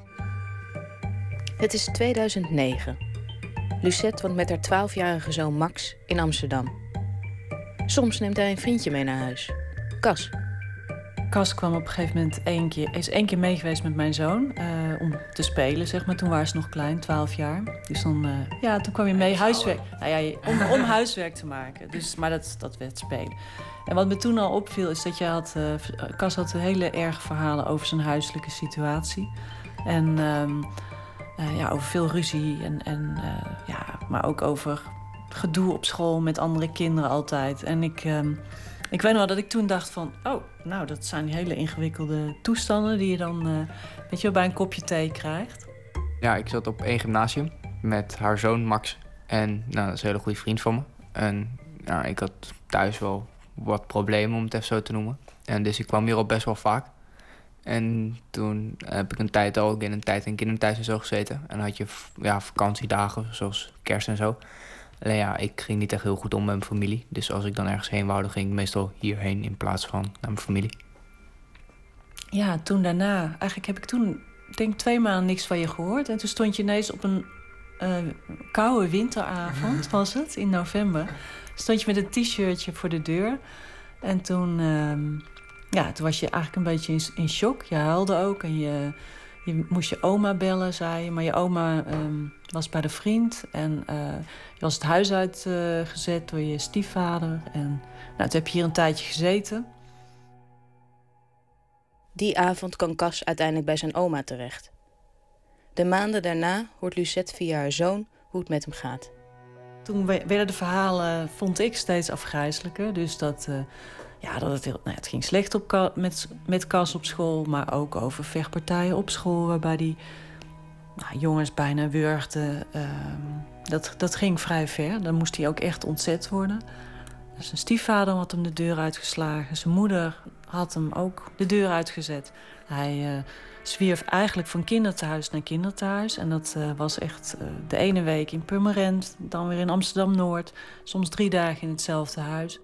Het is tweeduizend negen. Lucette woont met haar twaalfjarige zoon Max in Amsterdam. Soms neemt hij een vriendje mee naar huis. Cas. Cas kwam op een gegeven moment één keer, is één keer mee geweest met mijn zoon uh, om te spelen, zeg maar. Toen waren ze nog klein, twaalf jaar. Dus dan, uh, ja, toen kwam je mee huiswerk, nou ja, om, om huiswerk te maken. Dus, maar dat, dat werd spelen. En wat me toen al opviel is dat je had, uh, Cas had hele erge verhalen over zijn huiselijke situatie. En um, uh, ja, over veel ruzie en, en uh, ja, maar ook over gedoe op school met andere kinderen altijd. En ik, um, ik weet nog wel dat ik toen dacht van, oh, nou, dat zijn die hele ingewikkelde toestanden die je dan uh, weet je, bij een kopje thee krijgt. Ja, ik zat op één gymnasium met haar zoon Max. En nou, dat is een hele goede vriend van me. En nou, ik had thuis wel wat problemen, om het even zo te noemen. En dus ik kwam hier al best wel vaak. En toen heb ik een tijd ook in een tijd in kinderthuis en zo gezeten. En dan had je ja, vakantiedagen, zoals kerst en zo. Alleen ja, ik ging niet echt heel goed om met mijn familie. Dus als ik dan ergens heen wou, dan ging ik meestal hierheen in plaats van naar mijn familie. Ja, toen daarna, eigenlijk heb ik toen, denk twee maanden niks van je gehoord. En toen stond je ineens op een uh, koude winteravond, was het, in november. Stond je met een t-shirtje voor de deur. En toen, uh, ja, toen was je eigenlijk een beetje in, in shock. Je huilde ook en je, je moest je oma bellen, zei je. Maar je oma um, was bij de vriend. En uh, je was het huis uitgezet uh, door je stiefvader. En nou, toen heb je hier een tijdje gezeten. Die avond kan Cas uiteindelijk bij zijn oma terecht. De maanden daarna hoort Lucette via haar zoon hoe het met hem gaat. Toen werden de verhalen, vond ik, steeds afgrijzelijker. Dus dat, uh, ja, dat het, heel, nou, het ging slecht op, met, met Cas op school. Maar ook over vechtpartijen op school, waarbij die nou, jongens bijna wurgden. Uh, dat, dat ging vrij ver. Dan moest hij ook echt ontzet worden. Zijn stiefvader had hem de deur uitgeslagen. Zijn moeder had hem ook de deur uitgezet. Hij uh, zwierf eigenlijk van kinderthuis naar kinderthuis. En dat uh, was echt uh, de ene week in Purmerend, dan weer in Amsterdam-Noord. Soms drie dagen in hetzelfde huis.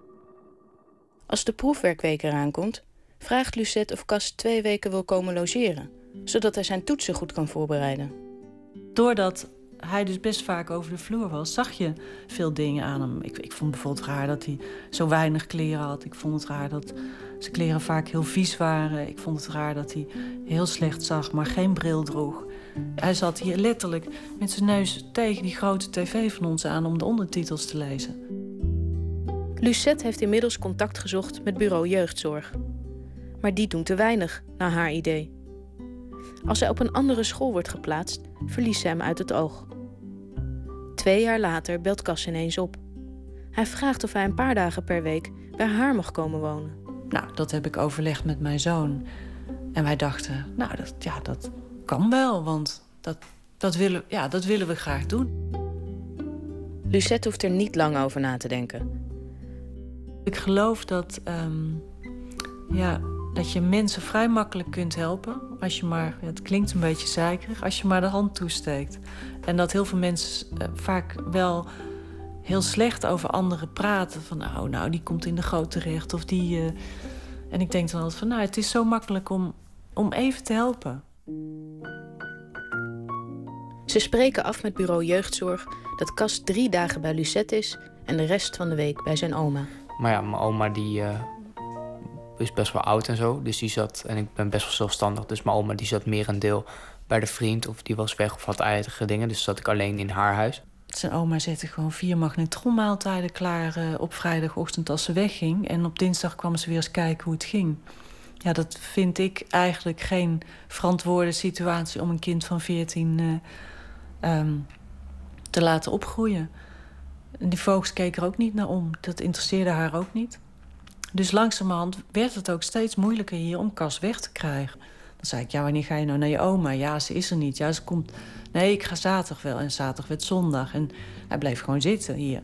Als de proefwerkweek eraan komt, vraagt Lucette of Cas twee weken wil komen logeren, zodat hij zijn toetsen goed kan voorbereiden. Doordat hij dus best vaak over de vloer was, zag je veel dingen aan hem. Ik, ik vond bijvoorbeeld raar dat hij zo weinig kleren had. Ik vond het raar dat zijn kleren vaak heel vies waren. Ik vond het raar dat hij heel slecht zag, maar geen bril droeg. Hij zat hier letterlijk met zijn neus tegen die grote tv van ons aan om de ondertitels te lezen. Lucette heeft inmiddels contact gezocht met bureau jeugdzorg. Maar die doen te weinig, naar haar idee. Als hij op een andere school wordt geplaatst, verliest ze hem uit het oog. Twee jaar later belt Cas ineens op. Hij vraagt of hij een paar dagen per week bij haar mag komen wonen. Nou, dat heb ik overlegd met mijn zoon. En wij dachten, nou, dat, ja, dat kan wel, want dat, dat, willen, ja, dat willen we graag doen. Lucette hoeft er niet lang over na te denken. Ik geloof dat, um, ja, dat je mensen vrij makkelijk kunt helpen. Als je maar, het klinkt een beetje zeikerig, als je maar de hand toesteekt. En dat heel veel mensen uh, vaak wel heel slecht over anderen praten. Van nou, nou, die komt in de goot terecht. Of die. Uh... En ik denk dan altijd van nou, het is zo makkelijk om, om even te helpen. Ze spreken af met bureau jeugdzorg dat Cas drie dagen bij Lucette is en de rest van de week bij zijn oma. Maar ja, mijn oma die uh, is best wel oud en zo. Dus die zat, en ik ben best wel zelfstandig. Dus mijn oma die zat meer een deel bij de vriend. Of die was weg of had eigen dingen. Dus zat ik alleen in haar huis. Zijn oma zette gewoon vier magnetronmaaltijden klaar uh, op vrijdagochtend als ze wegging. En op dinsdag kwam ze weer eens kijken hoe het ging. Ja, dat vind ik eigenlijk geen verantwoorde situatie om een kind van veertien uh, um, te laten opgroeien. En die vogels keken er ook niet naar om. Dat interesseerde haar ook niet. Dus langzamerhand werd het ook steeds moeilijker hier om Cas weg te krijgen. Dan zei ik, ja, wanneer ga je nou naar je oma? Ja, ze is er niet. Ja, ze komt... Nee, ik ga zaterdag wel. En zaterdag werd zondag. En hij bleef gewoon zitten hier.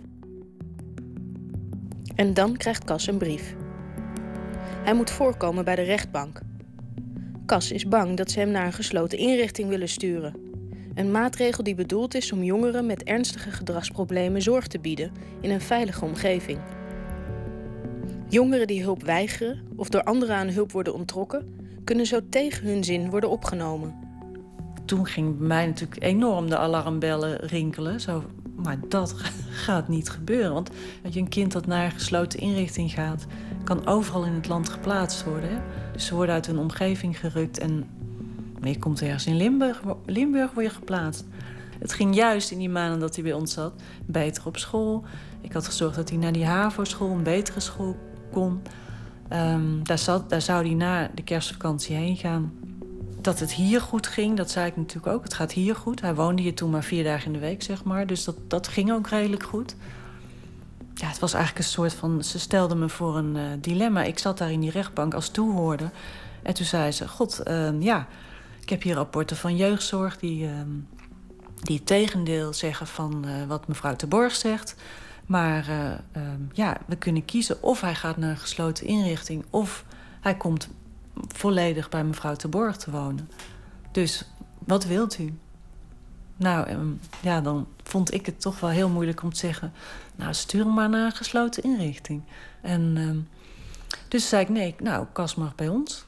En dan krijgt Cas een brief. Hij moet voorkomen bij de rechtbank. Cas is bang dat ze hem naar een gesloten inrichting willen sturen. Een maatregel die bedoeld is om jongeren met ernstige gedragsproblemen zorg te bieden in een veilige omgeving. Jongeren die hulp weigeren of door anderen aan hulp worden onttrokken, kunnen zo tegen hun zin worden opgenomen. Toen ging bij mij natuurlijk enorm de alarmbellen rinkelen. Zo, maar dat gaat niet gebeuren. Want als je een kind dat naar een gesloten inrichting gaat, kan overal in het land geplaatst worden. Hè? Dus ze worden uit hun omgeving gerukt en je komt ergens in Limburg, Limburg word je geplaatst. Het ging juist in die maanden dat hij bij ons zat beter op school. Ik had gezorgd dat hij naar die HAVO-school, een betere school, kon. Um, daar, zat, daar zou hij na de kerstvakantie heen gaan. Dat het hier goed ging, dat zei ik natuurlijk ook. Het gaat hier goed. Hij woonde hier toen maar vier dagen in de week, zeg maar. Dus dat, dat ging ook redelijk goed. Ja, het was eigenlijk een soort van... Ze stelde me voor een uh, dilemma. Ik zat daar in die rechtbank als toehoorder. En toen zei ze, god, uh, ja... Ik heb hier rapporten van jeugdzorg die, uh, die het tegendeel zeggen van uh, wat mevrouw Ter Borg zegt. Maar uh, uh, ja, we kunnen kiezen of hij gaat naar een gesloten inrichting of hij komt volledig bij mevrouw Ter Borg te wonen. Dus wat wilt u? Nou, um, ja, dan vond ik het toch wel heel moeilijk om te zeggen, nou, stuur hem maar naar een gesloten inrichting. En um, dus zei ik, nee, nou, Cas mag bij ons.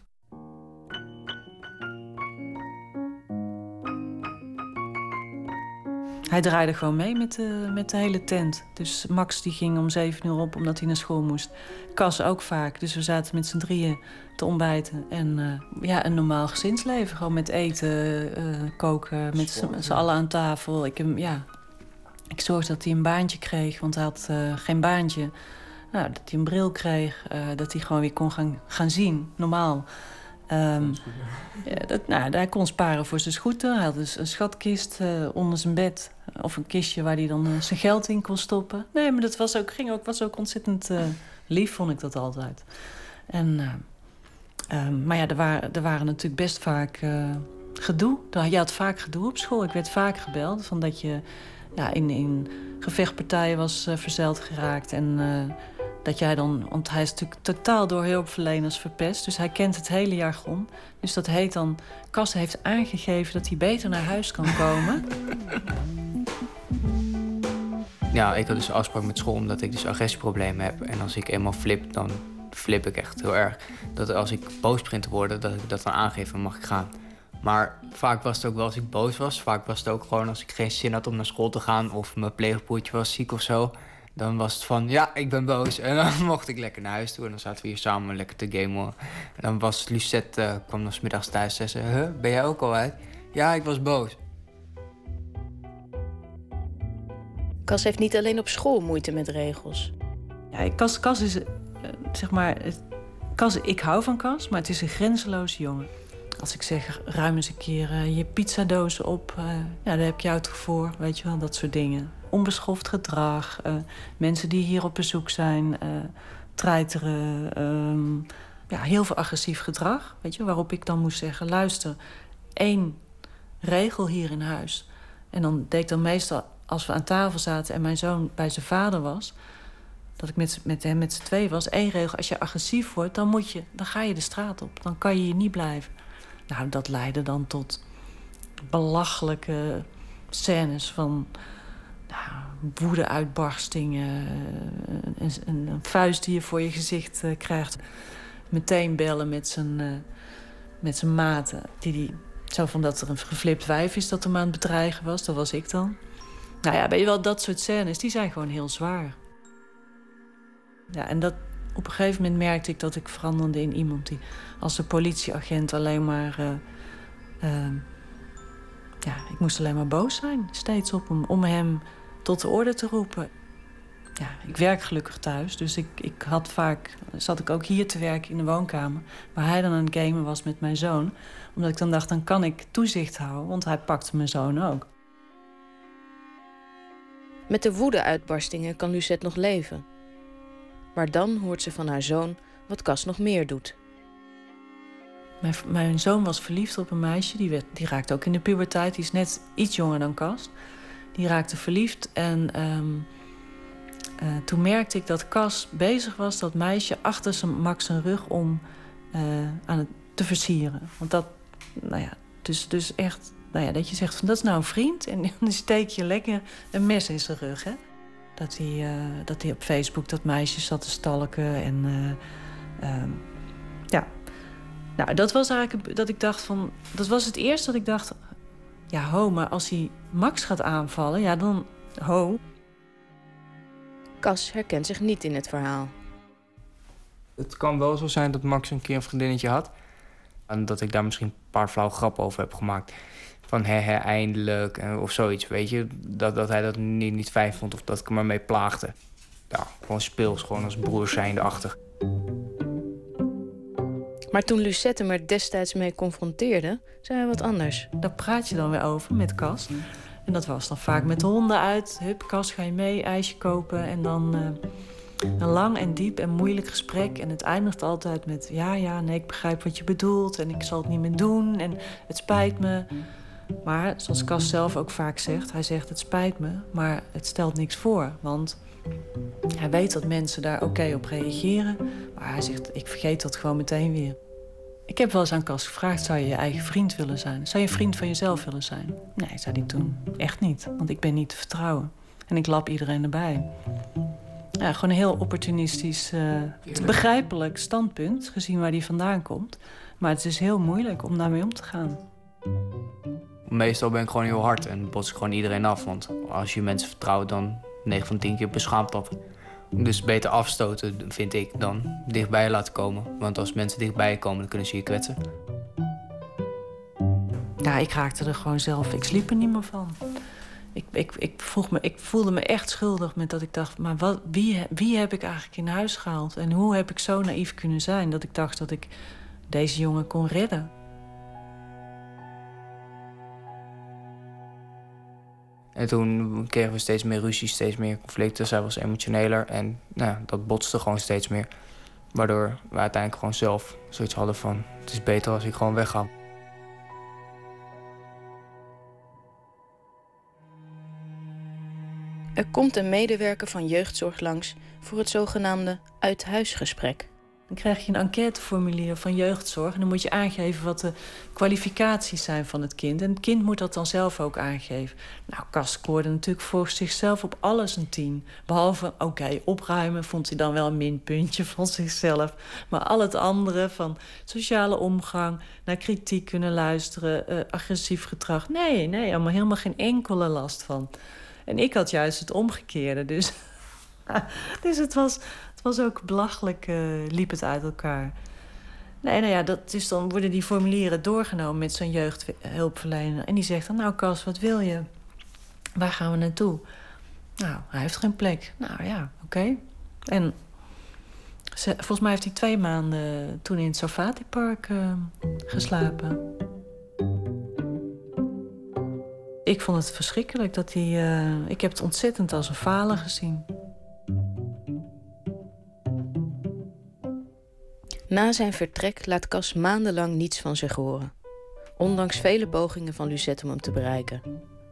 Hij draaide gewoon mee met de, met de hele tent. Dus Max die ging om zeven uur op omdat hij naar school moest. Cas ook vaak. Dus we zaten met z'n drieën te ontbijten. En uh, ja, een normaal gezinsleven. Gewoon met eten, uh, koken, met z'n allen aan tafel. Ik, ja, ik zorgde dat hij een baantje kreeg, want hij had uh, geen baantje. Nou, dat hij een bril kreeg, uh, dat hij gewoon weer kon gaan, gaan zien, normaal. Um, ja, dat, nou, hij kon sparen voor zijn scooter. Hij had dus een schatkist uh, onder zijn bed. Of een kistje waar hij dan uh, zijn geld in kon stoppen. Nee, maar dat was ook, ging ook, was ook ontzettend uh, lief, vond ik dat altijd. En, uh, um, maar ja, er waren, er waren natuurlijk best vaak uh, gedoe. Je had vaak gedoe op school. Ik werd vaak gebeld van dat je ja, in, in gevechtpartijen was uh, verzeild geraakt. En uh, dat jij dan, want hij is natuurlijk totaal door hulpverleners verpest. Dus hij kent het hele jargon. Dus dat heet dan, Cas heeft aangegeven dat hij beter naar huis kan komen. Ja, ik had dus een afspraak met school omdat ik dus agressieproblemen heb. En als ik eenmaal flip, dan flip ik echt heel erg. Dat als ik boos begin te worden, dat ik dat dan aangeef en mag ik gaan. Maar vaak was het ook wel als ik boos was. Vaak was het ook gewoon als ik geen zin had om naar school te gaan of mijn pleegpoetje was ziek of zo. Dan was het van, ja, ik ben boos. En dan mocht ik lekker naar huis toe. En dan zaten we hier samen lekker te gamen. En dan was Lucette, uh, kwam dan 's middags thuis en zei ze, huh, ben jij ook al uit? Ja, ik was boos. Cas heeft niet alleen op school moeite met regels. Ja, Cas, Cas is, uh, zeg maar... Cas, ik hou van Cas, maar het is een grenzeloze jongen. Als ik zeg, ruim eens een keer uh, je pizzadozen op. Uh, ja, daar heb je auto voor, weet je wel, dat soort dingen. Onbeschoft gedrag, uh, mensen die hier op bezoek zijn, uh, treiteren. Um, ja, heel veel agressief gedrag, weet je, waarop ik dan moest zeggen, luister, één regel hier in huis. En dan deed ik dan meestal, als we aan tafel zaten en mijn zoon bij zijn vader was, dat ik met, met hem met z'n twee was, één regel, als je agressief wordt, dan, moet je, dan ga je de straat op. Dan kan je hier niet blijven. Nou, dat leidde dan tot belachelijke scènes van nou, woede-uitbarstingen. Een, een, een vuist die je voor je gezicht uh, krijgt. Meteen bellen met zijn, uh, met zijn maten. Die, die, zo van dat er een geflipt wijf is dat hem aan het bedreigen was. Dat was ik dan. Nou ja, weet je wel, dat soort scènes, die zijn gewoon heel zwaar. Ja, en dat, op een gegeven moment merkte ik dat ik veranderde in iemand die als een politieagent alleen maar... Uh, uh, ja, ik moest alleen maar boos zijn, steeds op hem, om hem tot de orde te roepen. ja, ik werk gelukkig thuis. Dus ik, ik had vaak, zat ik ook hier te werken in de woonkamer, waar hij dan aan het gamen was met mijn zoon. Omdat ik dan dacht, dan kan ik toezicht houden, want hij pakte mijn zoon ook. Met de woede-uitbarstingen kan Lucette nog leven. Maar dan hoort ze van haar zoon wat Cas nog meer doet. Mijn, mijn zoon was verliefd op een meisje. Die, werd, die raakte ook in de puberteit. Die is net iets jonger dan Cas. Die raakte verliefd. En um, uh, toen merkte ik dat Cas bezig was dat meisje achter zijn, Max zijn rug om uh, aan het te versieren. Want dat, nou ja, dus, dus echt, nou ja, dat je zegt van dat is nou een vriend. En dan steek je lekker een mes in zijn rug, hè. Dat hij, uh, dat hij op Facebook dat meisje zat te stalken. En uh, um, ja... Nou, dat was eigenlijk dat ik dacht van... Dat was het eerst dat ik dacht... Ja, ho, maar als hij Max gaat aanvallen, ja, dan... Ho. Cas herkent zich niet in het verhaal. Het kan wel zo zijn dat Max een keer een vriendinnetje had. En dat ik daar misschien een paar flauwe grappen over heb gemaakt. Van hè, hè, eindelijk, of zoiets, weet je. Dat, dat hij dat niet, niet fijn vond of dat ik hem ermee plaagde. Ja, gewoon speels, gewoon als broers zijnde-achtig. Maar toen Lucette hem er destijds mee confronteerde, zei hij wat anders. Daar praat je dan weer over met Cas. En dat was dan vaak met de honden uit. Hup, Cas, ga je mee, ijsje kopen. En dan uh, een lang en diep en moeilijk gesprek. En het eindigt altijd met... Ja, ja, nee, ik begrijp wat je bedoelt. En ik zal het niet meer doen. En het spijt me. Maar, zoals Cas zelf ook vaak zegt... Hij zegt, het spijt me, maar het stelt niks voor. Want... Hij weet dat mensen daar oké okay op reageren. Maar hij zegt, ik vergeet dat gewoon meteen weer. Ik heb wel eens aan Cas gevraagd, zou je je eigen vriend willen zijn? Zou je een vriend van jezelf willen zijn? Nee, zei hij toen. Echt niet, want ik ben niet te vertrouwen. En ik lap iedereen erbij. Ja, gewoon een heel opportunistisch, uh, begrijpelijk standpunt... gezien waar hij vandaan komt. Maar het is heel moeilijk om daarmee om te gaan. Meestal ben ik gewoon heel hard en bots ik gewoon iedereen af. Want als je mensen vertrouwt, dan... negen van tien keer beschaamt dat. Dus beter afstoten, vind ik, dan dichtbij laten komen. Want als mensen dichtbij komen, dan kunnen ze je kwetsen. Ja, ik raakte er gewoon zelf... Ik sliep er niet meer van. Ik, ik, ik, vroeg me, ik voelde me echt schuldig met dat ik dacht... maar wat, wie, wie heb ik eigenlijk in huis gehaald? En hoe heb ik zo naïef kunnen zijn... dat ik dacht dat ik deze jongen kon redden? En toen kregen we steeds meer ruzie, steeds meer conflicten. Zij was emotioneler en nou, dat botste gewoon steeds meer. Waardoor we uiteindelijk gewoon zelf zoiets hadden van... het is beter als ik gewoon wegga. Er komt een medewerker van jeugdzorg langs... voor het zogenaamde uithuisgesprek. Dan krijg je een enquêteformulier van jeugdzorg... en dan moet je aangeven wat de kwalificaties zijn van het kind. En het kind moet dat dan zelf ook aangeven. Nou, Cas scoorde natuurlijk voor zichzelf op alles een tien. Behalve, oké, okay, opruimen vond hij dan wel een minpuntje van zichzelf. Maar al het andere, van sociale omgang... naar kritiek kunnen luisteren, uh, agressief gedrag... nee, nee, allemaal helemaal geen enkele last van. En ik had juist het omgekeerde, dus... dus het was... Het was ook belachelijk, uh, liep het uit elkaar. Nee, nou ja, dat, dus dan worden die formulieren doorgenomen met zo'n jeugdhulpverlener. En die zegt dan, nou Cas, wat wil je? Waar gaan we naartoe? Nou, hij heeft geen plek. Nou ja, oké. Okay. En ze, volgens mij heeft hij twee maanden toen in het Safati-park uh, geslapen. Ik vond het verschrikkelijk dat hij... Uh, ik heb het ontzettend als een falen gezien. Na zijn vertrek laat Cas maandenlang niets van zich horen. Ondanks vele pogingen van Lucette om hem te bereiken.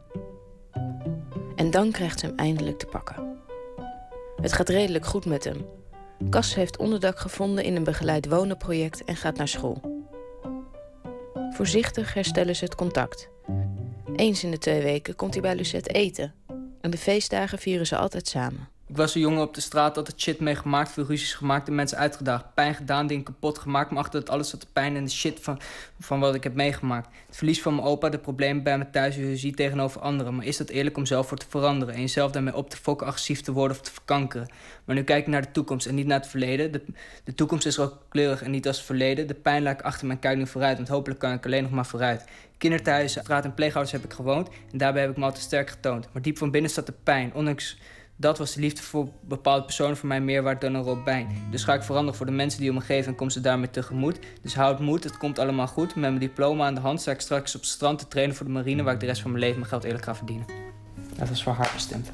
En dan krijgt ze hem eindelijk te pakken. Het gaat redelijk goed met hem. Cas heeft onderdak gevonden in een begeleid wonenproject en gaat naar school. Voorzichtig herstellen ze het contact. Eens in de twee weken komt hij bij Lucette eten. En de feestdagen vieren ze altijd samen. Ik was een jongen op de straat, altijd shit meegemaakt, veel ruzies gemaakt en mensen uitgedaagd. Pijn gedaan, dingen kapot gemaakt, maar achter dat alles zat de pijn en de shit van, van wat ik heb meegemaakt. Het verlies van mijn opa, de problemen bij me thuis, je ziet tegenover anderen. Maar is dat eerlijk om zelf voor te veranderen en jezelf daarmee op te fokken, agressief te worden of te verkankeren? Maar nu kijk ik naar de toekomst en niet naar het verleden. De, de toekomst is ook kleurig en niet als het verleden. De pijn laat ik achter me en kijk nu vooruit, want hopelijk kan ik alleen nog maar vooruit. Kinderthuizen, straat- en pleegouders heb ik gewoond en daarbij heb ik me altijd sterk getoond. Maar diep van binnen staat de pijn, ondanks Dat was de liefde voor bepaalde personen voor mij meer waard dan een Robijn. Dus ga ik veranderen voor de mensen die om me geven en kom ze daarmee tegemoet. Dus houd moed, het komt allemaal goed. Met mijn diploma aan de hand sta ik straks op het strand te trainen voor de marine... waar ik de rest van mijn leven mijn geld eerlijk ga verdienen. Dat was voor haar bestemd.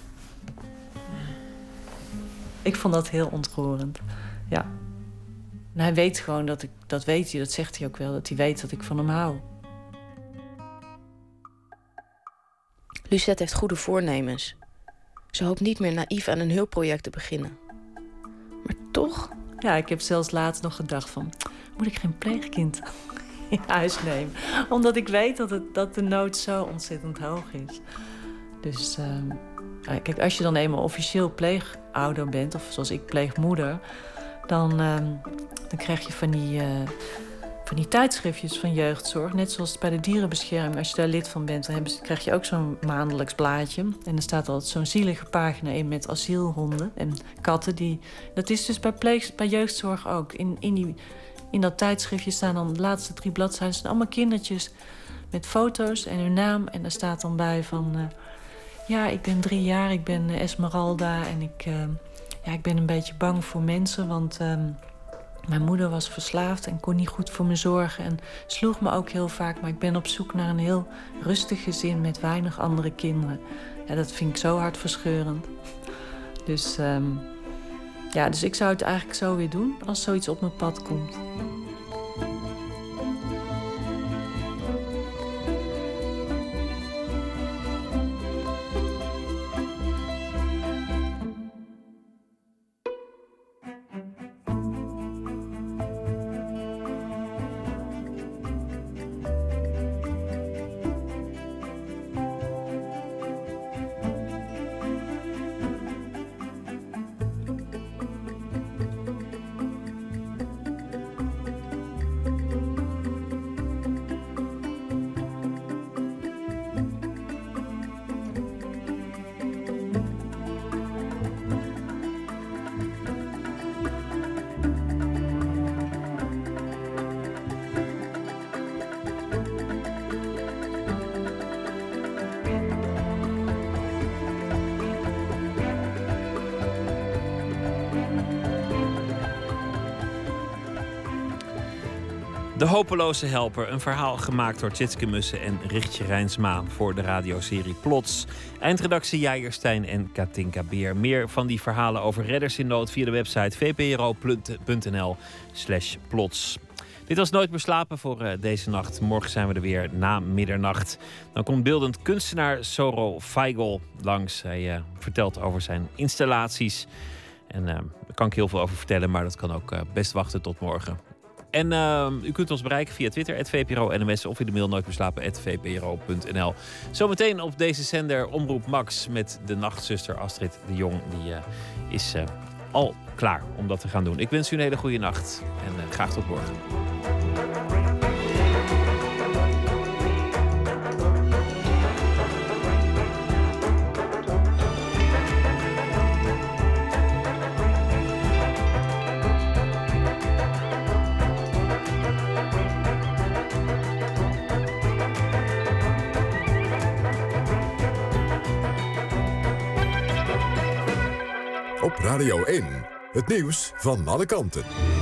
Ik vond dat heel ontroerend, ja. En hij weet gewoon dat ik, dat weet hij, dat zegt hij ook wel... dat hij weet dat ik van hem hou. Lucette heeft goede voornemens. Ze hoopt niet meer naïef aan een hulpproject te beginnen. Maar toch... Ja, ik heb zelfs laatst nog gedacht van... moet ik geen pleegkind in huis nemen? Omdat ik weet dat, het, dat de nood zo ontzettend hoog is. Dus uh, kijk, als je dan eenmaal officieel pleegouder bent... of zoals ik pleegmoeder... dan, uh, dan krijg je van die... Uh, van die tijdschriftjes van jeugdzorg. Net zoals bij de dierenbescherming. Als je daar lid van bent, dan hebben ze, krijg je ook zo'n maandelijks blaadje. En er staat altijd zo'n zielige pagina in met asielhonden en katten. Die, dat is dus bij, pleeg, bij jeugdzorg ook. In, in, die, in dat tijdschriftje staan dan de laatste drie bladzijden. Het zijn allemaal kindertjes met foto's en hun naam. En daar staat dan bij van... Uh, ja, ik ben drie jaar, ik ben uh, Esmeralda. En ik, uh, ja, ik ben een beetje bang voor mensen, want... Uh, Mijn moeder was verslaafd en kon niet goed voor me zorgen en sloeg me ook heel vaak. Maar ik ben op zoek naar een heel rustig gezin met weinig andere kinderen. Ja, dat vind ik zo hartverscheurend. Dus, um, ja, dus ik zou het eigenlijk zo weer doen als zoiets op mijn pad komt. De hopeloze helper, een verhaal gemaakt door Tjitske Mussen en Richtje Rijnsma voor de radioserie Plots. Eindredactie Jair Stijn en Katinka Beer. Meer van die verhalen over redders in nood via de website vpro.nl slash plots. Dit was Nooit meer slapen voor uh, deze nacht. Morgen zijn we er weer na middernacht. Dan komt beeldend kunstenaar Soro Feigl langs. Hij uh, vertelt over zijn installaties. En uh, daar kan ik heel veel over vertellen, maar dat kan ook uh, best wachten tot morgen. En uh, u kunt ons bereiken via Twitter, at V P R O N M S... of via de mail nooitbeslapen at v p r o punt n l. Zometeen op deze zender Omroep Max met de nachtzuster Astrid de Jong. Die uh, is uh, al klaar om dat te gaan doen. Ik wens u een hele goede nacht en uh, graag tot morgen. Op Radio één, het nieuws van alle kanten.